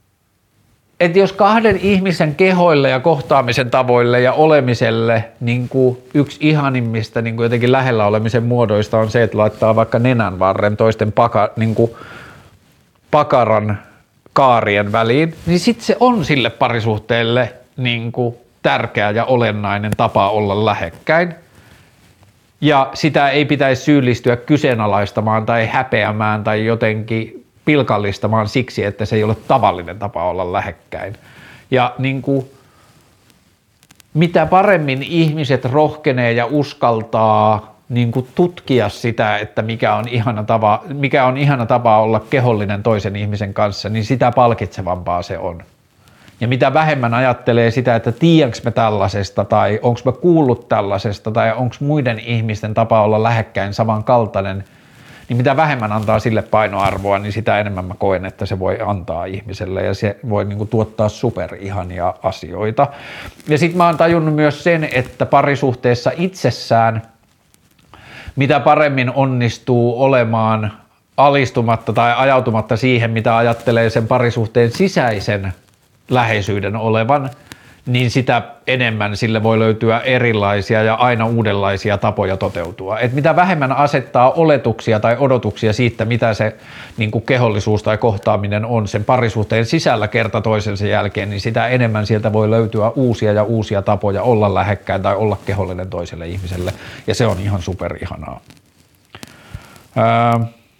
Speaker 2: että jos kahden ihmisen kehoille ja kohtaamisen tavoille ja olemiselle niin kuin yksi ihanimmista niin kuin jotenkin lähellä olemisen muodoista on se, että laittaa vaikka nenän varren toisten paka, niin kuin pakaran kaarien väliin, niin sitten se on sille parisuhteelle niin kuin tärkeä ja olennainen tapa olla lähekkäin. Ja sitä ei pitäisi syyllistyä kyseenalaistamaan tai häpeämään tai jotenkin pilkallistamaan siksi, että se ei ole tavallinen tapa olla lähekkäin. Ja niin kuin, mitä paremmin ihmiset rohkenee ja uskaltaa niin kuin tutkia sitä, että mikä on, ihana tapa, mikä on ihana tapa olla kehollinen toisen ihmisen kanssa, niin sitä palkitsevampaa se on. Ja mitä vähemmän ajattelee sitä, että tiedänkö mä tällaisesta tai onko mä kuullut tällaisesta tai onko muiden ihmisten tapa olla lähekkäin samankaltainen, niin mitä vähemmän antaa sille painoarvoa, niin sitä enemmän mä koen, että se voi antaa ihmiselle ja se voi niinku tuottaa superihania asioita. Ja sit mä oon tajunnut myös sen, että parisuhteessa itsessään, mitä paremmin onnistuu olemaan alistumatta tai ajautumatta siihen, mitä ajattelee sen parisuhteen sisäisen läheisyyden olevan, niin sitä enemmän sille voi löytyä erilaisia ja aina uudenlaisia tapoja toteutua. Et mitä vähemmän asettaa oletuksia tai odotuksia siitä, mitä se niin kuin kehollisuus tai kohtaaminen on sen parisuhteen sisällä kerta toisensa jälkeen, niin sitä enemmän sieltä voi löytyä uusia ja uusia tapoja olla lähekkäin tai olla kehollinen toiselle ihmiselle. Ja se on ihan superihanaa. Ää...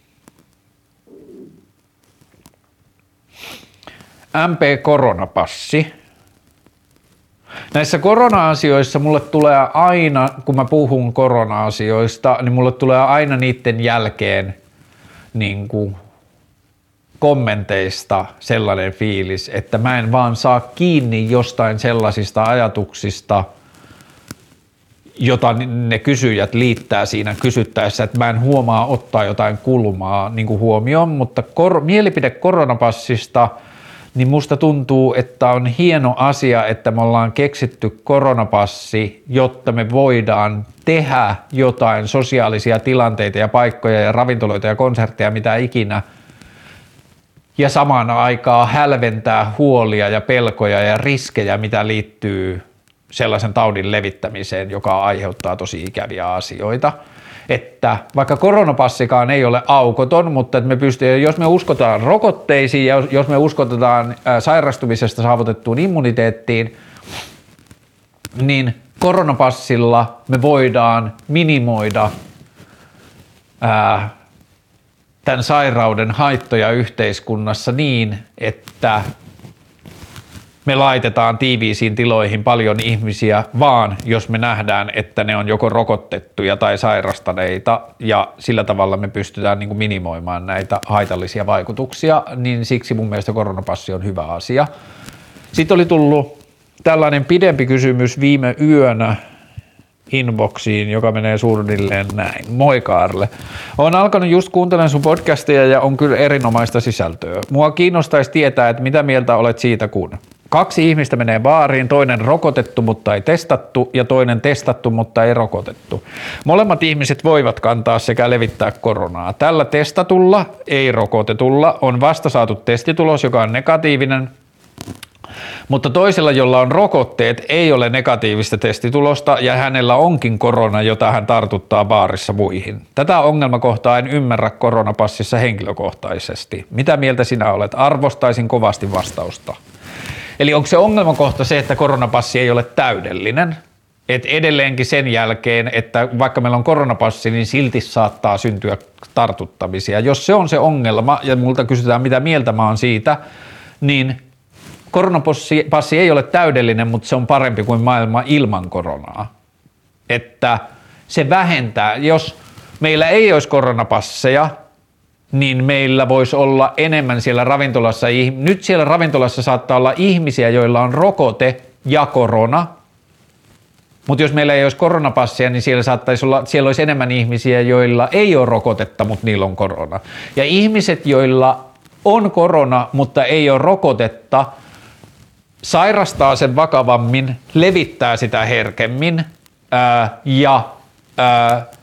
Speaker 2: M P-koronapassi. Näissä korona-asioissa mulle tulee aina, kun mä puhun korona-asioista, niin mulle tulee aina niiden jälkeen niin kuin kommenteista sellainen fiilis, että mä en vaan saa kiinni jostain sellaisista ajatuksista, jota ne kysyjät liittää siinä kysyttäessä, että mä en huomaa ottaa jotain kulmaa niin kuin huomioon, mutta kor- mielipide koronapassista, niin musta tuntuu, että on hieno asia, että me ollaan keksitty koronapassi, jotta me voidaan tehdä jotain sosiaalisia tilanteita ja paikkoja ja ravintoloita ja konsertteja, mitä ikinä, ja samaan aikaan hälventää huolia ja pelkoja ja riskejä, mitä liittyy sellaisen taudin levittämiseen, joka aiheuttaa tosi ikäviä asioita. Että vaikka koronapassikaan ei ole aukoton, mutta että me pystyy, jos me uskotaan rokotteisiin ja jos me uskotaan sairastumisesta saavutettuun immuniteettiin, niin koronapassilla me voidaan minimoida ää, tämän sairauden haittoja yhteiskunnassa niin, että me laitetaan tiiviisiin tiloihin paljon ihmisiä, vaan jos me nähdään, että ne on joko rokotettuja tai sairastaneita ja sillä tavalla me pystytään niin kuin minimoimaan näitä haitallisia vaikutuksia, niin siksi mun mielestä koronapassi on hyvä asia. Sitten oli tullut tällainen pidempi kysymys viime yönä inboxiin, joka menee suunnilleen näin. Moi Kaarle. Olen alkanut just kuuntelemaan sun podcastia ja on kyllä erinomaista sisältöä. Mua kiinnostaisi tietää, että mitä mieltä olet siitä, kun kaksi ihmistä menee baariin, toinen rokotettu, mutta ei testattu, ja toinen testattu, mutta ei rokotettu. Molemmat ihmiset voivat kantaa sekä levittää koronaa. Tällä testatulla, ei rokotetulla, on vasta saatu testitulos, joka on negatiivinen, mutta toisella, jolla on rokotteet, ei ole negatiivista testitulosta ja hänellä onkin korona, jota hän tartuttaa baarissa muihin. Tätä ongelmakohtaa en ymmärrä koronapassissa henkilökohtaisesti. Mitä mieltä sinä olet? Arvostaisin kovasti vastausta. Eli onko se ongelmakohta se, että koronapassi ei ole täydellinen? Et edelleenkin sen jälkeen, että vaikka meillä on koronapassi, niin silti saattaa syntyä tartuttamisia. Jos se on se ongelma ja multa kysytään mitä mieltä mä oon siitä, niin koronapassi passi ei ole täydellinen, mutta se on parempi kuin maailma ilman koronaa. Että se vähentää, jos meillä ei olisi koronapasseja, niin meillä voisi olla enemmän siellä ravintolassa. Nyt siellä ravintolassa saattaa olla ihmisiä, joilla on rokote ja korona, mutta jos meillä ei olisi koronapassia, niin siellä saattaisi olla, siellä olisi enemmän ihmisiä, joilla ei ole rokotetta, mutta niillä on korona. Ja ihmiset, joilla on korona, mutta ei ole rokotetta, sairastaa sen vakavammin, levittää sitä herkemmin ää, ja ää,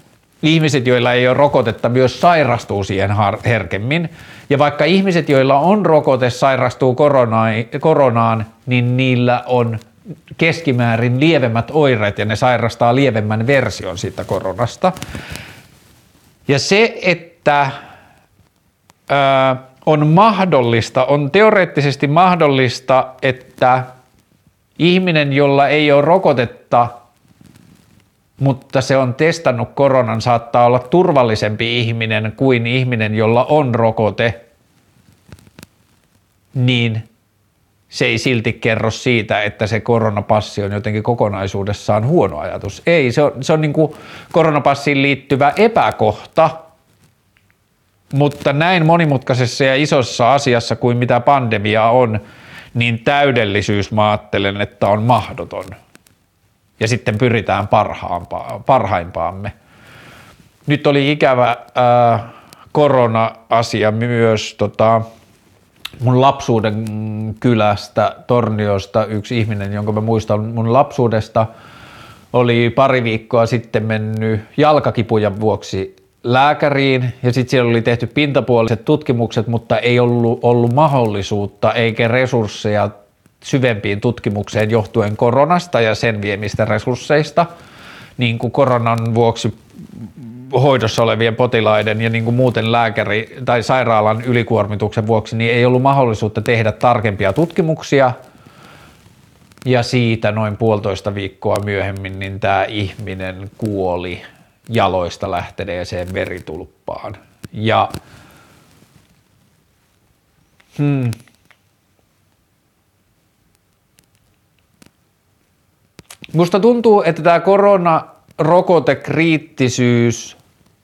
Speaker 2: ihmiset, joilla ei ole rokotetta, myös sairastuu siihen herkemmin. Ja vaikka ihmiset, joilla on rokote, sairastuu koronaan, niin niillä on keskimäärin lievemmät oireet ja ne sairastaa lievemmän version siitä koronasta. Ja se, että ää, on mahdollista, on teoreettisesti mahdollista, että ihminen, jolla ei ole rokotetta, mutta se on testannut koronan, saattaa olla turvallisempi ihminen kuin ihminen, jolla on rokote, niin se ei silti kerro siitä, että se koronapassi on jotenkin kokonaisuudessaan huono ajatus. Ei, se on, se on niin kuin koronapassiin liittyvä epäkohta, mutta näin monimutkaisessa ja isossa asiassa kuin mitä pandemia on, niin täydellisyys mä ajattelen, että on mahdoton. Ja sitten pyritään parhaimpaamme. Nyt oli ikävä ää, korona-asia myös tota, mun lapsuuden kylästä, Torniosta, yksi ihminen, jonka mä muistan mun lapsuudesta, oli pari viikkoa sitten mennyt jalkakipujen vuoksi lääkäriin ja sitten siellä oli tehty pintapuoliset tutkimukset, mutta ei ollut, ollut mahdollisuutta eikä resursseja syvempiin tutkimukseen johtuen koronasta ja sen viemistä resursseista, niin kuin koronan vuoksi hoidossa olevien potilaiden ja niin kuin muuten lääkäri- tai sairaalan ylikuormituksen vuoksi, niin ei ollut mahdollisuutta tehdä tarkempia tutkimuksia. Ja siitä noin puolitoista viikkoa myöhemmin niin tämä ihminen kuoli jaloista lähteneeseen veritulppaan. Ja hmm, musta tuntuu, että tämä koronarokotekriittisyys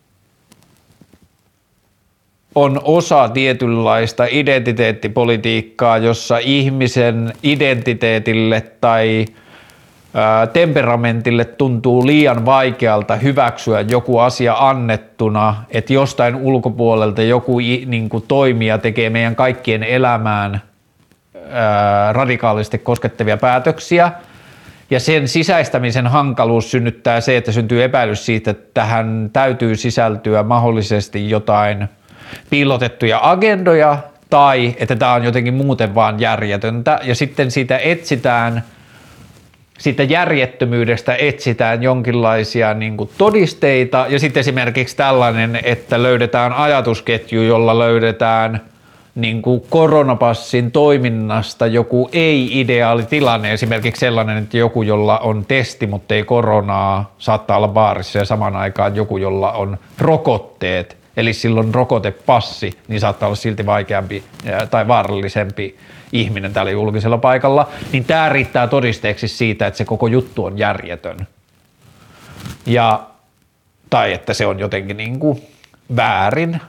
Speaker 2: on osa tietynlaista identiteettipolitiikkaa, jossa ihmisen identiteetille tai ää, temperamentille tuntuu liian vaikealta hyväksyä joku asia annettuna, että jostain ulkopuolelta joku niin kuin toimija tekee meidän kaikkien elämään ää, radikaalisti koskettavia päätöksiä. Ja sen sisäistämisen hankaluus synnyttää se, että syntyy epäilys siitä, että tähän täytyy sisältyä mahdollisesti jotain piilotettuja agendoja tai että tämä on jotenkin muuten vaan järjetöntä ja sitten siitä etsitään, siitä järjettömyydestä etsitään jonkinlaisia niin kuin todisteita ja sitten esimerkiksi tällainen, että löydetään ajatusketju, jolla löydetään niin kuin koronapassin toiminnasta joku ei-ideaali tilanne, esimerkiksi sellainen, että joku, jolla on testi, mutta ei koronaa, saattaa olla baarissa ja samaan aikaan joku, jolla on rokotteet, eli silloin rokotepassi, niin saattaa olla silti vaikeampi tai vaarallisempi ihminen täällä julkisella paikalla, niin tämä riittää todisteeksi siitä, että se koko juttu on järjetön. Ja, tai että se on jotenkin niin kuin väärin.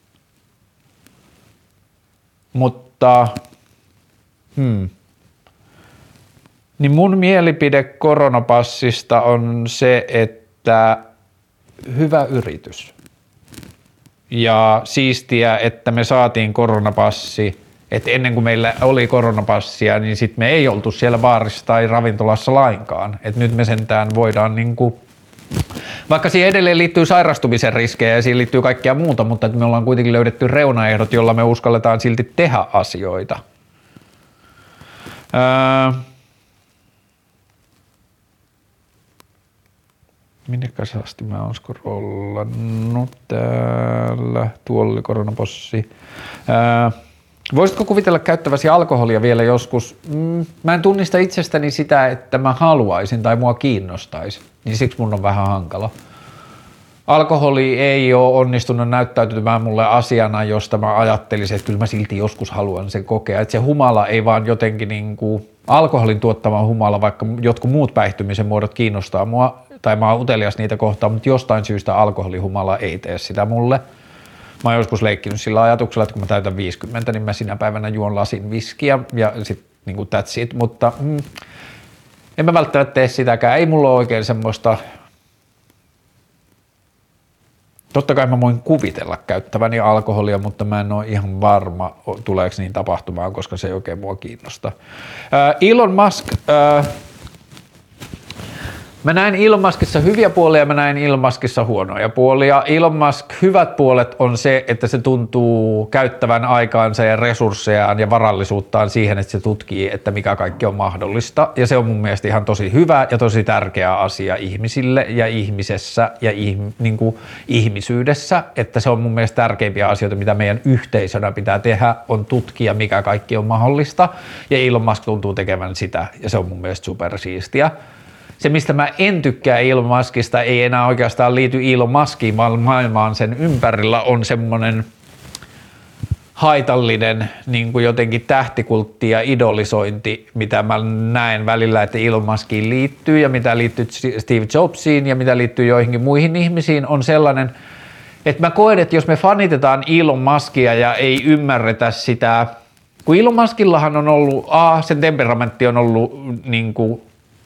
Speaker 2: Mutta hmm. niin mun mielipide koronapassista on se, että hyvä yritys. Ja siistiä, että me saatiin koronapassi, että ennen kuin meillä oli koronapassia, niin sitten me ei oltu siellä baarissa tai ravintolassa lainkaan. Että nyt me sentään voidaan niinku, vaikka siihen edelleen liittyy sairastumisen riskejä ja siihen liittyy kaikkea muuta, mutta me ollaan kuitenkin löydetty reunaehdot, jolla me uskalletaan silti tehdä asioita. Öö, minnekäs asti mä oon scrollannut täällä, tuolla oli koronapossi. Öö, voisitko kuvitella käyttäväsi alkoholia vielä joskus? Mm, mä en tunnista itsestäni sitä, että mä haluaisin tai mua kiinnostaisi, niin siksi mun on vähän hankala. Alkoholi ei ole onnistunut näyttäytymään mulle asiana, josta mä ajattelisin, että kyllä mä silti joskus haluan sen kokea. Että se humala ei vaan jotenkin niin kuin alkoholin tuottama humala, vaikka jotkut muut päihtymisen muodot kiinnostaa mua, tai mä oon utelias niitä kohtaan, mutta jostain syystä alkoholihumala ei tee sitä mulle. Mä oon joskus leikkinyt sillä ajatuksella, että kun mä täytän viisikymmentä, niin mä sinä päivänä juon lasin viskiä ja sit niin kuin that's it, mutta mm, en mä välttämättä tee sitäkään. Ei mulla ole oikein semmoista. Totta kai mä voin kuvitella käyttäväni alkoholia, mutta mä en ole ihan varma, tuleeko niin tapahtumaan, koska se ei oikein mua kiinnosta. Elon Musk äh, Mä näin Elon Muskissa hyviä puolia ja mä näin Elon Muskissa huonoja puolia. Elon Musk hyvät puolet on se, että se tuntuu käyttävän aikaansa ja resurssejaan ja varallisuuttaan siihen, että se tutkii, että mikä kaikki on mahdollista. Ja se on mun mielestä ihan tosi hyvä ja tosi tärkeä asia ihmisille ja ihmisessä ja ihm, niin kuin ihmisyydessä. Että se on mun mielestä tärkeimpiä asioita, mitä meidän yhteisönä pitää tehdä, on tutkia, mikä kaikki on mahdollista. Ja Elon Musk tuntuu tekevän sitä ja se on mun mielestä supersiistiä. Se, mistä mä en tykkää Elon Muskista, ei enää oikeastaan liity Elon Muskiin, vaan maailmaan sen ympärillä on semmoinen haitallinen niin kuin jotenkin tähtikultti ja idolisointi, mitä mä näen välillä, että Elon Muskiin liittyy ja mitä liittyy Steve Jobsiin ja mitä liittyy joihinkin muihin ihmisiin, on sellainen, että mä koen, että jos me fanitetaan Elon Muskia ja ei ymmärretä sitä, kun Elon Muskillahan on ollut, a, sen temperamentti on ollut niin kuin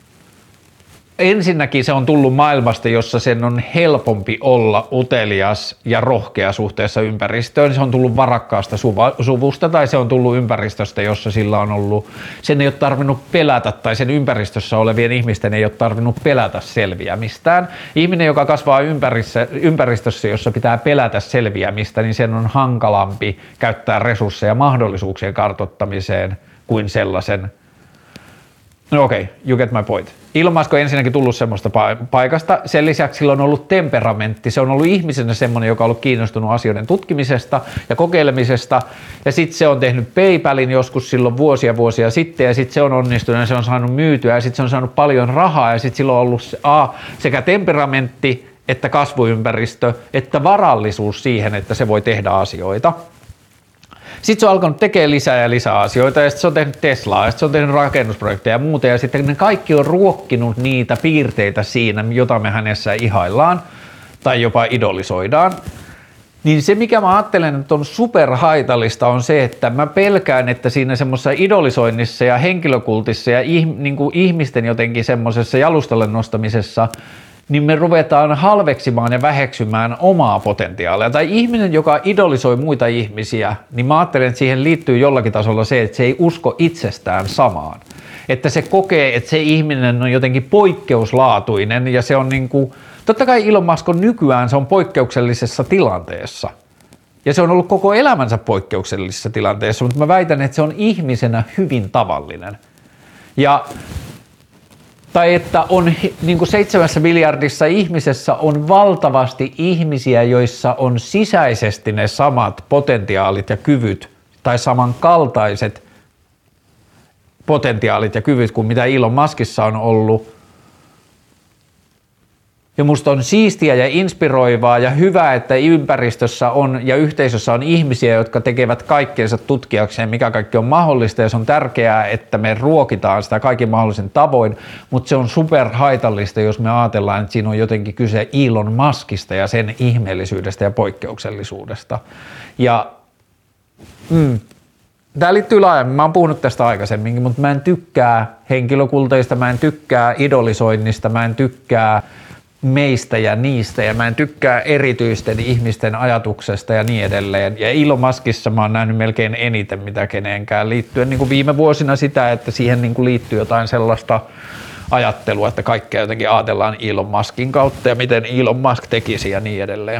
Speaker 2: ensinnäkin se on tullut maailmasta, jossa sen on helpompi olla utelias ja rohkea suhteessa ympäristöön. Se on tullut varakkaasta suvusta tai se on tullut ympäristöstä, jossa sillä on ollut, sen ei ole tarvinnut pelätä tai sen ympäristössä olevien ihmisten ei ole tarvinnut pelätä selviämistään. Ihminen, joka kasvaa ympäristössä, jossa pitää pelätä selviämistä, niin sen on hankalampi käyttää resursseja mahdollisuuksien kartoittamiseen kuin sellaisen. No okei, okay, you get my point. Elon Musk on ensinnäkin tullut semmoista paikasta. Sen lisäksi sillä on ollut temperamentti. Se on ollut ihmisenä semmoinen, joka on ollut kiinnostunut asioiden tutkimisesta ja kokeilemisesta. Ja sitten se on tehnyt PayPalin joskus silloin vuosia vuosia sitten. Ja sitten se on onnistunut ja se on saanut myytyä. Ja sitten se on saanut paljon rahaa. Ja sitten sillä on ollut a, sekä temperamentti että kasvuympäristö että varallisuus siihen, että se voi tehdä asioita. Sitten se on alkanut tekemään lisää ja lisää asioita ja sitten se on tehnyt Teslaa ja sitten se on tehnyt rakennusprojekteja ja muuta ja sitten ne kaikki on ruokkinut niitä piirteitä siinä, jota me hänessä ihaillaan tai jopa idolisoidaan. Niin se, mikä mä ajattelen, että on superhaitallista, on se, että mä pelkään, että siinä semmoisessa idolisoinnissa ja henkilökultissa ja ih, niin kuin ihmisten jotenkin semmoisessa jalustalle nostamisessa, niin me ruvetaan halveksimaan ja väheksymään omaa potentiaalia. Tai ihminen, joka idolisoi muita ihmisiä, niin mä ajattelen, että siihen liittyy jollakin tasolla se, että se ei usko itsestään samaan. Että se kokee, että se ihminen on jotenkin poikkeuslaatuinen ja se on niin kuin, totta kai Elon Musk on nykyään, se on poikkeuksellisessa tilanteessa. Ja se on ollut koko elämänsä poikkeuksellisessa tilanteessa, mutta mä väitän, että se on ihmisenä hyvin tavallinen. Ja tai että on niin kuin seitsemässä miljardissa ihmisessä on valtavasti ihmisiä, joissa on sisäisesti ne samat potentiaalit ja kyvyt tai samankaltaiset potentiaalit ja kyvyt kuin mitä Elon Muskissa on ollut. Ja musta on siistiä ja inspiroivaa ja hyvä, että ympäristössä on ja yhteisössä on ihmisiä, jotka tekevät kaikkeensa tutkiakseen, mikä kaikki on mahdollista ja se on tärkeää, että me ruokitaan sitä kaikin mahdollisen tavoin, mutta se on superhaitallista, jos me ajatellaan, että siinä on jotenkin kyse Elon Muskista ja sen ihmeellisyydestä ja poikkeuksellisuudesta. Ja mm, tämä liittyy laajemmin, mä oon puhunut tästä aikaisemminkin, mutta mä en tykkää henkilökulteista, mä en tykkää idolisoinnista, mä en tykkää meistä ja niistä ja mä en tykkää erityisten ihmisten ajatuksesta ja niin edelleen. Ja Elon Muskissa mä oon nähnyt melkein eniten mitä keneenkään liittyen niin kuin viime vuosina sitä, että siihen niin kuin liittyy jotain sellaista ajattelua, että kaikkea jotenkin ajatellaan Elon Muskin kautta ja miten Elon Musk tekisi ja niin edelleen.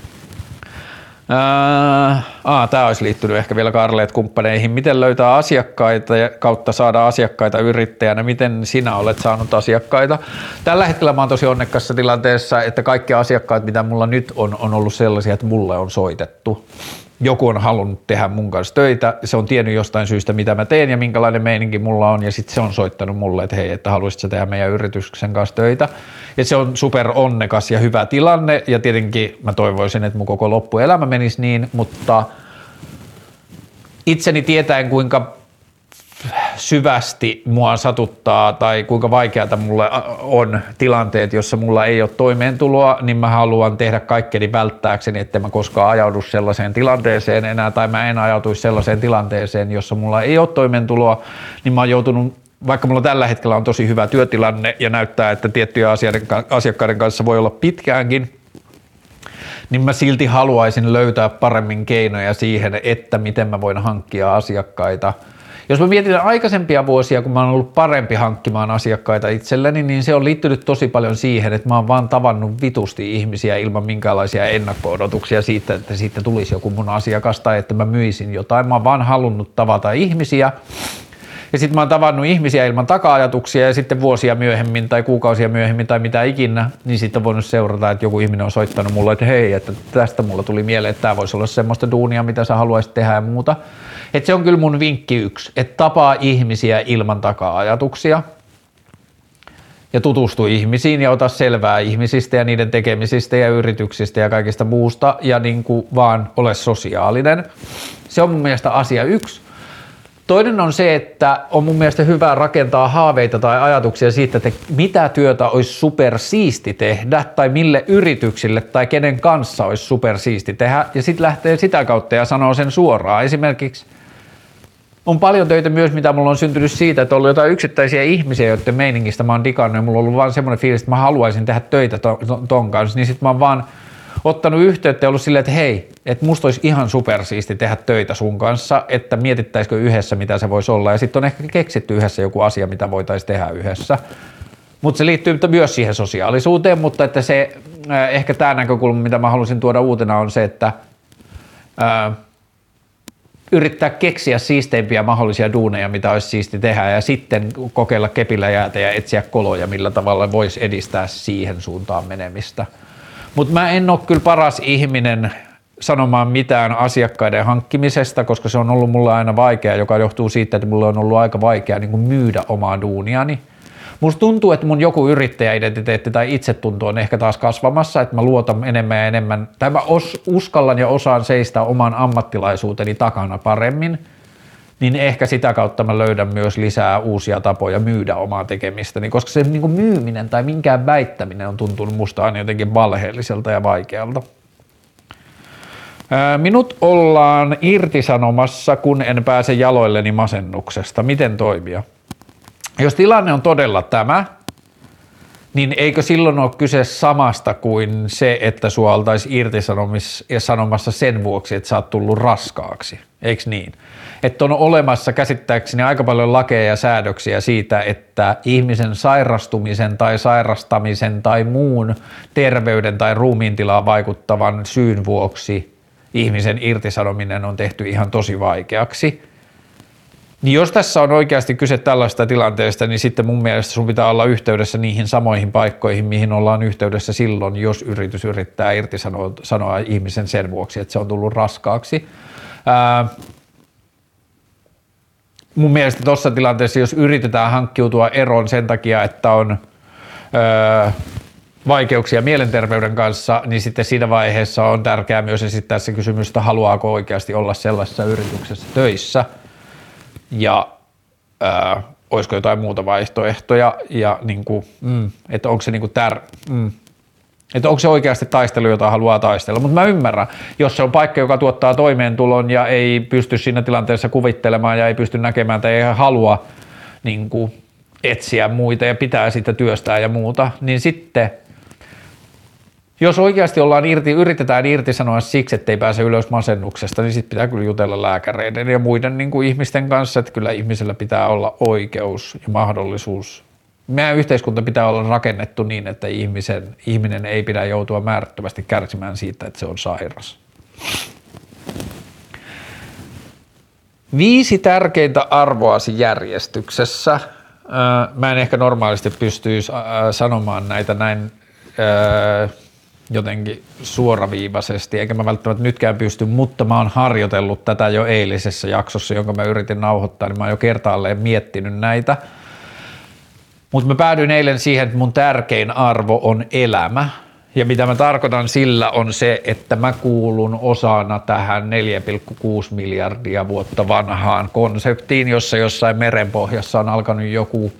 Speaker 2: Ah, tämä olisi liittynyt ehkä vielä Karleet-kumppaneihin. Miten löytää asiakkaita ja kautta saada asiakkaita yrittäjänä? Miten sinä olet saanut asiakkaita? Tällä hetkellä mä oon tosi onnekkaassa tilanteessa, että kaikki asiakkaat, mitä mulla nyt on, on ollut sellaisia, että mulle on soitettu. Joku on halunnut tehdä mun kanssa töitä, se on tiennyt jostain syystä, mitä mä teen ja minkälainen meininki mulla on, ja sitten se on soittanut mulle, että hei, että haluaisitko tehdä meidän yrityksen kanssa töitä. Ja se on super onnekas ja hyvä tilanne, ja tietenkin mä toivoisin, että mun koko loppuelämä menisi niin, mutta itseni tietäen, kuinka syvästi mua satuttaa tai kuinka vaikeata mulle on tilanteet, jossa mulla ei ole toimeentuloa, niin mä haluan tehdä kaikkeni välttääkseni, että mä koskaan ajaudu sellaiseen tilanteeseen enää tai mä en ajautuisi sellaiseen tilanteeseen, jossa mulla ei ole toimeentuloa, niin mä oon joutunut, vaikka mulla tällä hetkellä on tosi hyvä työtilanne ja näyttää, että tiettyjä asiakkaiden kanssa voi olla pitkäänkin, niin mä silti haluaisin löytää paremmin keinoja siihen, että miten mä voin hankkia asiakkaita. Jos mä mietin aikaisempia vuosia, kun mä oon ollut parempi hankkimaan asiakkaita itselleni, niin se on liittynyt tosi paljon siihen, että mä oon vaan tavannut vitusti ihmisiä ilman minkäänlaisia ennakko-odotuksia siitä, että siitä tulisi joku mun asiakas tai että mä myisin jotain. Mä oon vaan halunnut tavata ihmisiä. Ja sitten mä oon tavannut ihmisiä ilman taka-ajatuksia ja sitten vuosia myöhemmin tai kuukausia myöhemmin tai mitä ikinä, niin sitten on voinut seurata, että joku ihminen on soittanut mulle, että hei, että tästä mulla tuli mieleen, että tämä voisi olla semmoista duunia, mitä sä haluaisit tehdä ja muuta. Että se on kyllä mun vinkki yksi, että tapaa ihmisiä ilman taka-ajatuksia ja tutustu ihmisiin ja ota selvää ihmisistä ja niiden tekemisistä ja yrityksistä ja kaikista muusta ja niin kuin vaan ole sosiaalinen. Se on mun mielestä asia yksi. Toinen on se, että on mun mielestä hyvä rakentaa haaveita tai ajatuksia siitä, että mitä työtä olisi supersiisti tehdä tai mille yrityksille tai kenen kanssa olisi supersiisti tehdä ja sitten lähtee sitä kautta ja sanoo sen suoraan. Esimerkiksi on paljon töitä myös, mitä mulla on syntynyt siitä, että on ollut jotain yksittäisiä ihmisiä, joiden meiningistä mä oon digannut ja mulla on ollut vaan semmoinen fiilis, että mä haluaisin tehdä töitä ton, ton kanssa, niin sit mä oon vaan ottanut yhteyttä ja ollut silleen, että hei, että musta olisi ihan supersiisti tehdä töitä sun kanssa, että mietittäisikö yhdessä, mitä se voisi olla. Ja sitten on ehkä keksitty yhdessä joku asia, mitä voitaisiin tehdä yhdessä. Mutta se liittyy myös siihen sosiaalisuuteen, mutta että se, äh, ehkä tämä näkökulma, mitä mä halusin tuoda uutena, on se, että äh, yrittää keksiä siisteimpiä mahdollisia duuneja, mitä olisi siisti tehdä, ja sitten kokeilla kepillä jäätä ja etsiä koloja, millä tavalla voisi edistää siihen suuntaan menemistä. Mutta mä en ole kyllä paras ihminen sanomaan mitään asiakkaiden hankkimisesta, koska se on ollut mulle aina vaikeaa, joka johtuu siitä, että mulle on ollut aika vaikea niin kuin myydä omaa duuniani. Musta tuntuu, että mun joku yrittäjäidentiteetti tai itsetunto on ehkä taas kasvamassa, että mä luotan enemmän ja enemmän, tai mä os, uskallan ja osaan seistä oman ammattilaisuuteni takana paremmin, niin ehkä sitä kautta mä löydän myös lisää uusia tapoja myydä omaa tekemistäni, koska se niin kuin myyminen tai minkään väittäminen on tuntunut musta aina jotenkin valheelliselta ja vaikealta. Minut ollaan irtisanomassa, kun en pääse jaloilleni masennuksesta. Miten toimia? Jos tilanne on todella tämä, niin eikö silloin ole kyse samasta kuin se, että sua oltaisiin irtisanomassa sen vuoksi, että sä oot tullut raskaaksi, eikö niin? Että on olemassa käsittääkseni aika paljon lakeja ja säädöksiä siitä, että ihmisen sairastumisen tai sairastamisen tai muun terveyden tai ruumiintilaan vaikuttavan syyn vuoksi ihmisen irtisanominen on tehty ihan tosi vaikeaksi. Niin jos tässä on oikeasti kyse tällaista tilanteesta, niin sitten mun mielestä sun pitää olla yhteydessä niihin samoihin paikkoihin, mihin ollaan yhteydessä silloin, jos yritys yrittää irtisanoa sanoa ihmisen sen vuoksi, että se on tullut raskaaksi. Ää, mun mielestä tuossa tilanteessa, jos yritetään hankkiutua eroon sen takia, että on ää, vaikeuksia mielenterveyden kanssa, niin sitten siinä vaiheessa on tärkeää myös esittää se kysymys, että haluaako oikeasti olla sellaisessa yrityksessä töissä ja ää, olisiko jotain muuta vaihtoehtoja ja niin kuin, mm, että onko se niin kuin tär, mm, että onko se oikeasti taistelu, jota haluaa taistella, mutta mä ymmärrän, jos se on paikka, joka tuottaa toimeentulon ja ei pysty siinä tilanteessa kuvittelemaan ja ei pysty näkemään tai ei halua niin kuin etsiä muita ja pitää sitä työstää ja muuta, niin sitten jos oikeasti ollaan irti, yritetään irtisanoa siksi, ettei pääse ylös masennuksesta, niin sitten pitää kyllä jutella lääkäreiden ja muiden niin kuin ihmisten kanssa, että kyllä ihmisellä pitää olla oikeus ja mahdollisuus. Meidän yhteiskunta pitää olla rakennettu niin, että ihmisen, ihminen ei pidä joutua määrättömästi kärsimään siitä, että se on sairas. Viisi tärkeintä arvoasi järjestyksessä. Mä en ehkä normaalisti pystyisi sanomaan näitä näin jotenkin suoraviivaisesti, eikä mä välttämättä nytkään pysty, mutta mä oon harjoitellut tätä jo eilisessä jaksossa, jonka mä yritin nauhoittaa, niin mä oon jo kertaalleen miettinyt näitä. Mutta mä päädyin eilen siihen, että mun tärkein arvo on elämä. Ja mitä mä tarkoitan sillä on se, että mä kuulun osana tähän neljä pilkku kuusi miljardia vuotta vanhaan konseptiin, jossa jossain merenpohjassa on alkanut joku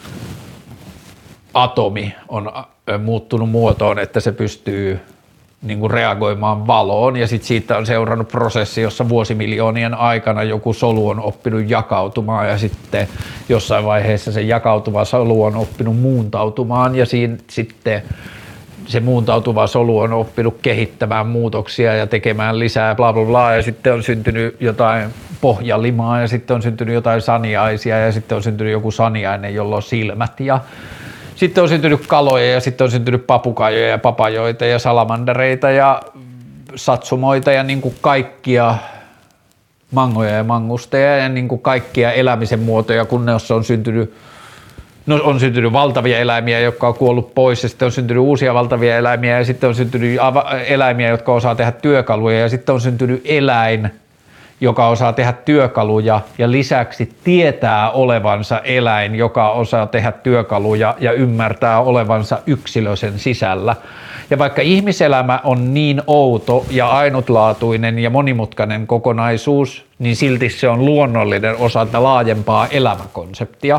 Speaker 2: atomi on muuttunut muotoon, että se pystyy niin kuin reagoimaan valoon ja sitten siitä on seurannut prosessi, jossa vuosimiljoonien aikana joku solu on oppinut jakautumaan ja sitten jossain vaiheessa se jakautuva solu on oppinut muuntautumaan ja siinä sitten se muuntautuva solu on oppinut kehittämään muutoksia ja tekemään lisää bla bla bla ja sitten on syntynyt jotain pohjalimaa ja sitten on syntynyt jotain saniaisia ja sitten on syntynyt joku saniainen, jolla on silmät ja sitten on syntynyt kaloja ja sitten on syntynyt papukajoja ja papajoita ja salamandereita ja satsumoita ja niin kuin kaikkia mangoja ja mangusteja ja niin kuin kaikkia elämisen muotoja, kun ne on syntynyt, no on syntynyt valtavia eläimiä, jotka on kuollut pois ja sitten on syntynyt uusia valtavia eläimiä ja sitten on syntynyt eläimiä, jotka osaa tehdä työkaluja ja sitten on syntynyt eläin, joka osaa tehdä työkaluja ja lisäksi tietää olevansa eläin, joka osaa tehdä työkaluja ja ymmärtää olevansa yksilö sen sisällä. Ja vaikka ihmiselämä on niin outo ja ainutlaatuinen ja monimutkainen kokonaisuus, niin silti se on luonnollinen osa laajempaa elämäkonseptia.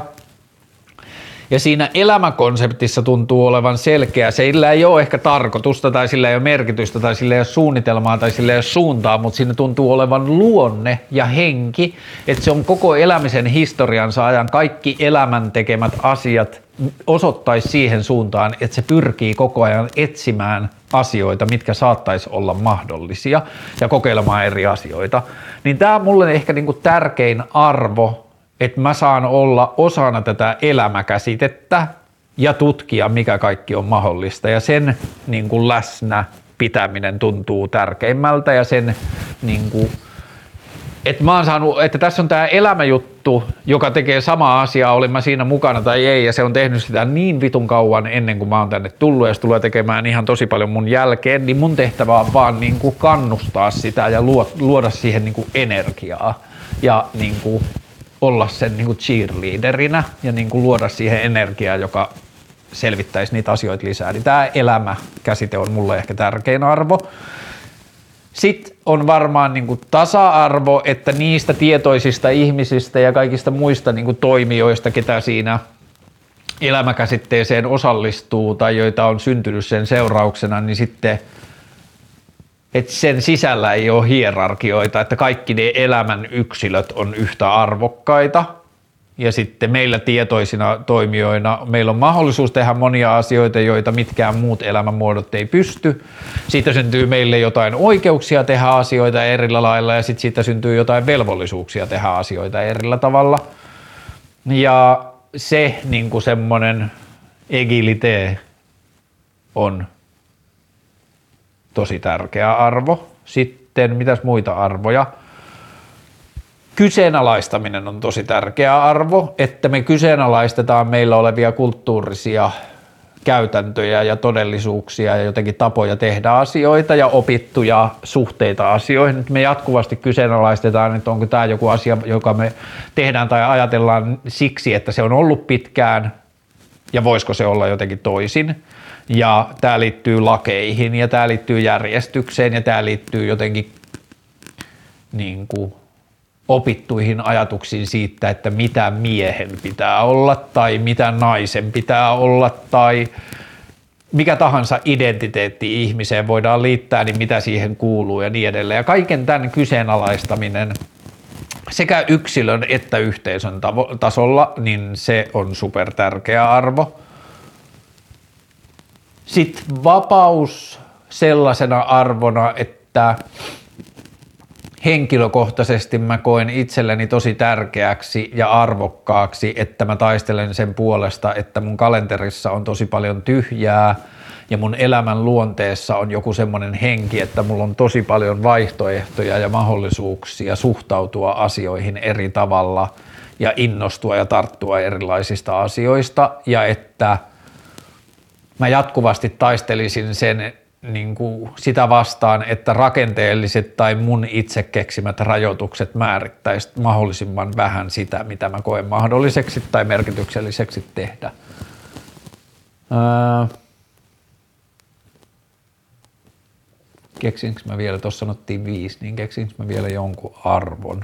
Speaker 2: Ja siinä elämäkonseptissa tuntuu olevan selkeä, sillä ei ole ehkä tarkoitusta tai sillä ei ole merkitystä tai sillä ei ole suunnitelmaa tai sillä ei ole suuntaa, mutta siinä tuntuu olevan luonne ja henki, että se on koko elämisen historiansa ajan kaikki elämän tekemät asiat osoittaisi siihen suuntaan, että se pyrkii koko ajan etsimään asioita, mitkä saattaisi olla mahdollisia ja kokeilemaan eri asioita. Niin tämä on mulle ehkä niinku tärkein arvo, että mä saan olla osana tätä elämäkäsitettä ja tutkia, mikä kaikki on mahdollista. Ja sen niin kuin läsnä pitäminen tuntuu tärkeimmältä ja sen, niin kuin, että mä oon saanut, että tässä on tämä elämäjuttu, joka tekee samaa asiaa, olin mä siinä mukana tai ei, ja se on tehnyt sitä niin vitun kauan ennen kuin mä oon tänne tullut ja se tulee tekemään ihan tosi paljon mun jälkeen, niin mun tehtävä on vaan niin kuin kannustaa sitä ja luoda siihen niin kuin energiaa ja niin kuin olla sen niin kuin cheerleaderinä ja niin kuin luoda siihen energiaa, joka selvittäisi niitä asioita lisää. Niin tämä elämäkäsite on mulle ehkä tärkein arvo. Sitten on varmaan niin kuin tasa-arvo, että niistä tietoisista ihmisistä ja kaikista muista niin kuin toimijoista, ketä siinä elämäkäsitteeseen osallistuu tai joita on syntynyt sen seurauksena, niin sitten että sen sisällä ei ole hierarkioita, että kaikki ne elämän yksilöt on yhtä arvokkaita ja sitten meillä tietoisina toimijoina meillä on mahdollisuus tehdä monia asioita, joita mitkään muut elämänmuodot ei pysty. Siitä syntyy meille jotain oikeuksia tehdä asioita erillä lailla ja sitten siitä syntyy jotain velvollisuuksia tehdä asioita erillä tavalla. Ja se niin kuin semmoinen agilite on tosi tärkeä arvo. Sitten mitäs muita arvoja? Kyseenalaistaminen on tosi tärkeä arvo, että me kyseenalaistetaan meillä olevia kulttuurisia käytäntöjä ja todellisuuksia ja jotenkin tapoja tehdä asioita ja opittuja suhteita asioihin. Nyt me jatkuvasti kyseenalaistetaan, että onko tämä joku asia, joka me tehdään tai ajatellaan siksi, että se on ollut pitkään ja voisiko se olla jotenkin toisin. Ja tämä liittyy lakeihin ja tämä liittyy järjestykseen ja tämä liittyy jotenkin niin kuin opittuihin ajatuksiin siitä, että mitä miehen pitää olla tai mitä naisen pitää olla tai mikä tahansa identiteetti ihmiseen voidaan liittää, niin mitä siihen kuuluu ja niin edelleen. Ja kaiken tämän kyseenalaistaminen sekä yksilön että yhteisön tasolla, niin se on super tärkeä arvo. Sitten vapaus sellaisena arvona, että henkilökohtaisesti mä koen itselleni tosi tärkeäksi ja arvokkaaksi, että mä taistelen sen puolesta, että mun kalenterissa on tosi paljon tyhjää ja mun elämän luonteessa on joku semmoinen henki, että mulla on tosi paljon vaihtoehtoja ja mahdollisuuksia suhtautua asioihin eri tavalla ja innostua ja tarttua erilaisista asioista ja että mä jatkuvasti taistelisin sen niin kuin sitä vastaan, että rakenteelliset tai mun itse keksimät rajoitukset määrittäisivät mahdollisimman vähän sitä, mitä mä koen mahdolliseksi tai merkitykselliseksi tehdä. Ää... Keksinkö mä vielä, tuossa sanottiin viisi, niin keksinkö mä vielä jonkun arvon?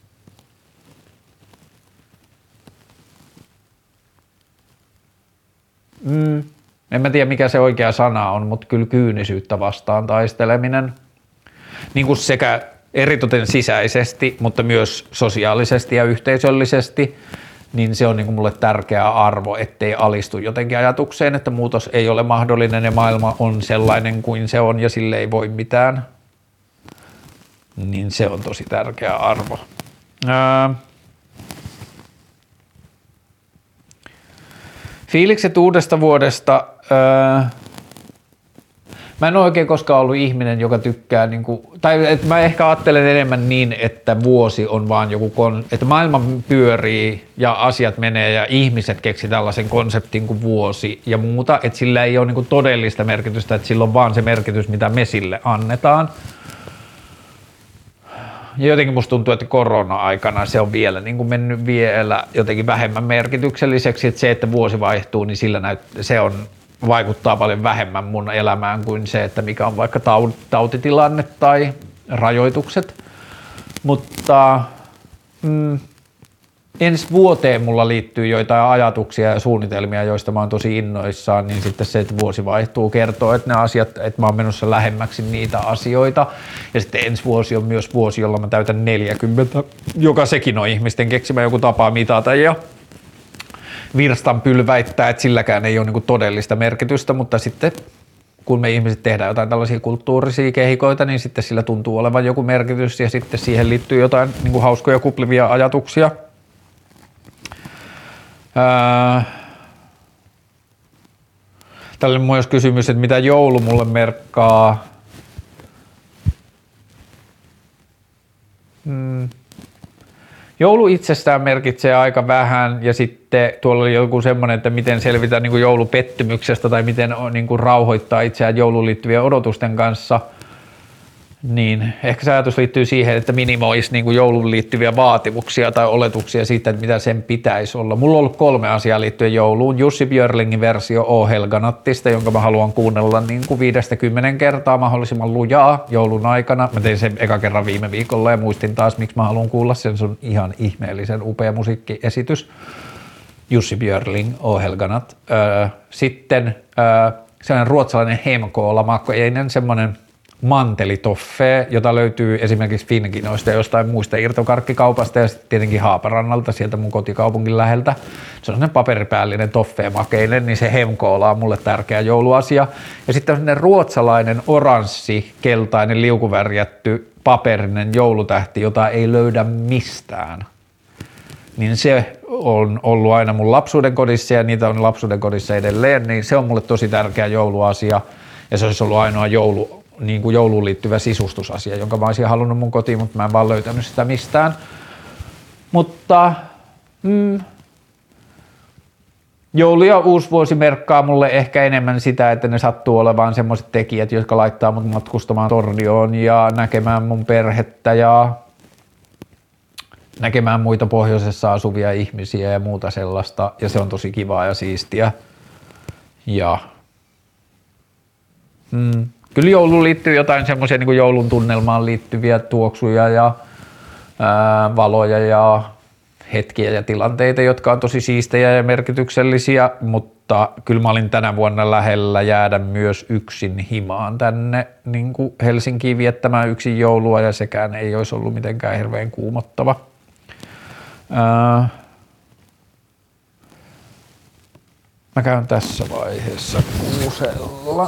Speaker 2: Mm. En mä tiedä mikä se oikea sana on, mutta kyllä kyynisyyttä vastaan taisteleminen. Niin kuin sekä eritoten sisäisesti, mutta myös sosiaalisesti ja yhteisöllisesti, niin se on niin kuin mulle tärkeä arvo, ettei alistu jotenkin ajatukseen, että muutos ei ole mahdollinen ja maailma on sellainen kuin se on ja sille ei voi mitään. Niin se on tosi tärkeä arvo. Öö, fiilikset uudesta vuodesta. Öö, mä en ole oikein koskaan ollut ihminen, joka tykkää, niin kuin, tai että mä ehkä ajattelen enemmän niin, että vuosi on vaan joku, kon, että maailma pyörii ja asiat menee ja ihmiset keksi tällaisen konseptin kuin vuosi ja muuta, että sillä ei ole niin kuin todellista merkitystä, että sillä on vaan se merkitys, mitä me sille annetaan. Ja jotenkin musta tuntuu, että korona-aikana se on vielä niin kuin mennyt vielä jotenkin vähemmän merkitykselliseksi, että se, että vuosi vaihtuu, niin sillä näyt, se on, vaikuttaa paljon vähemmän mun elämään kuin se, että mikä on vaikka tautitilanne tai rajoitukset. Mutta mm, ensi vuoteen mulla liittyy joitain ajatuksia ja suunnitelmia, joista mä oon tosi innoissaan, niin sitten se, että vuosi vaihtuu, kertoo, että ne asiat, että mä oon menossa lähemmäksi niitä asioita. Ja sitten ensi vuosi on myös vuosi, jolla mä täytän neljäkymmentä, joka sekin on ihmisten keksimä joku tapa mitata ja virstanpylväittää, että silläkään ei ole niin kuin todellista merkitystä, mutta sitten kun me ihmiset tehdään jotain tällaisia kulttuurisia kehikoita, niin sitten sillä tuntuu olevan joku merkitys ja sitten siihen liittyy jotain niin kuin hauskoja kuplivia ajatuksia. Ää... Tällä on myös kysymys, että mitä joulu mulle merkkaa. Hmm. Joulu itsestään merkitsee aika vähän ja sitten tuolla oli joku semmoinen, että miten selvitä niin kuin joulupettymyksestä tai miten niin kuin rauhoittaa itseään jouluun liittyvien odotusten kanssa. Niin ehkä se ajatus liittyy siihen, että minimoisi niin kuin jouluun liittyviä vaatimuksia tai oletuksia siitä, että mitä sen pitäisi olla. Mulla on ollut kolme asiaa liittyen jouluun. Jussi Björlingin versio O Helganattista, jonka mä haluan kuunnella niin kuin viidestä kymmenen kertaa mahdollisimman lujaa joulun aikana. Mä tein sen eka kerran viime viikolla ja muistin taas, miksi mä haluan kuulla sen. Se on ihan ihmeellisen upea musiikkiesitys. Jussi Björling, O Helganat. Sitten sellainen ruotsalainen hemkoola-makoinen, semmoinen mantelitoffee, jota löytyy esimerkiksi Finkinoista ja jostain muista irtokarkkikaupasta ja sitten tietenkin Haaparannalta sieltä mun kotikaupungin läheltä. Se on sellainen paperipäällinen toffee-makeinen, niin se hemkoola on mulle tärkeä jouluasia. Ja sitten sellainen ruotsalainen oranssi, keltainen, liukuvärjätty paperinen joulutähti, jota ei löydä mistään. Niin se on ollut aina mun lapsuuden kodissa ja niitä on lapsuuden kodissa edelleen, niin se on mulle tosi tärkeä jouluasia ja se olisi ollut ainoa joulu, niin kuin jouluun liittyvä sisustusasia, jonka mä olisin halunnut mun kotiin, mutta mä en vaan löytänyt sitä mistään. Mutta mm, joulu ja uusi vuosi merkkaa mulle ehkä enemmän sitä, että ne sattuu olemaan semmoiset tekijät, jotka laittaa mut matkustamaan Tornioon ja näkemään mun perhettä ja näkemään muita pohjoisessa asuvia ihmisiä ja muuta sellaista, ja se on tosi kivaa ja siistiä. Ja mm, kyllä jouluun liittyy jotain semmoisia niin kuin joulun tunnelmaan liittyviä tuoksuja ja ää, valoja ja hetkiä ja tilanteita, jotka on tosi siistejä ja merkityksellisiä, mutta kyllä mä olin tänä vuonna lähellä jäädä myös yksin himaan tänne niin kuin Helsinkiin viettämään yksin joulua, ja sekään ei olisi ollut mitenkään hirveän kuumottava. Ää, mä käyn tässä vaiheessa kuusella.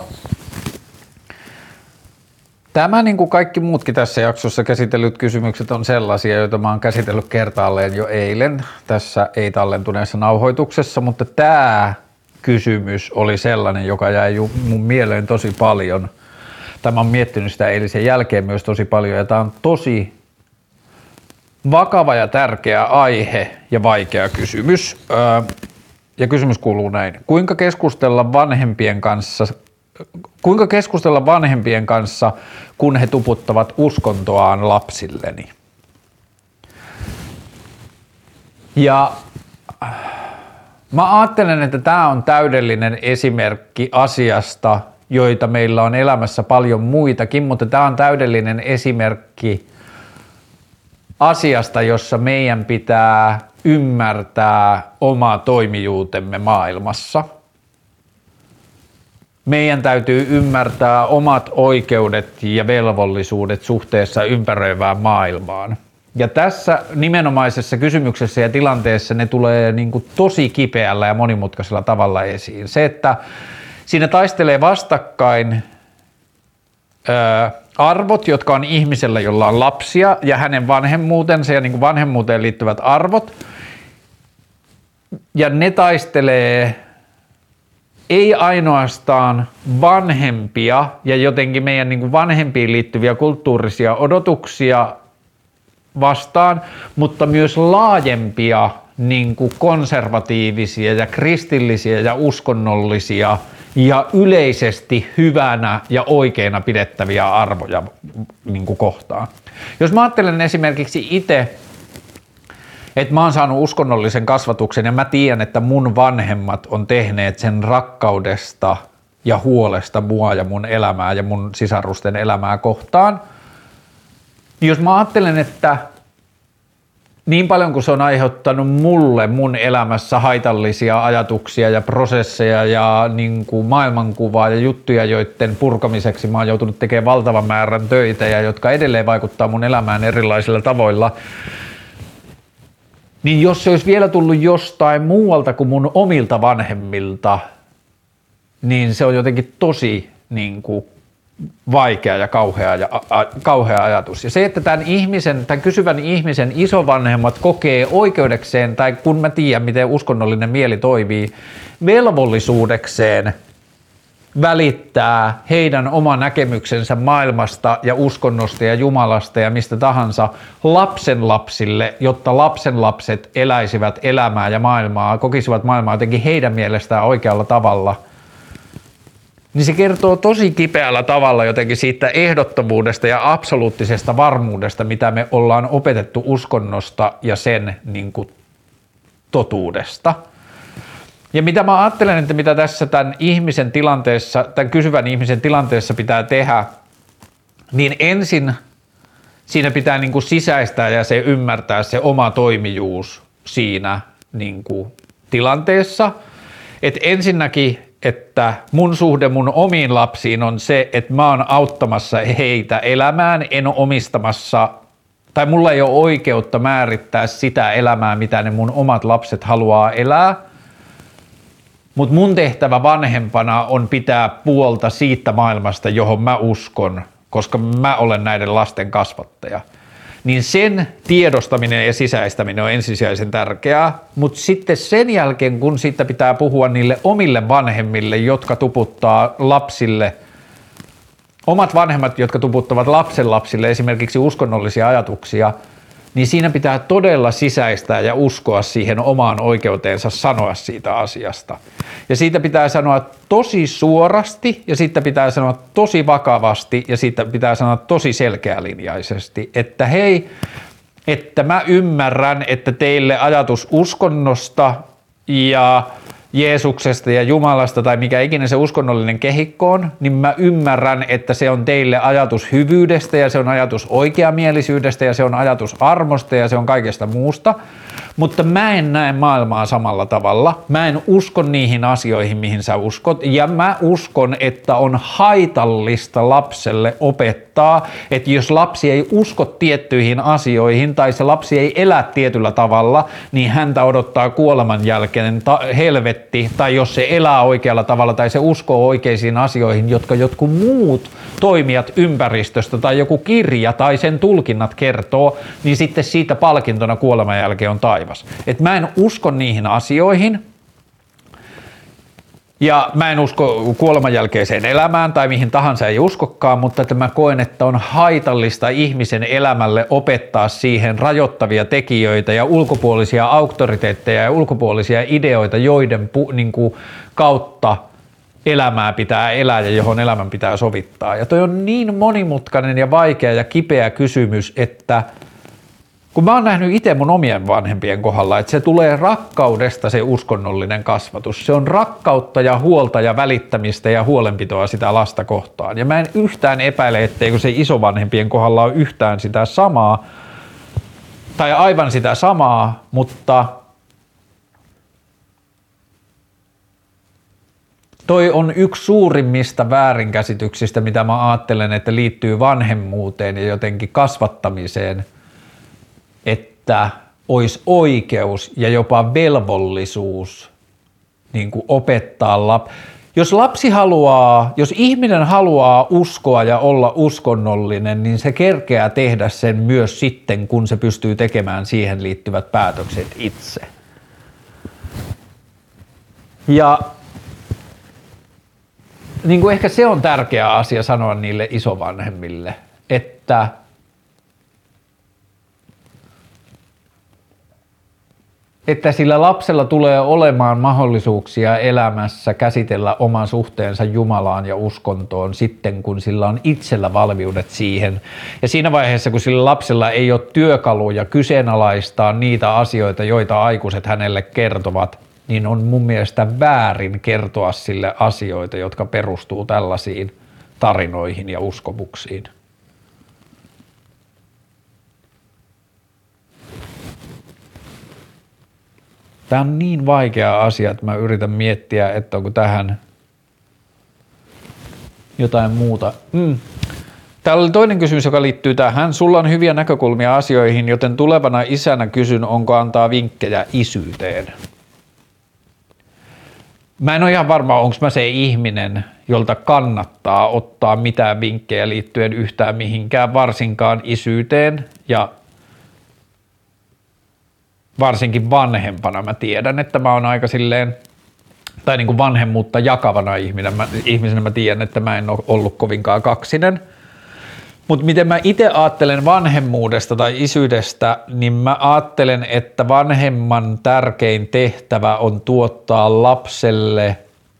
Speaker 2: Tämä, niin kuin kaikki muutkin tässä jaksossa käsitellyt kysymykset, on sellaisia, joita mä oon käsitellyt kertaalleen jo eilen tässä ei-tallentuneessa nauhoituksessa, mutta tämä kysymys oli sellainen, joka jäi mun mieleen tosi paljon. Tämä on miettinyt sitä eilisen jälkeen myös tosi paljon, ja tämä on tosi vakava ja tärkeä aihe ja vaikea kysymys. Ja kysymys kuuluu näin. Kuinka keskustella vanhempien kanssa Kuinka keskustella vanhempien kanssa, kun he tuputtavat uskontoaan lapsilleni? Ja mä ajattelen, että tämä on täydellinen esimerkki asiasta, joita meillä on elämässä paljon muitakin, mutta tämä on täydellinen esimerkki asiasta, jossa meidän pitää ymmärtää oma toimijuutemme maailmassa. Meidän täytyy ymmärtää omat oikeudet ja velvollisuudet suhteessa ympäröivään maailmaan. Ja tässä nimenomaisessa kysymyksessä ja tilanteessa ne tulee niin kuin tosi kipeällä ja monimutkaisella tavalla esiin. Se, että siinä taistelee vastakkain ö, arvot, jotka on ihmisellä, jolla on lapsia ja hänen vanhemmuutensa ja niin kuin vanhemmuuteen liittyvät arvot. Ja ne taistelee ei ainoastaan vanhempia ja jotenkin meidän niin kuin vanhempiin liittyviä kulttuurisia odotuksia vastaan, mutta myös laajempia niin kuin konservatiivisia ja kristillisiä ja uskonnollisia ja yleisesti hyvänä ja oikeina pidettäviä arvoja niin kuin kohtaan. Jos mä ajattelen esimerkiksi itse, että mä oon saanut uskonnollisen kasvatuksen ja mä tiedän, että mun vanhemmat on tehneet sen rakkaudesta ja huolesta mua ja mun elämää ja mun sisarusten elämää kohtaan, niin jos mä ajattelen, että niin paljon kuin se on aiheuttanut mulle mun elämässä haitallisia ajatuksia ja prosesseja ja niin kuin maailmankuvaa ja juttuja, joiden purkamiseksi mä oon joutunut tekemään valtavan määrän töitä ja jotka edelleen vaikuttaa mun elämään erilaisilla tavoilla, niin jos se olisi vielä tullut jostain muualta kuin mun omilta vanhemmilta, niin se on jotenkin tosi niin kuin vaikea ja kauhea, ja, a, kauhea ajatus. Ja se, että tämän ihmisen, tämän kysyvän ihmisen isovanhemmat kokee oikeudekseen, tai kun mä tiedän, miten uskonnollinen mieli toimii, velvollisuudekseen välittää heidän oma näkemyksensä maailmasta ja uskonnosta ja Jumalasta ja mistä tahansa lapsenlapsille, jotta lapsenlapset eläisivät elämää ja maailmaa, kokisivat maailmaa jotenkin heidän mielestään oikealla tavalla, niin se kertoo tosi kipeällä tavalla jotenkin siitä ehdottomuudesta ja absoluuttisesta varmuudesta, mitä me ollaan opetettu uskonnosta ja sen niin kuin, totuudesta. Ja mitä mä ajattelen, että mitä tässä tämän ihmisen tilanteessa, tämän kysyvän ihmisen tilanteessa pitää tehdä, niin ensin siinä pitää niin kuin sisäistää ja se ymmärtää se oma toimijuus siinä niin kuin tilanteessa. Että ensinnäkin, että mun suhde mun omiin lapsiin on se, että mä oon auttamassa heitä elämään, en omistamassa, tai mulla ei ole oikeutta määrittää sitä elämää, mitä ne mun omat lapset haluaa elää. Mutta mun tehtävä vanhempana on pitää puolta siitä maailmasta, johon mä uskon, koska mä olen näiden lasten kasvattaja. Niin sen tiedostaminen ja sisäistäminen on ensisijaisen tärkeää, mutta sitten sen jälkeen, kun siitä pitää puhua niille omille vanhemmille, jotka tuputtaa lapsille, omat vanhemmat, jotka tuputtavat lapsenlapsille esimerkiksi uskonnollisia ajatuksia, niin siinä pitää todella sisäistää ja uskoa siihen omaan oikeuteensa sanoa siitä asiasta. Ja siitä pitää sanoa tosi suorasti ja siitä pitää sanoa tosi vakavasti ja siitä pitää sanoa tosi selkeälinjaisesti, että hei, että mä ymmärrän, että teille ajatus uskonnosta ja Jeesuksesta ja Jumalasta tai mikä ikinä se uskonnollinen kehikko on, niin mä ymmärrän, että se on teille ajatus hyvyydestä ja se on ajatus oikeamielisyydestä ja se on ajatus armosta ja se on kaikesta muusta, mutta mä en näe maailmaa samalla tavalla. Mä en usko niihin asioihin, mihin sä uskot ja mä uskon, että on haitallista lapselle opettaa, että jos lapsi ei usko tiettyihin asioihin tai se lapsi ei elä tietyllä tavalla, niin häntä odottaa kuoleman jälkeen ta- helvetti. Tai jos se elää oikealla tavalla tai se uskoo oikeisiin asioihin, jotka jotkut muut toimijat ympäristöstä tai joku kirja tai sen tulkinnat kertoo, niin sitten siitä palkintona kuoleman jälkeen on taivas. Et mä en usko niihin asioihin ja mä en usko kuoleman jälkeiseen elämään tai mihin tahansa ei uskokaan, mutta että mä koen, että on haitallista ihmisen elämälle opettaa siihen rajoittavia tekijöitä ja ulkopuolisia auktoriteetteja ja ulkopuolisia ideoita, joiden pu, niin kuin, kautta elämää pitää elää ja johon elämän pitää sovittaa. Ja toi on niin monimutkainen ja vaikea ja kipeä kysymys, että kun mä oon nähnyt itse mun omien vanhempien kohdalla, että se tulee rakkaudesta se uskonnollinen kasvatus. Se on rakkautta ja huolta ja välittämistä ja huolenpitoa sitä lasta kohtaan. Ja mä en yhtään epäile, etteikö se isovanhempien kohdalla ole yhtään sitä samaa, tai aivan sitä samaa, mutta toi on yksi suurimmista väärinkäsityksistä, mitä mä ajattelen, että liittyy vanhemmuuteen ja jotenkin kasvattamiseen, että olisi oikeus ja jopa velvollisuus niin kuin opettaa lap- Jos lapsi haluaa, jos ihminen haluaa uskoa ja olla uskonnollinen, niin se kerkeää tehdä sen myös sitten, kun se pystyy tekemään siihen liittyvät päätökset itse. Ja niin kuin ehkä se on tärkeä asia sanoa niille isovanhemmille, että että sillä lapsella tulee olemaan mahdollisuuksia elämässä käsitellä oman suhteensa Jumalaan ja uskontoon sitten, kun sillä on itsellä valmiudet siihen. Ja siinä vaiheessa, kun sillä lapsella ei ole työkaluja kyseenalaistaa niitä asioita, joita aikuiset hänelle kertovat, niin on mun mielestä väärin kertoa sille asioita, jotka perustuu tällaisiin tarinoihin ja uskomuksiin. Tämä on niin vaikea asia, että mä yritän miettiä, että onko tähän jotain muuta. Mm. Täällä oli toinen kysymys, joka liittyy tähän. Sulla on hyviä näkökulmia asioihin, joten tulevana isänä kysyn, onko antaa vinkkejä isyyteen. Mä en ole ihan varma, onko mä se ihminen, jolta kannattaa ottaa mitään vinkkejä liittyen yhtään mihinkään, varsinkaan isyyteen ja varsinkin vanhempana mä tiedän, että mä oon aika silleen, tai niin kuin vanhemmuutta jakavana ihminen, mä, ihmisenä mä tiedän, että mä en ole ollut kovinkaan kaksinen. Mutta miten mä itse ajattelen vanhemmuudesta tai isyydestä, niin mä ajattelen, että vanhemman tärkein tehtävä on tuottaa lapselle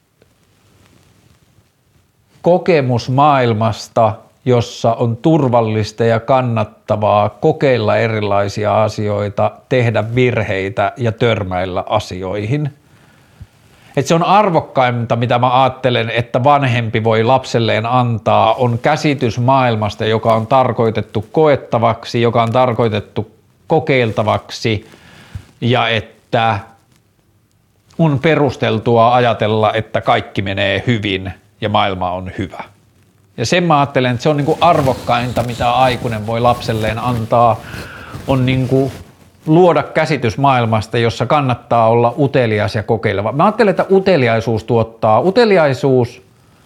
Speaker 2: kokemus maailmasta, jossa on turvallista ja kannattavaa kokeilla erilaisia asioita, tehdä virheitä ja törmäillä asioihin. Et se on arvokkainta, mitä mä ajattelen, että vanhempi voi lapselleen antaa, on käsitys maailmasta, joka on tarkoitettu koettavaksi, joka on tarkoitettu kokeiltavaksi ja että on perusteltua ajatella, että kaikki menee hyvin ja maailma on hyvä. Ja sen mä ajattelen, että se on niinku arvokkainta, mitä aikuinen voi lapselleen antaa, on niinku luoda käsitys maailmasta, jossa kannattaa olla utelias ja kokeileva. Mä ajattelen, että uteliaisuus tuottaa, uteliaisuus,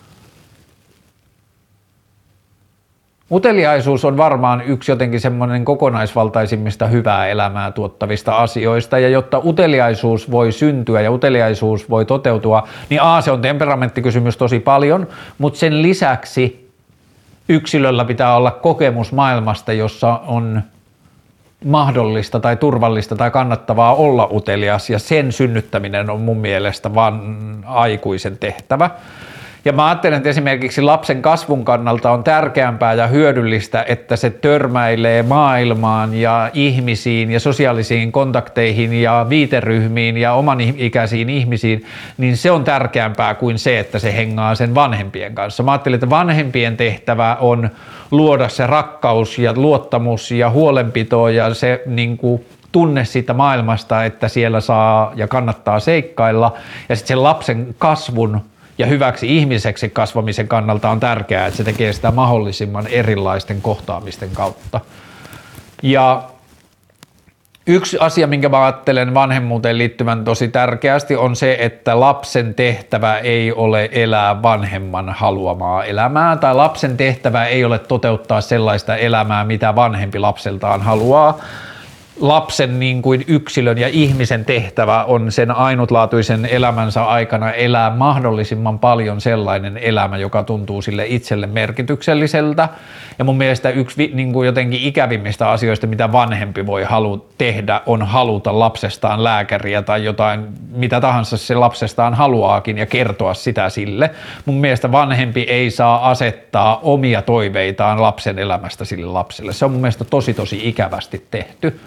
Speaker 2: uteliaisuus on varmaan yksi jotenkin semmoinen kokonaisvaltaisimmista hyvää elämää tuottavista asioista, ja jotta uteliaisuus voi syntyä ja uteliaisuus voi toteutua, niin a, se on temperamenttikysymys tosi paljon, mutta sen lisäksi yksilöllä pitää olla kokemus maailmasta, jossa on mahdollista tai turvallista tai kannattavaa olla utelias, ja sen synnyttäminen on mun mielestä vaan aikuisen tehtävä. Ja mä ajattelen, että esimerkiksi lapsen kasvun kannalta on tärkeämpää ja hyödyllistä, että se törmäilee maailmaan ja ihmisiin ja sosiaalisiin kontakteihin ja viiteryhmiin ja oman ikäisiin ihmisiin, niin se on tärkeämpää kuin se, että se hengaa sen vanhempien kanssa. Mä ajattelen, että vanhempien tehtävä on luoda se rakkaus ja luottamus ja huolenpito ja se niin kuin tunne siitä maailmasta, että siellä saa ja kannattaa seikkailla, ja sitten sen lapsen kasvun ja hyväksi ihmiseksi kasvamisen kannalta on tärkeää, että se tekee sitä mahdollisimman erilaisten kohtaamisten kautta. Ja yksi asia, minkä mä ajattelen vanhemmuuteen liittyvän tosi tärkeästi, on se, että lapsen tehtävä ei ole elää vanhemman haluamaa elämää, tai lapsen tehtävä ei ole toteuttaa sellaista elämää, mitä vanhempi lapseltaan haluaa. Lapsen niin kuin yksilön ja ihmisen tehtävä on sen ainutlaatuisen elämänsä aikana elää mahdollisimman paljon sellainen elämä, joka tuntuu sille itselle merkitykselliseltä. Ja mun mielestä yksi niin kuin jotenkin ikävimmistä asioista, mitä vanhempi voi halu tehdä, on haluta lapsestaan lääkäriä tai jotain, mitä tahansa se lapsestaan haluaakin, ja kertoa sitä sille. Mun mielestä vanhempi ei saa asettaa omia toiveitaan lapsen elämästä sille lapselle. Se on mun mielestä tosi tosi ikävästi tehty.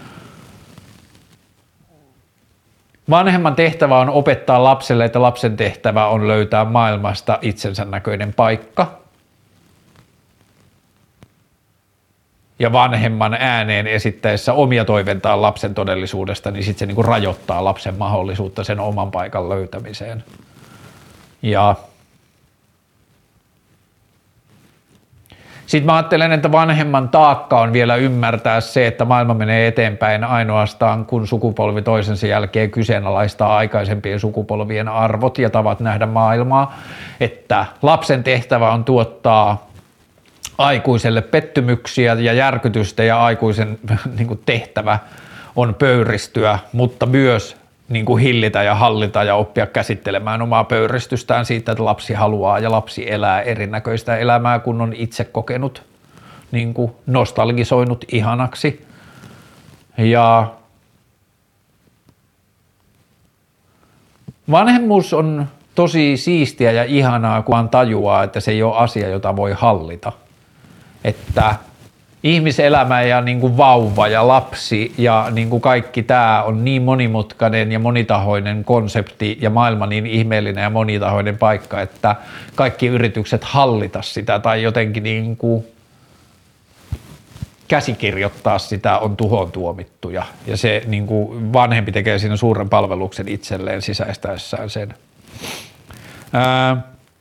Speaker 2: Vanhemman tehtävä on opettaa lapselle, että lapsen tehtävä on löytää maailmasta itsensä näköinen paikka. Ja vanhemman ääneen esittäessä omia toiveitaan lapsen todellisuudesta, niin sitten se niinku rajoittaa lapsen mahdollisuutta sen oman paikan löytämiseen. Ja Sitten mä ajattelen, että vanhemman taakka on vielä ymmärtää se, että maailma menee eteenpäin ainoastaan, kun sukupolvi toisensa jälkeen kyseenalaistaa aikaisempien sukupolvien arvot ja tavat nähdä maailmaa. Että lapsen tehtävä on tuottaa aikuiselle pettymyksiä ja järkytystä ja aikuisen niin kuin tehtävä on pöyristyä, mutta myös niin kuin hillitä ja hallita ja oppia käsittelemään omaa pöyristystään siitä, että lapsi haluaa ja lapsi elää erinäköistä elämää, kun on itse kokenut, niin kuin nostalgisoinut ihanaksi. Ja vanhemmuus on tosi siistiä ja ihanaa, kun tajuaa, että se ei ole asia, jota voi hallita. Että ihmiselämä ja niin kuin vauva ja lapsi ja niin kuin kaikki tämä on niin monimutkainen ja monitahoinen konsepti ja maailma niin ihmeellinen ja monitahoinen paikka, että kaikki yritykset hallita sitä tai jotenkin niin kuin käsikirjoittaa sitä on tuhoon tuomittuja. Ja se niin kuin vanhempi tekee siinä suuren palveluksen itselleen sisäistäessään sen. Ää,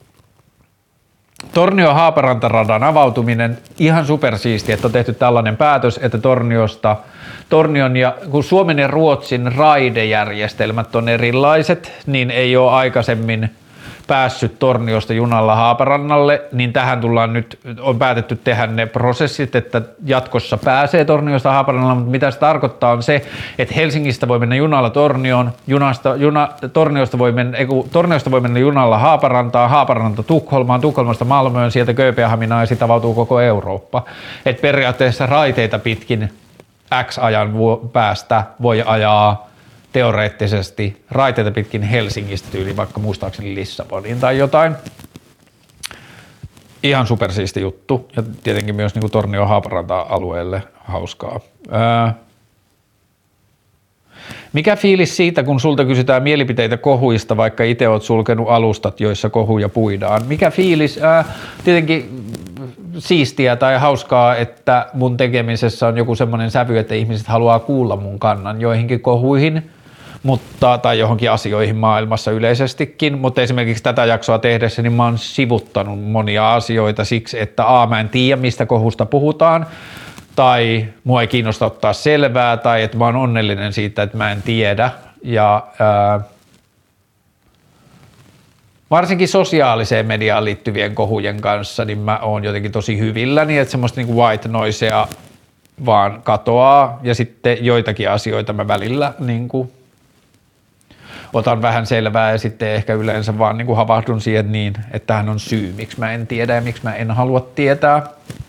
Speaker 2: Tornio-Haaparanta-radan avautuminen, ihan supersiisti, että on tehty tällainen päätös, että Torniosta, Tornion ja kun Suomen ja Ruotsin raidejärjestelmät on erilaiset, niin ei ole aikaisemmin päässyt Torniosta junalla Haaparannalle, niin tähän tullaan nyt, on päätetty tehdä ne prosessit, että jatkossa pääsee Torniosta Haaparannalle, mutta mitä se tarkoittaa on se, että Helsingistä voi mennä junalla Tornioon, junasta, juna, Torniosta, voi mennä, ei, Torniosta voi mennä junalla Haaparantaan, Haaparanta Tukholmaan, Tukholmasta Malmöön, sieltä Kööpenhaminaan ja sitten avautuu koko Eurooppa. Et periaatteessa raiteita pitkin X ajan päästä voi ajaa teoreettisesti raiteita pitkin Helsingistä tyyliin, vaikka muistaakseni Lissaboniin tai jotain. Ihan supersiisti juttu ja tietenkin myös niin kuin Tornio-Haaparanta-alueelle hauskaa. Ää... Mikä fiilis siitä, kun sulta kysytään mielipiteitä kohuista, vaikka itse oot sulkenut alustat, joissa kohuja puidaan? Mikä fiilis? Ää, tietenkin siistiä tai hauskaa, että mun tekemisessä on joku semmoinen sävy, että ihmiset haluaa kuulla mun kannan joihinkin kohuihin, mutta, tai johonkin asioihin maailmassa yleisestikin, mutta esimerkiksi tätä jaksoa tehdessä niin mä oon sivuttanut monia asioita siksi, että a, mä en tiedä mistä kohusta puhutaan, tai mua ei kiinnosta ottaa selvää, tai että mä oon onnellinen siitä, että mä en tiedä. Ja ää, varsinkin sosiaaliseen mediaan liittyvien kohujen kanssa, niin mä oon jotenkin tosi hyvilläni, että semmoista niinku white noisea vaan katoaa, ja sitten joitakin asioita mä välillä niinku otan vähän selvää, ja sitten ehkä yleensä vaan niinku havahdun siihen niin, että tämähän on syy, miksi mä en tiedä ja miksi mä en halua tietää.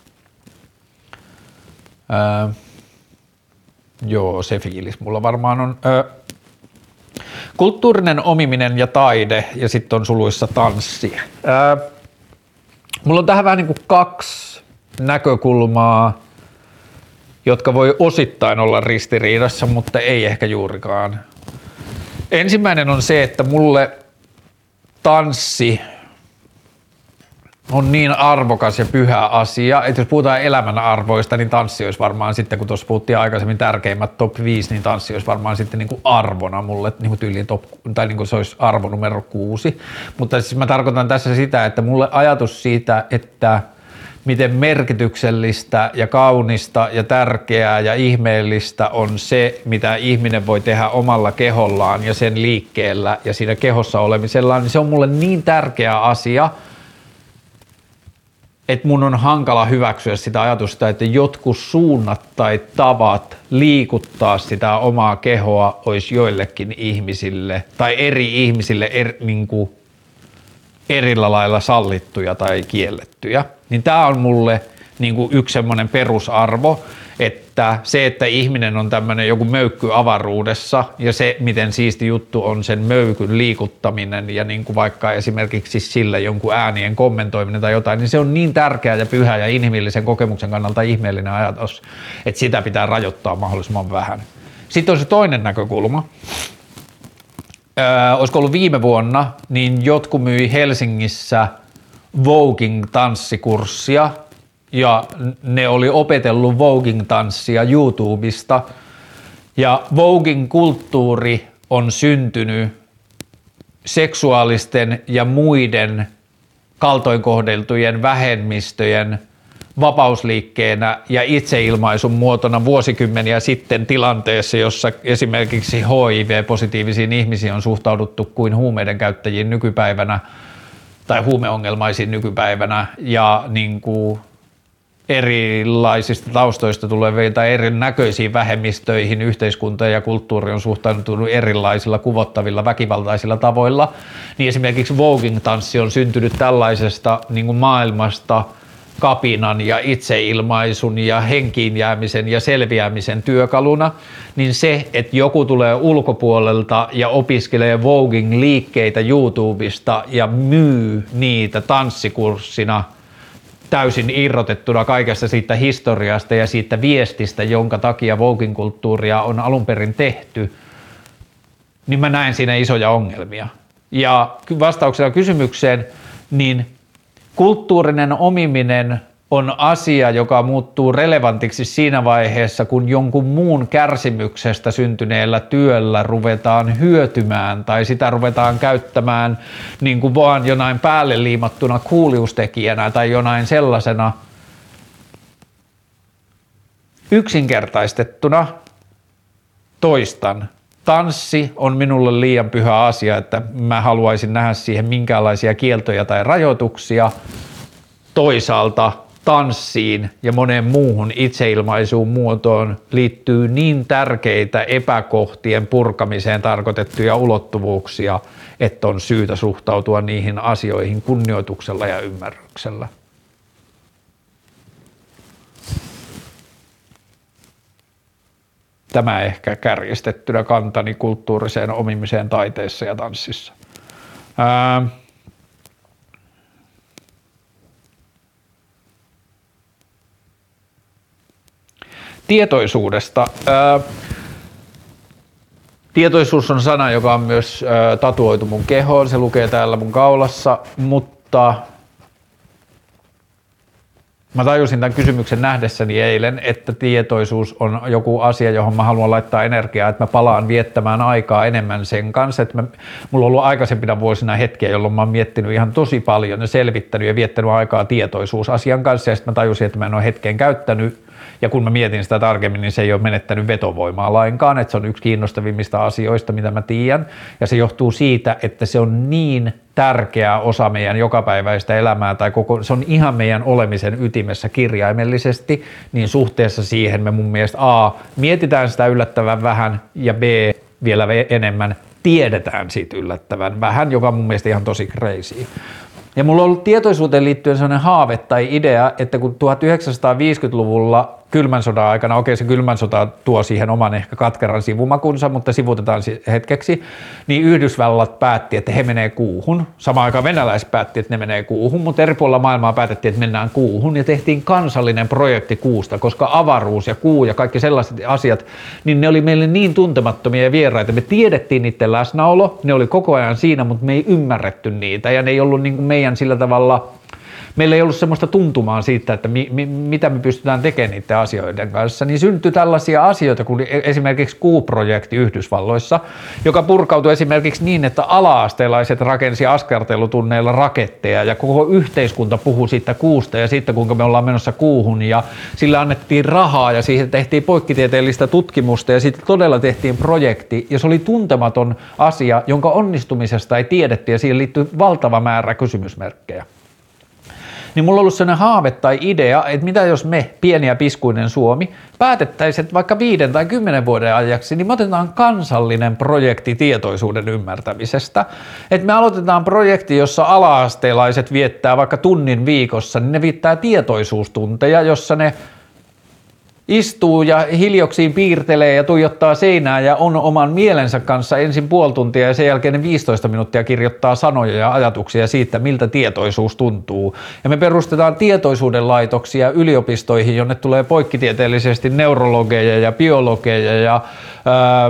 Speaker 2: Öö, joo, se fiilis mulla varmaan on. Öö, kulttuurinen omiminen ja taide ja sitten on suluissa tanssi. Öö, mulla on tähän vähän niin kuin kaksi näkökulmaa, jotka voi osittain olla ristiriidassa, mutta ei ehkä juurikaan. Ensimmäinen on se, että mulle tanssi on niin arvokas ja pyhä asia, että jos puhutaan elämän arvoista, niin tanssi olisi varmaan sitten, kun tuossa puhuttiin aikaisemmin tärkeimmät top viisi, niin tanssi olisi varmaan sitten niin kuin arvona mulle, niin kuin tyyliin top, tai niin kuin se olisi arvo numero kuusi. Mutta siis mä tarkoitan tässä sitä, että mulle ajatus siitä, että miten merkityksellistä ja kaunista ja tärkeää ja ihmeellistä on se, mitä ihminen voi tehdä omalla kehollaan ja sen liikkeellä ja siinä kehossa olemisellaan, niin se on mulle niin tärkeä asia, että mun on hankala hyväksyä sitä ajatusta, että jotkut suunnat tai tavat liikuttaa sitä omaa kehoa olisi joillekin ihmisille tai eri ihmisille er, niin kuin erillä lailla sallittuja tai kiellettyjä. Niin tää on mulle niin kuin yksi semmoinen perusarvo, että se, että ihminen on tämmöinen joku möykky avaruudessa ja se, miten siisti juttu on sen möykyn liikuttaminen ja niin kuin vaikka esimerkiksi sille jonkun äänien kommentoiminen tai jotain, niin se on niin tärkeä ja pyhä ja inhimillisen kokemuksen kannalta ihmeellinen ajatus, että sitä pitää rajoittaa mahdollisimman vähän. Sitten on se toinen näkökulma. Öö, olisiko ollut viime vuonna, niin jotkut myi Helsingissä Voguing-tanssikurssia, ja ne oli opetellut Voguing-tanssia YouTubesta, ja Voguing-kulttuuri on syntynyt seksuaalisten ja muiden kaltoinkohdeltujen vähemmistöjen vapausliikkeenä ja itseilmaisun muotona vuosikymmeniä sitten tilanteessa, jossa esimerkiksi H I V-positiivisiin ihmisiin on suhtauduttu kuin huumeiden käyttäjiin nykypäivänä tai huumeongelmaisiin nykypäivänä ja niin kuin erilaisista taustoista tuleviin tai erinäköisiin vähemmistöihin yhteiskunta ja kulttuuri on suhtautunut erilaisilla kuvottavilla väkivaltaisilla tavoilla, niin esimerkiksi voguing-tanssi on syntynyt tällaisesta niin kuin maailmasta kapinan ja itseilmaisun ja henkiin jäämisen ja selviämisen työkaluna, niin se, että joku tulee ulkopuolelta ja opiskelee voguing-liikkeitä YouTubesta ja myy niitä tanssikurssina täysin irrotettuna kaikesta siitä historiasta ja siitä viestistä, jonka takia voguing-kulttuuria on alun perin tehty, niin mä näen siinä isoja ongelmia. Ja vastauksena kysymykseen, niin kulttuurinen omiminen on asia, joka muuttuu relevantiksi siinä vaiheessa, kun jonkun muun kärsimyksestä syntyneellä työllä ruvetaan hyötymään tai sitä ruvetaan käyttämään niin kuin vaan jonain päälle liimattuna kuuliustekijänä tai jonain sellaisena yksinkertaistettuna. Toistan. Tanssi on minulle liian pyhä asia, että mä haluaisin nähdä siihen minkäänlaisia kieltoja tai rajoituksia. Toisaalta tanssiin ja moneen muuhun itseilmaisuun muotoon liittyy niin tärkeitä epäkohtien purkamiseen tarkoitettuja ulottuvuuksia, että on syytä suhtautua niihin asioihin kunnioituksella ja ymmärryksellä. Tämä ehkä kärjistettynä kantani kulttuuriseen omimiseen taiteessa ja tanssissa. Ää, Tietoisuudesta. Ää, tietoisuus on sana, joka on myös ää, tatuoitu mun kehoon. Se lukee täällä mun kaulassa, mutta mä tajusin tämän kysymyksen nähdessäni eilen, että tietoisuus on joku asia, johon mä haluan laittaa energiaa, että mä palaan viettämään aikaa enemmän sen kanssa. Että mä, mulla on ollut aikaisempina vuosina hetkiä, jolloin mä oon miettinyt ihan tosi paljon ja selvittänyt ja viettänyt aikaa tietoisuusasian kanssa. Ja sitten mä tajusin, että mä en ole hetken käyttänyt. Ja kun mä mietin sitä tarkemmin, niin se ei ole menettänyt vetovoimaa lainkaan, että se on yksi kiinnostavimmista asioista, mitä mä tiedän. Ja se johtuu siitä, että se on niin tärkeä osa meidän jokapäiväistä elämää, tai koko, se on ihan meidän olemisen ytimessä kirjaimellisesti, niin suhteessa siihen me mun mielestä A, mietitään sitä yllättävän vähän, ja B, vielä enemmän, tiedetään siitä yllättävän vähän, joka on mun mielestä ihan tosi crazy. Ja mulla on ollut tietoisuuteen liittyen sellainen haave tai idea, että kun tuhatyhdeksänsataaviisikymmentäluvulla kylmän sodan aikana, okei se kylmän sota tuo siihen oman ehkä katkeran sivumakunsa, mutta sivutetaan hetkeksi, niin Yhdysvallat päätti, että he menee kuuhun. Samaan aikaan venäläiset päätti, että ne menee kuuhun, mutta eri puolilla maailmaa päätettiin, että mennään kuuhun ja tehtiin kansallinen projekti kuusta, koska avaruus ja kuu ja kaikki sellaiset asiat, niin ne oli meille niin tuntemattomia ja vieraita. Me tiedettiin niiden läsnäolo, ne oli koko ajan siinä, mutta me ei ymmärretty niitä ja ne ei ollut niin kuin meidän sillä tavalla. Meillä ei ollut semmoista tuntumaa siitä, että mi, mi, mitä me pystytään tekemään niiden asioiden kanssa, niin syntyi tällaisia asioita kuin esimerkiksi Kuu-projekti Yhdysvalloissa, joka purkautui esimerkiksi niin, että ala-asteelaiset rakensi askartelutunneilla raketteja ja koko yhteiskunta puhui siitä kuusta ja siitä, kuinka me ollaan menossa kuuhun ja sillä annettiin rahaa ja siihen tehtiin poikkitieteellistä tutkimusta ja siitä todella tehtiin projekti ja se oli tuntematon asia, jonka onnistumisesta ei tiedetty ja siihen liittyy valtava määrä kysymysmerkkejä. Niin mulla on ollut sellainen haave tai idea, että mitä jos me, pieni ja piskuinen Suomi, päätettäisiin, että vaikka viiden tai kymmenen vuoden ajaksi, niin me otetaan kansallinen projekti tietoisuuden ymmärtämisestä. Että me aloitetaan projekti, jossa ala-asteelaiset viettää vaikka tunnin viikossa, niin ne viettää tietoisuustunteja, jossa ne istuu ja hiljoksiin piirtelee ja tuijottaa seinää ja on oman mielensä kanssa ensin puoli tuntia ja sen jälkeen ne viisitoista minuuttia kirjoittaa sanoja ja ajatuksia siitä, miltä tietoisuus tuntuu. Ja me perustetaan tietoisuuden laitoksia yliopistoihin, jonne tulee poikkitieteellisesti neurologeja ja biologeja ja ää,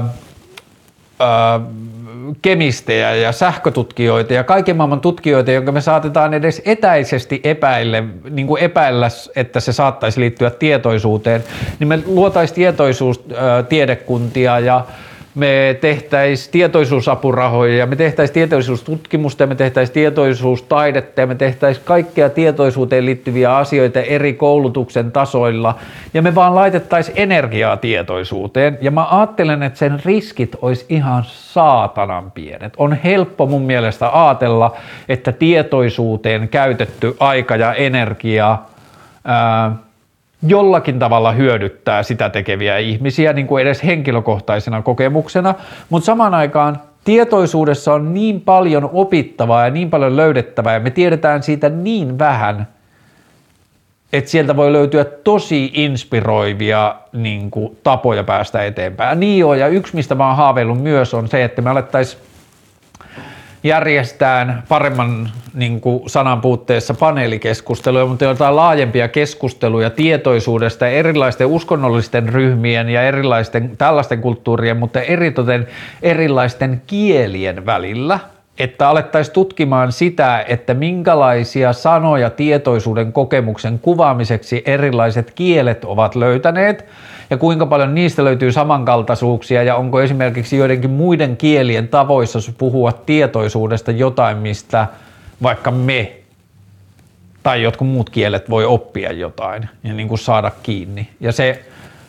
Speaker 2: ää, kemistejä ja sähkötutkijoita ja kaiken maailman tutkijoita, jonka me saatetaan edes etäisesti epäille, niin kuin epäillä, että se saattaisi liittyä tietoisuuteen, niin me luotaisiin tietoisuustiedekuntia ja me tehtäisiin tietoisuusapurahoja ja me tehtäisiin tietoisuustutkimusta ja me tehtäisiin tietoisuustaidetta ja me tehtäisiin kaikkea tietoisuuteen liittyviä asioita eri koulutuksen tasoilla ja me vaan laitettaisiin energiaa tietoisuuteen ja mä ajattelen, että sen riskit olisi ihan saatanan pienet. On helppo mun mielestä ajatella, että tietoisuuteen käytetty aika ja energia ää, jollakin tavalla hyödyttää sitä tekeviä ihmisiä niin kuin edes henkilökohtaisena kokemuksena, mutta samaan aikaan tietoisuudessa on niin paljon opittavaa ja niin paljon löydettävää ja me tiedetään siitä niin vähän, että sieltä voi löytyä tosi inspiroivia niin kuin, tapoja päästä eteenpäin. Niin joo, ja yksi mistä mä oon haaveillut myös on se, että me alettaisiin järjestään paremman niin kuin sanan puutteessa paneelikeskusteluja, mutta jotain laajempia keskusteluja tietoisuudesta erilaisten uskonnollisten ryhmien ja erilaisten tällaisten kulttuurien, mutta eritoten erilaisten kielien välillä, että alettaisiin tutkimaan sitä, että minkälaisia sanoja tietoisuuden kokemuksen kuvaamiseksi erilaiset kielet ovat löytäneet ja kuinka paljon niistä löytyy samankaltaisuuksia ja onko esimerkiksi joidenkin muiden kielien tavoissa puhua tietoisuudesta jotain, mistä vaikka me tai jotkut muut kielet voi oppia jotain ja niin kuin saada kiinni. Ja se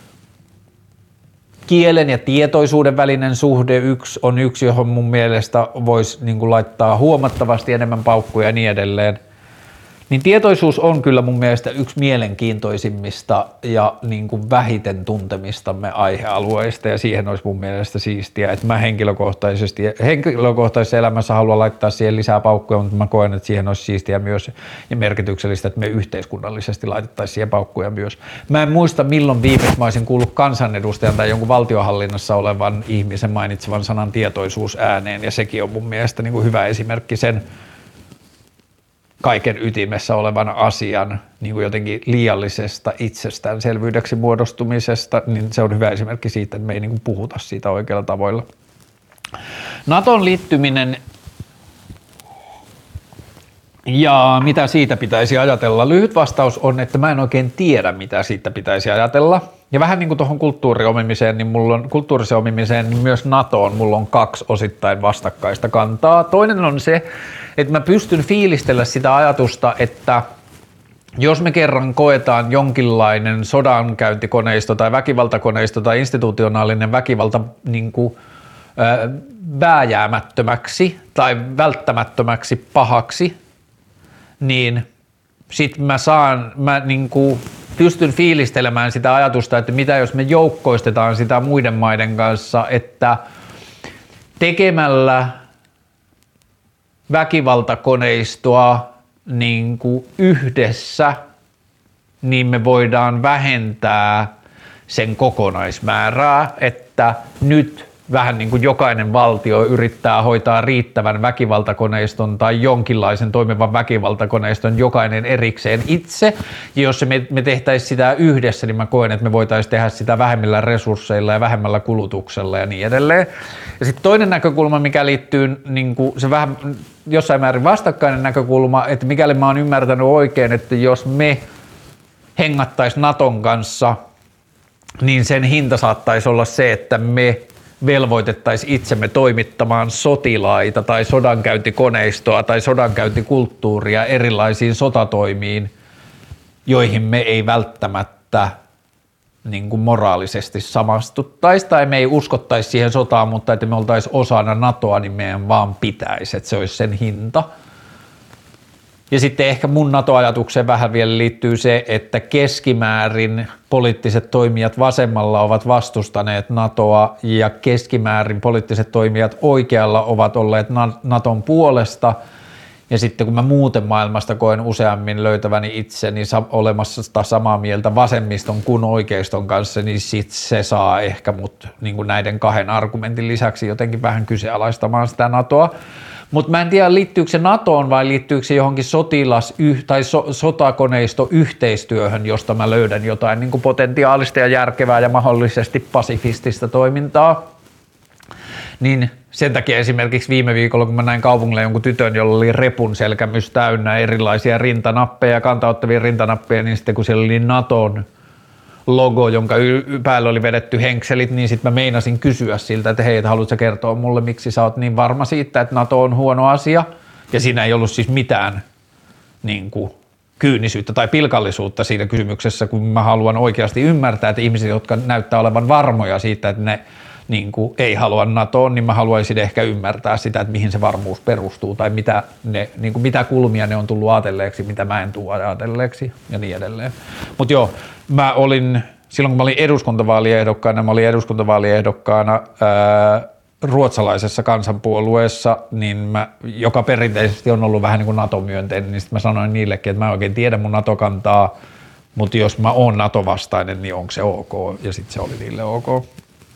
Speaker 2: kielen ja tietoisuuden välinen suhde yksi on yksi, johon mun mielestä voisi niin kuin laittaa huomattavasti enemmän paukkuja ja niin edelleen. Niin tietoisuus on kyllä mun mielestä yksi mielenkiintoisimmista ja niin kuin vähiten tuntemistamme aihealueista ja siihen olisi mun mielestä siistiä, että mä henkilökohtaisesti, henkilökohtaisessa elämässä haluan laittaa siihen lisää paukkuja, mutta mä koen, että siihen olisi siistiä myös ja merkityksellistä, että me yhteiskunnallisesti laitettaisiin siihen paukkuja myös. Mä en muista milloin viimeksi mä olisin kuullut kansanedustajan tai jonkun valtionhallinnassa olevan ihmisen mainitsevan sanan tietoisuus ääneen ja sekin on mun mielestä niin kuin hyvä esimerkki sen kaiken ytimessä olevan asian niin kuin jotenkin liiallisesta itsestäänselvyydeksi muodostumisesta, niin se on hyvä esimerkki siitä, että me ei niin kuin puhuta siitä oikealla tavoilla. Naton liittyminen ja mitä siitä pitäisi ajatella? Lyhyt vastaus on, että mä en oikein tiedä, mitä siitä pitäisi ajatella. Ja vähän niin kuin tuohon kulttuuriomimiseen, niin mulla on kulttuurisen omimiseen, niin myös NATOon mulla on kaksi osittain vastakkaista kantaa. Toinen on se, että mä pystyn fiilistellä sitä ajatusta, että jos me kerran koetaan jonkinlainen sodankäyntikoneisto tai väkivaltakoneisto tai institutionaalinen väkivalta niin kuin, äh, vääjäämättömäksi tai välttämättömäksi pahaksi, niin sit mä saan, mä niin kuin pystyn fiilistelemään sitä ajatusta, että mitä jos me joukkoistetaan sitä muiden maiden kanssa, että tekemällä väkivaltakoneistoa niin kuin yhdessä, niin me voidaan vähentää sen kokonaismäärää, että nyt vähän niin kuin jokainen valtio yrittää hoitaa riittävän väkivaltakoneiston tai jonkinlaisen toimivan väkivaltakoneiston jokainen erikseen itse. Ja jos me, me tehtäisiin sitä yhdessä, niin mä koen, että me voitaisiin tehdä sitä vähemmillä resursseilla ja vähemmällä kulutuksella ja niin edelleen. Ja sitten toinen näkökulma, mikä liittyy niin kuin se vähän jossain määrin vastakkainen näkökulma, että mikäli mä oon ymmärtänyt oikein, että jos me hengattaisiin Naton kanssa, niin sen hinta saattaisi olla se, että me velvoitettaisiin itsemme toimittamaan sotilaita tai sodankäyntikoneistoa tai sodankäyntikulttuuria erilaisiin sotatoimiin, joihin me ei välttämättä niin kuin moraalisesti samastuttaisi tai me ei uskottaisi siihen sotaan, mutta että me oltaisiin osana NATOa, niin meidän vaan pitäisi, että se olisi sen hinta. Ja sitten ehkä mun NATO-ajatukseen vähän vielä liittyy se, että keskimäärin poliittiset toimijat vasemmalla ovat vastustaneet NATOa ja keskimäärin poliittiset toimijat oikealla ovat olleet NATOn puolesta. Ja sitten kun mä muuten maailmasta koen useammin löytäväni itseni olemassa samaa mieltä vasemmiston kuin oikeiston kanssa, niin sit se saa ehkä mut niin kuin näiden kahden argumentin lisäksi jotenkin vähän kyseenalaistamaan sitä NATOa. Mutta mä en tiedä, liittyykö se NATOon vai liittyykö se johonkin sotilas- tai so- sotakoneisto-yhteistyöhön, josta mä löydän jotain niin kuin potentiaalista ja järkevää ja mahdollisesti pasifistista toimintaa. Niin sen takia esimerkiksi viime viikolla, kun mä näin kaupungilla jonkun tytön, jolla oli repun selkämys täynnä erilaisia rintanappeja, kantauttavia rintanappeja, niin sitten kun siellä oli NATOn logo, jonka y- päälle oli vedetty henkselit, niin sitten mä meinasin kysyä siltä, että hei, et haluatko kertoa mulle, miksi sä oot niin varma siitä, että NATO on huono asia. Ja siinä ei ollut siis mitään niin kuin, kyynisyyttä tai pilkallisuutta siinä kysymyksessä, kun mä haluan oikeasti ymmärtää, että ihmiset, jotka näyttää olevan varmoja siitä, että ne niin kuin, ei halua NATOon, niin mä haluaisin ehkä ymmärtää sitä, että mihin se varmuus perustuu tai mitä, ne, niin kuin, mitä kulmia ne on tullut ajatelleeksi, mitä mä en tule ajatelleeksi ja niin edelleen. Mutta joo, mä olin, silloin kun mä olin eduskuntavaaliehdokkaana, mä olin eduskuntavaaliehdokkaana ää, ruotsalaisessa kansanpuolueessa, niin mä, joka perinteisesti on ollut vähän niin kuin NATO-myönteinen, niin sitten mä sanoin niillekin, että mä en oikein tiedä mun NATO-kantaa, mutta jos mä oon NATO-vastainen, niin onko se ok? Ja sitten se oli niille ok.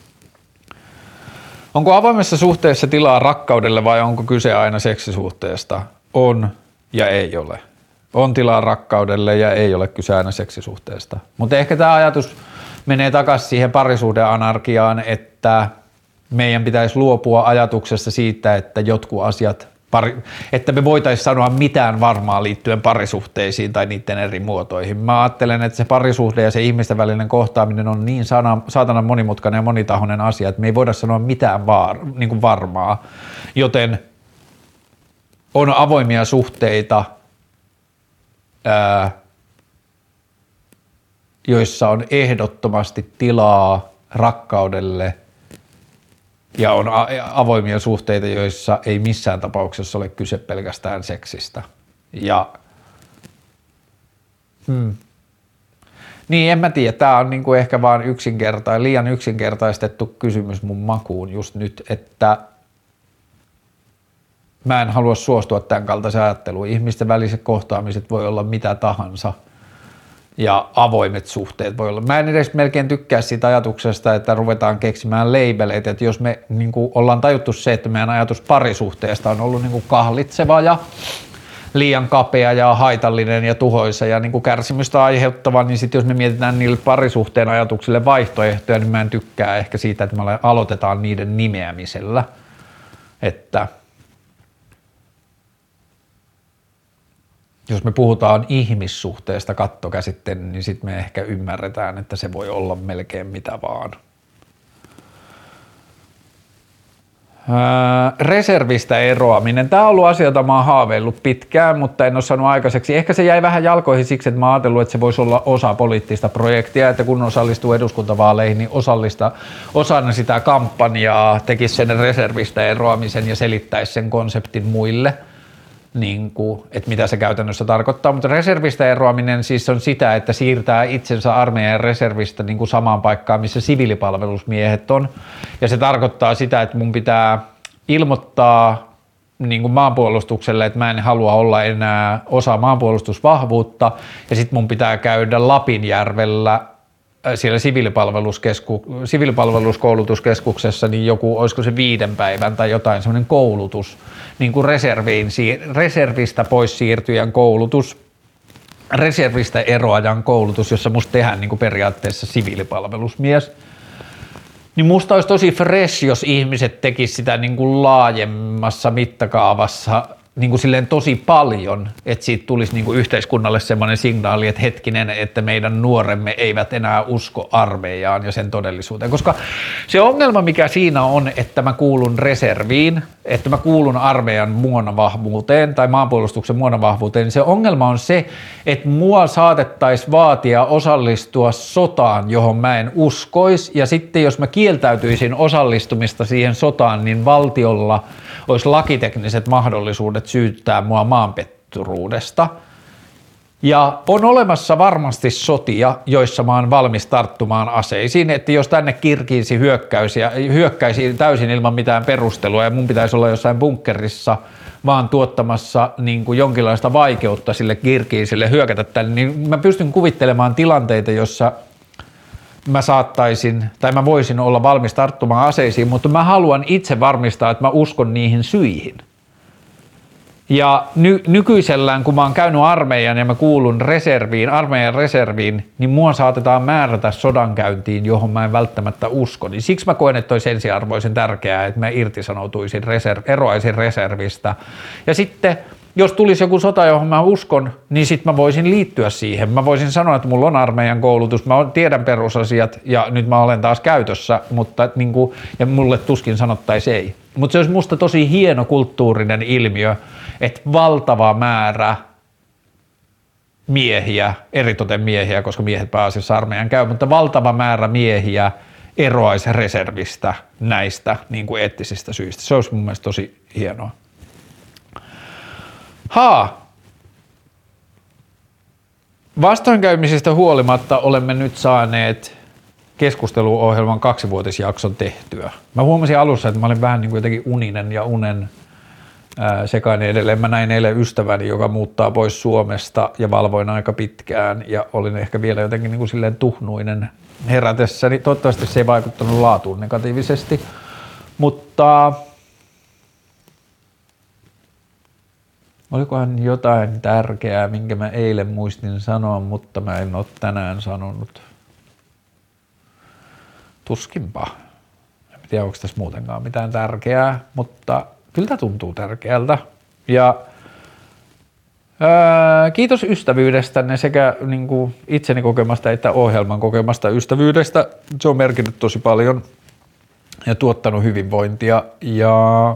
Speaker 2: Onko avoimessa suhteessa tilaa rakkaudelle vai onko kyse aina seksisuhteesta? On ja ei ole. On tilaa rakkaudelle ja ei ole kyse aina seksisuhteesta. Mutta ehkä tämä ajatus menee takaisin siihen parisuhdeanarkiaan, että meidän pitäisi luopua ajatuksesta siitä, että jotkut asiat, pari, että me voitaisiin sanoa mitään varmaa liittyen parisuhteisiin tai niiden eri muotoihin. Mä ajattelen, että se parisuhde ja se ihmisten välinen kohtaaminen on niin sana, saatanan monimutkainen ja monitahoinen asia, että me ei voida sanoa mitään var, niin kuin varmaa, joten on avoimia suhteita, ää, joissa on ehdottomasti tilaa rakkaudelle, ja on avoimia suhteita, joissa ei missään tapauksessa ole kyse pelkästään seksistä. Ja hmm. Niin, en mä tiedä. Tämä on niinku ehkä vaan yksinkertainen, liian yksinkertaistettu kysymys mun makuun just nyt, että mä en halua suostua tämän kaltaisen ajatteluun. Ihmisten väliset kohtaamiset voi olla mitä tahansa. Ja avoimet suhteet voi olla. Mä en edes melkein tykkää siitä ajatuksesta, että ruvetaan keksimään leibeleitä, että jos me niin kuin ollaan tajuttu se, että meidän ajatus parisuhteesta on ollut niin kuin kahlitseva ja liian kapea ja haitallinen ja tuhoisa ja niin kuin kärsimystä aiheuttava, niin sitten jos me mietitään niille parisuhteen ajatuksille vaihtoehtoja, niin mä en tykkää ehkä siitä, että me aloitetaan niiden nimeämisellä, että jos me puhutaan ihmissuhteesta kattokäsitteen, niin sitten me ehkä ymmärretään, että se voi olla melkein mitä vaan. Öö, reservistä eroaminen. Tämä on ollut asia, jota mä oon haaveillut pitkään, mutta en ole saanut aikaiseksi. Ehkä se jäi vähän jalkoihin siksi, että mä oon ajatellut, että se voisi olla osa poliittista projektia, että kun osallistuu eduskuntavaaleihin, niin osallista, osana sitä kampanjaa tekisi sen reservistä eroamisen ja selittäisi sen konseptin muille. Niin kuin, että mitä se käytännössä tarkoittaa, mutta reservistä eroaminen siis on sitä, että siirtää itsensä armeijan reservistä niin kuin samaan paikkaan, missä siviilipalvelusmiehet on. Ja se tarkoittaa sitä, että mun pitää ilmoittaa niin kuin maanpuolustukselle, että mä en halua olla enää osa maanpuolustusvahvuutta, ja sitten mun pitää käydä Lapinjärvellä siellä siviilipalveluskesku, siviilipalveluskoulutuskeskuksessa, niin joku, olisiko se viiden päivän tai jotain semmoinen koulutus, niin kuin reserviin, reservistä pois siirtyjän koulutus, reservistä eroajan koulutus, jossa musta tehdään niin kuin periaatteessa siviilipalvelusmies. Niin musta olisi tosi fresh, jos ihmiset tekisivät sitä niin kuin laajemmassa mittakaavassa niin kuin silleen tosi paljon, että siitä tulisi niin kuin yhteiskunnalle semmoinen signaali, että hetkinen, että meidän nuoremme eivät enää usko armeijaan ja sen todellisuuteen. Koska se ongelma, mikä siinä on, että mä kuulun reserviin, että mä kuulun armeijan muonavahvuuteen tai maanpuolustuksen muonavahvuuteen, niin se ongelma on se, että mua saatettaisiin vaatia osallistua sotaan, johon mä en uskoisi, ja sitten jos mä kieltäytyisin osallistumista siihen sotaan, niin valtiolla olisi lakitekniset mahdollisuudet syyttää mua maanpetturuudesta. Ja on olemassa varmasti sotia, joissa mä oon valmis tarttumaan aseisiin, että jos tänne Kirkiisi hyökkäisi, hyökkäisi täysin ilman mitään perustelua ja mun pitäisi olla jossain bunkkerissa vaan tuottamassa niin kuin jonkinlaista vaikeutta sille Kirkiisille hyökätä tänne, niin mä pystyn kuvittelemaan tilanteita, jossa mä saattaisin, tai mä voisin olla valmis tarttumaan aseisiin, mutta mä haluan itse varmistaa, että mä uskon niihin syihin. Ja ny- nykyisellään, kun mä oon käynyt armeijan ja mä kuulun reserviin, armeijan reserviin, niin mua saatetaan määrätä sodankäyntiin, johon mä en välttämättä usko. Niin siksi mä koen, että olisi ensiarvoisen tärkeää, että mä irtisanoutuisin, reserv- eroaisin reservistä. Ja sitten jos tulisi joku sota, johon mä uskon, niin sit mä voisin liittyä siihen. Mä voisin sanoa, että mulla on armeijan koulutus, mä tiedän perusasiat ja nyt mä olen taas käytössä, mutta niin kuin, ja mulle tuskin sanottaisi ei. Mutta se olisi musta tosi hieno kulttuurinen ilmiö, että valtava määrä miehiä, eritoten miehiä, koska miehet pääasiassa armeijan käy, mutta valtava määrä miehiä eroaisi reservistä näistä niin kuin eettisistä syistä. Se olisi mun mielestä tosi hienoa. Haa. Vastoinkäymisistä huolimatta olemme nyt saaneet keskusteluohjelman kaksivuotisjakson tehtyä. Mä huomasin alussa, että mä olin vähän niin kuin jotenkin uninen ja unen ää, sekainen edelleen. Mä näin eilen ystäväni, joka muuttaa pois Suomesta ja valvoin aika pitkään ja olin ehkä vielä jotenkin niin kuin silleen tuhnuinen herätessäni. Toivottavasti se ei vaikuttanut laatuun negatiivisesti, mutta olikohan jotain tärkeää, minkä mä eilen muistin sanoa, mutta mä en ole tänään sanonut. Tuskinpa. En tiedä, onko tässä muutenkaan mitään tärkeää, mutta kyllä tämä tuntuu tärkeältä. Ja ää, kiitos ystävyydestänne sekä niin kuin itseni kokemasta että ohjelman kokemasta ystävyydestä. Se on merkinnyt tosi paljon ja tuottanut hyvinvointia. Ja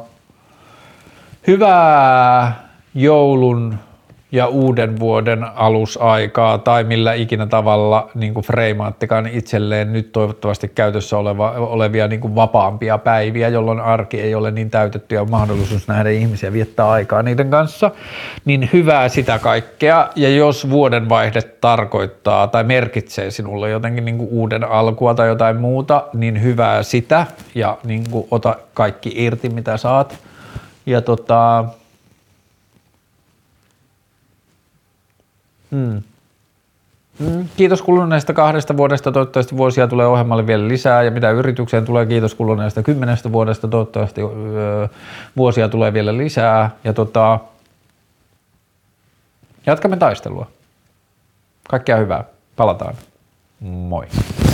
Speaker 2: hyvää joulun ja uuden vuoden alusaikaa tai millä ikinä tavalla niin kuin freimaattikaan itselleen nyt toivottavasti käytössä oleva, olevia niin kuin vapaampia päiviä, jolloin arki ei ole niin täytetty ja on mahdollisuus nähdä ihmisiä viettää aikaa niiden kanssa, niin hyvää sitä kaikkea. Ja jos vuodenvaihde tarkoittaa tai merkitsee sinulle jotenkin niin kuin uuden alkua tai jotain muuta, niin hyvää sitä ja niin kuin ota kaikki irti mitä saat. Ja tota... Hmm. Hmm. Kiitos kuluneesta kahdesta vuodesta, toivottavasti vuosia tulee ohjelmalle vielä lisää ja mitä yritykseen tulee, kiitos kuluneesta kymmenestä vuodesta, toivottavasti öö, vuosia tulee vielä lisää ja tota, jatkamme taistelua. Kaikkea hyvää, palataan, moi.